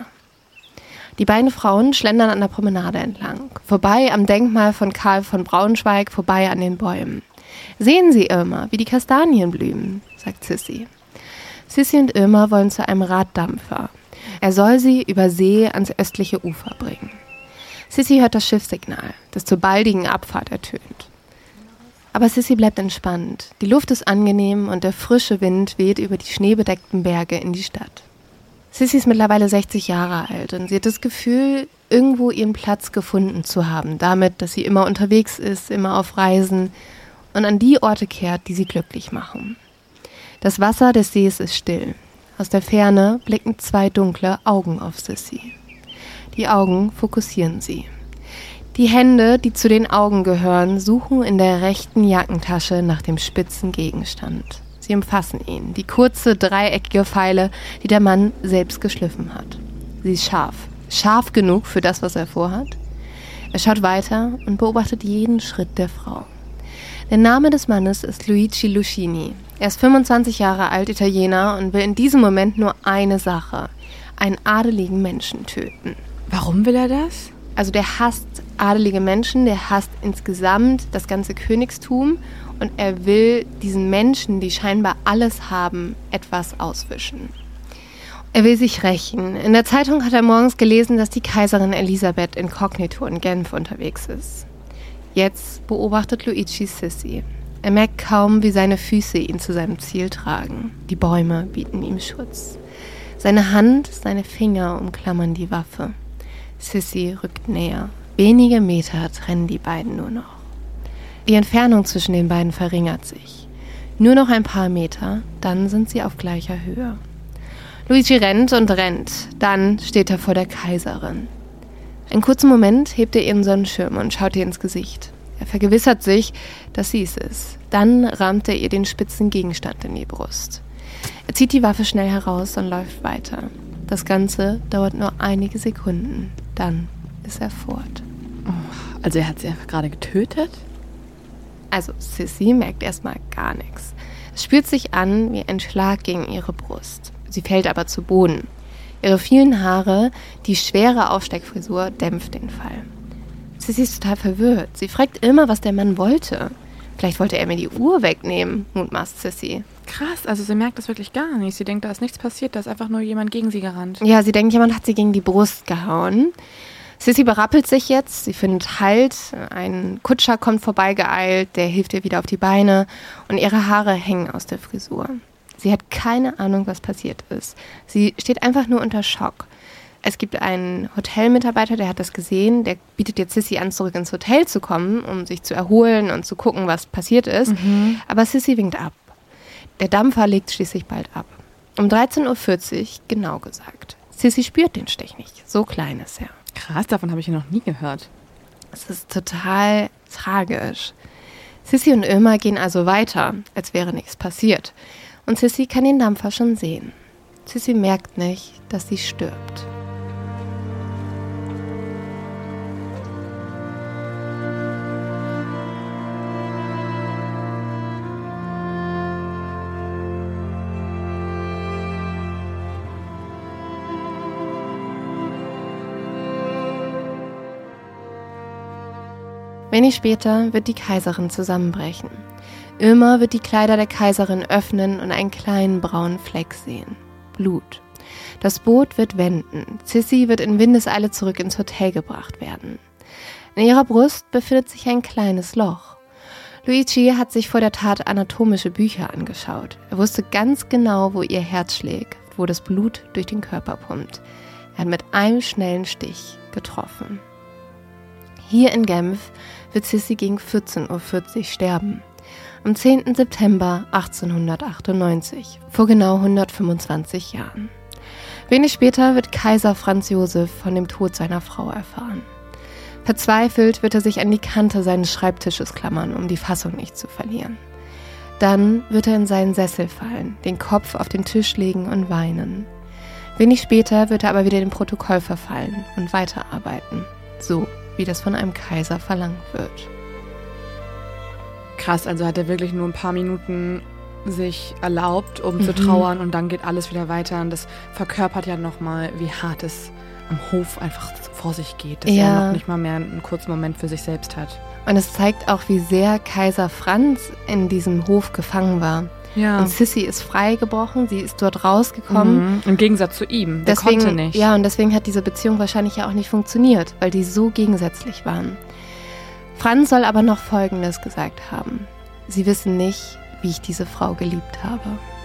Die beiden Frauen schlendern an der Promenade entlang, vorbei am Denkmal von Karl von Braunschweig, vorbei an den Bäumen. Sehen Sie, Irma, wie die Kastanien blühen, sagt Sissy. Sissy und Irma wollen zu einem Raddampfer. Er soll sie über See ans östliche Ufer bringen. Sissy hört das Schiffssignal, das zur baldigen Abfahrt ertönt. Aber Sissy bleibt entspannt. Die Luft ist angenehm und der frische Wind weht über die schneebedeckten Berge in die Stadt. Sissy ist mittlerweile 60 Jahre alt und sie hat das Gefühl, irgendwo ihren Platz gefunden zu haben, damit, dass sie immer unterwegs ist, immer auf Reisen und an die Orte kehrt, die sie glücklich machen. Das Wasser des Sees ist still. Aus der Ferne blicken zwei dunkle Augen auf Sissy. Die Augen fokussieren sie. Die Hände, die zu den Augen gehören, suchen in der rechten Jackentasche nach dem spitzen Gegenstand. Sie umfassen ihn, die kurze, dreieckige Feile, die der Mann selbst geschliffen hat. Sie ist scharf. Scharf genug für das, was er vorhat. Er schaut weiter und beobachtet jeden Schritt der Frau. Der Name des Mannes ist Luigi Lucchini. Er ist 25 Jahre alt, Italiener und will in diesem Moment nur eine Sache: einen adeligen Menschen töten. Warum will er das? Also der hasst adelige Menschen, der hasst insgesamt das ganze Königstum und er will diesen Menschen, die scheinbar alles haben, etwas auswischen. Er will sich rächen. In der Zeitung hat er morgens gelesen, dass die Kaiserin Elisabeth inkognito in Genf unterwegs ist. Jetzt beobachtet Luigi Sissy. Er merkt kaum, wie seine Füße ihn zu seinem Ziel tragen. Die Bäume bieten ihm Schutz. Seine Hand, seine Finger umklammern die Waffe. Sissy rückt näher. Wenige Meter trennen die beiden nur noch. Die Entfernung zwischen den beiden verringert sich. Nur noch ein paar Meter, dann sind sie auf gleicher Höhe. Luigi rennt und rennt. Dann steht er vor der Kaiserin. Einen kurzen Moment hebt er ihren Sonnenschirm und schaut ihr ins Gesicht. Er vergewissert sich, dass sie es ist. Dann rammt er ihr den spitzen Gegenstand in die Brust. Er zieht die Waffe schnell heraus und läuft weiter. Das Ganze dauert nur einige Sekunden. Dann ist er fort. Oh, also er hat sie einfach gerade getötet? Also Sissy merkt erstmal gar nichts. Es spürt sich an wie ein Schlag gegen ihre Brust. Sie fällt aber zu Boden. Ihre vielen Haare, die schwere Aufsteckfrisur dämpft den Fall. Sissy ist total verwirrt. Sie fragt immer, was der Mann wollte. Vielleicht wollte er mir die Uhr wegnehmen, mutmaßt Sissy. Krass, also sie merkt das wirklich gar nicht. Sie denkt, da ist nichts passiert, da ist einfach nur jemand gegen sie gerannt. Ja, sie denkt, jemand hat sie gegen die Brust gehauen. Sissy berappelt sich jetzt, sie findet Halt, ein Kutscher kommt vorbeigeeilt, der hilft ihr wieder auf die Beine und ihre Haare hängen aus der Frisur. Sie hat keine Ahnung, was passiert ist. Sie steht einfach nur unter Schock. Es gibt einen Hotelmitarbeiter, der hat das gesehen, der bietet jetzt Sissy an, zurück ins Hotel zu kommen, um sich zu erholen und zu gucken, was passiert ist. Aber Sissy winkt ab. Der Dampfer legt schließlich bald ab. Um 13:40 Uhr, genau gesagt. Sissy spürt den Stich nicht, so klein ist er. Krass, davon habe ich ja noch nie gehört. Es ist total tragisch. Sissy und Irma gehen also weiter, als wäre nichts passiert. Und Sissy kann den Dampfer schon sehen. Sissy merkt nicht, dass sie stirbt. Wenig später wird die Kaiserin zusammenbrechen. Irma wird die Kleider der Kaiserin öffnen und einen kleinen braunen Fleck sehen. Blut. Das Boot wird wenden. Sissy wird in Windeseile zurück ins Hotel gebracht werden. In ihrer Brust befindet sich ein kleines Loch. Luigi hat sich vor der Tat anatomische Bücher angeschaut. Er wusste ganz genau, wo ihr Herz schlägt, wo das Blut durch den Körper pumpt. Er hat mit einem schnellen Stich getroffen. Hier in Genf wird Sissy gegen 14:40 Uhr sterben. Am 10. September 1898, vor genau 125 Jahren. Wenig später wird Kaiser Franz Josef von dem Tod seiner Frau erfahren. Verzweifelt wird er sich an die Kante seines Schreibtisches klammern, um die Fassung nicht zu verlieren. Dann wird er in seinen Sessel fallen, den Kopf auf den Tisch legen und weinen. Wenig später wird er aber wieder dem Protokoll verfallen und weiterarbeiten, so wie das von einem Kaiser verlangt wird. Krass, also hat er wirklich nur ein paar Minuten sich erlaubt, um zu trauern und dann geht alles wieder weiter und das verkörpert ja nochmal, wie hart es am Hof einfach vor sich geht, dass er noch nicht mal mehr einen kurzen Moment für sich selbst hat. Und es zeigt auch, wie sehr Kaiser Franz in diesem Hof gefangen war. Ja. Und Sissy ist freigebrochen, sie ist dort rausgekommen. Im Gegensatz zu ihm, der konnte nicht. Ja, und deswegen hat diese Beziehung wahrscheinlich ja auch nicht funktioniert, weil die so gegensätzlich waren. Franz soll aber noch Folgendes gesagt haben. Sie wissen nicht, wie ich diese Frau geliebt habe.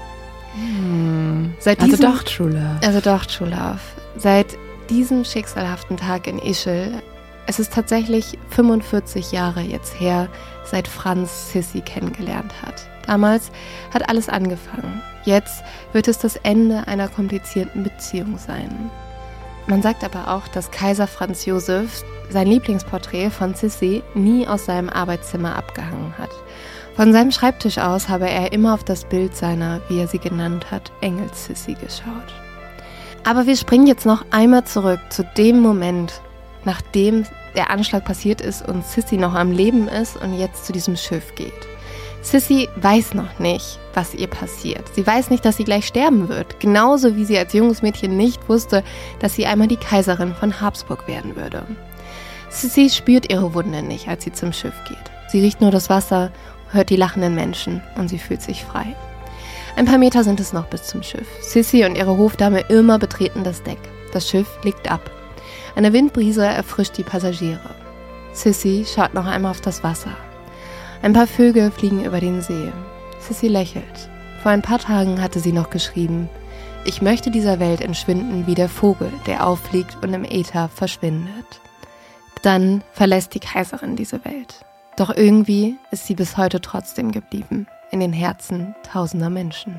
Doch True Love. Also doch True Love. Seit diesem schicksalhaften Tag in Ischl, es ist tatsächlich 45 Jahre jetzt her, seit Franz Sissy kennengelernt hat. Damals hat alles angefangen. Jetzt wird es das Ende einer komplizierten Beziehung sein. Man sagt aber auch, dass Kaiser Franz Josef sein Lieblingsporträt von Sissy nie aus seinem Arbeitszimmer abgehangen hat. Von seinem Schreibtisch aus habe er immer auf das Bild seiner, wie er sie genannt hat, Engels-Sissy geschaut. Aber wir springen jetzt noch einmal zurück zu dem Moment, nachdem der Anschlag passiert ist und Sissy noch am Leben ist und jetzt zu diesem Schiff geht. Sissy weiß noch nicht, was ihr passiert. Sie weiß nicht, dass sie gleich sterben wird. Genauso wie sie als junges Mädchen nicht wusste, dass sie einmal die Kaiserin von Habsburg werden würde. Sissy spürt ihre Wunde nicht, als sie zum Schiff geht. Sie riecht nur das Wasser, hört die lachenden Menschen und sie fühlt sich frei. Ein paar Meter sind es noch bis zum Schiff. Sissy und ihre Hofdame Irma betreten das Deck. Das Schiff legt ab. Eine Windbrise erfrischt die Passagiere. Sissy schaut noch einmal auf das Wasser. Ein paar Vögel fliegen über den See. Sissy lächelt. Vor ein paar Tagen hatte sie noch geschrieben: Ich möchte dieser Welt entschwinden wie der Vogel, der auffliegt und im Äther verschwindet. Dann verlässt die Kaiserin diese Welt. Doch irgendwie ist sie bis heute trotzdem geblieben, in den Herzen tausender Menschen.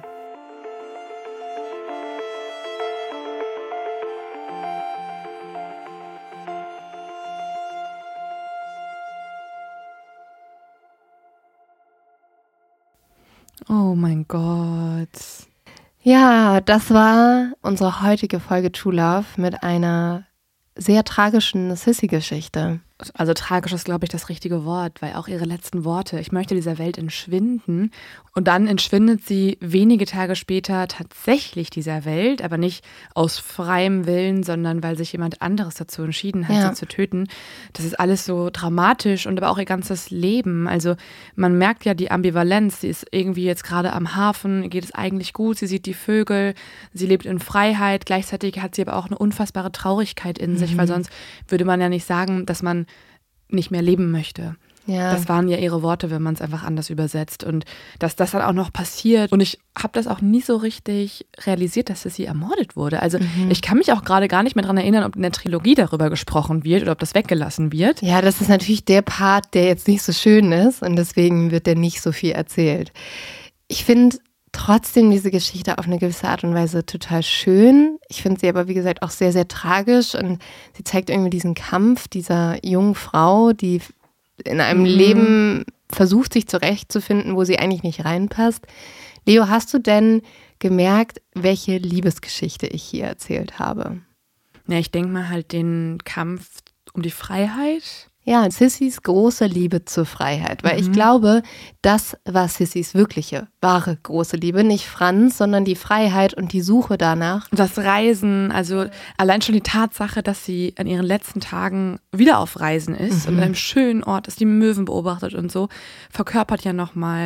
Oh mein Gott. Ja, das war unsere heutige Folge True Love mit einer sehr tragischen Sissy-Geschichte. Also tragisch ist, glaube ich, das richtige Wort, weil auch ihre letzten Worte, ich möchte dieser Welt entschwinden. Und dann entschwindet sie wenige Tage später tatsächlich dieser Welt, aber nicht aus freiem Willen, sondern weil sich jemand anderes dazu entschieden hat, sie zu töten. Das ist alles so dramatisch und aber auch ihr ganzes Leben. Also man merkt ja die Ambivalenz, sie ist irgendwie jetzt gerade am Hafen, ihr geht es eigentlich gut, sie sieht die Vögel, sie lebt in Freiheit, gleichzeitig hat sie aber auch eine unfassbare Traurigkeit in sich, weil sonst würde man ja nicht sagen, dass man nicht mehr leben möchte. Ja. Das waren ja ihre Worte, wenn man es einfach anders übersetzt. Und dass das dann auch noch passiert. Und ich habe das auch nie so richtig realisiert, dass sie ermordet wurde. Also ich kann mich auch gerade gar nicht mehr daran erinnern, ob in der Trilogie darüber gesprochen wird oder ob das weggelassen wird. Ja, das ist natürlich der Part, der jetzt nicht so schön ist und deswegen wird der nicht so viel erzählt. Ich finde trotzdem diese Geschichte auf eine gewisse Art und Weise total schön. Ich finde sie aber, wie gesagt, auch sehr, sehr tragisch und sie zeigt irgendwie diesen Kampf dieser jungen Frau, die in einem Leben versucht, sich zurechtzufinden, wo sie eigentlich nicht reinpasst. Leo, hast du denn gemerkt, welche Liebesgeschichte ich hier erzählt habe? Ja, ich denke mal halt den Kampf um die Freiheit. Ja, Sissys große Liebe zur Freiheit, weil ich glaube, das war Sissys wirkliche, wahre große Liebe. Nicht Franz, sondern die Freiheit und die Suche danach. Das Reisen, also allein schon die Tatsache, dass sie an ihren letzten Tagen wieder auf Reisen ist und an einem schönen Ort ist, die Möwen beobachtet und so, verkörpert ja nochmal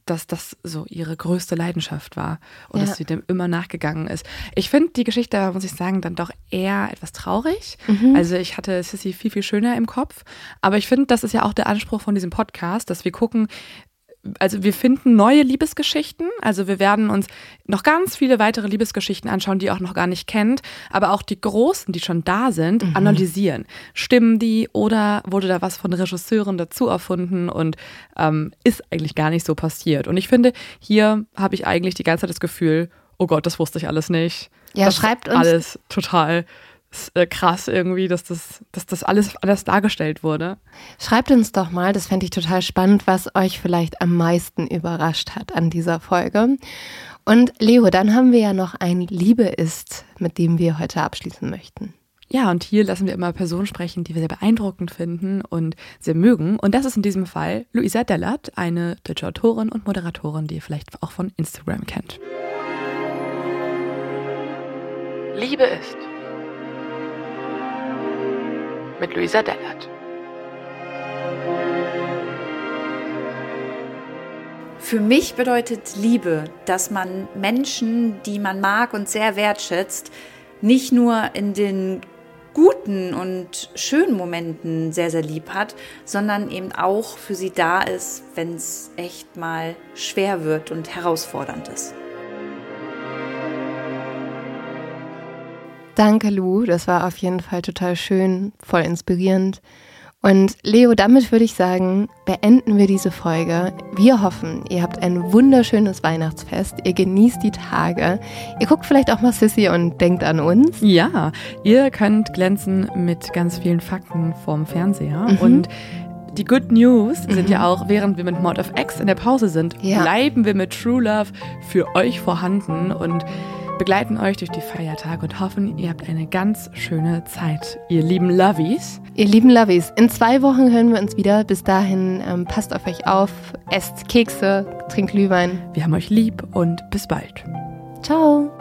dass das so ihre größte Leidenschaft war und dass sie dem immer nachgegangen ist. Ich finde die Geschichte, muss ich sagen, dann doch eher etwas traurig. Also ich hatte Sissy viel, viel schöner im Kopf. Aber ich finde, das ist ja auch der Anspruch von diesem Podcast, dass wir gucken, also wir finden neue Liebesgeschichten, also wir werden uns noch ganz viele weitere Liebesgeschichten anschauen, die ihr auch noch gar nicht kennt, aber auch die großen, die schon da sind, analysieren. Stimmen die oder wurde da was von Regisseuren dazu erfunden und ist eigentlich gar nicht so passiert? Und ich finde, hier habe ich eigentlich die ganze Zeit das Gefühl, oh Gott, das wusste ich alles nicht. Ja, das schreibt uns alles total krass irgendwie, dass das alles anders dargestellt wurde. Schreibt uns doch mal, das fände ich total spannend, was euch vielleicht am meisten überrascht hat an dieser Folge. Und Leo, dann haben wir ja noch ein Liebe ist, mit dem wir heute abschließen möchten. Ja, und hier lassen wir immer Personen sprechen, die wir sehr beeindruckend finden und sehr mögen. Und das ist in diesem Fall Luisa Dellert, eine deutsche Autorin und Moderatorin, die ihr vielleicht auch von Instagram kennt. Liebe ist mit Luisa Dellert. Für mich bedeutet Liebe, dass man Menschen, die man mag und sehr wertschätzt, nicht nur in den guten und schönen Momenten sehr, sehr lieb hat, sondern eben auch für sie da ist, wenn es echt mal schwer wird und herausfordernd ist. Danke, Lu. Das war auf jeden Fall total schön, voll inspirierend. Und Leo, damit würde ich sagen, beenden wir diese Folge. Wir hoffen, ihr habt ein wunderschönes Weihnachtsfest. Ihr genießt die Tage. Ihr guckt vielleicht auch mal Sissy und denkt an uns. Ja, ihr könnt glänzen mit ganz vielen Fakten vorm Fernseher. Und die Good News sind ja auch, während wir mit Mord of X in der Pause sind, bleiben wir mit True Love für euch vorhanden und begleiten euch durch die Feiertage und hoffen, ihr habt eine ganz schöne Zeit, ihr lieben Lovies. Ihr lieben Lovies, in 2 Wochen hören wir uns wieder. Bis dahin, passt auf euch auf, esst Kekse, trinkt Glühwein. Wir haben euch lieb und bis bald. Ciao.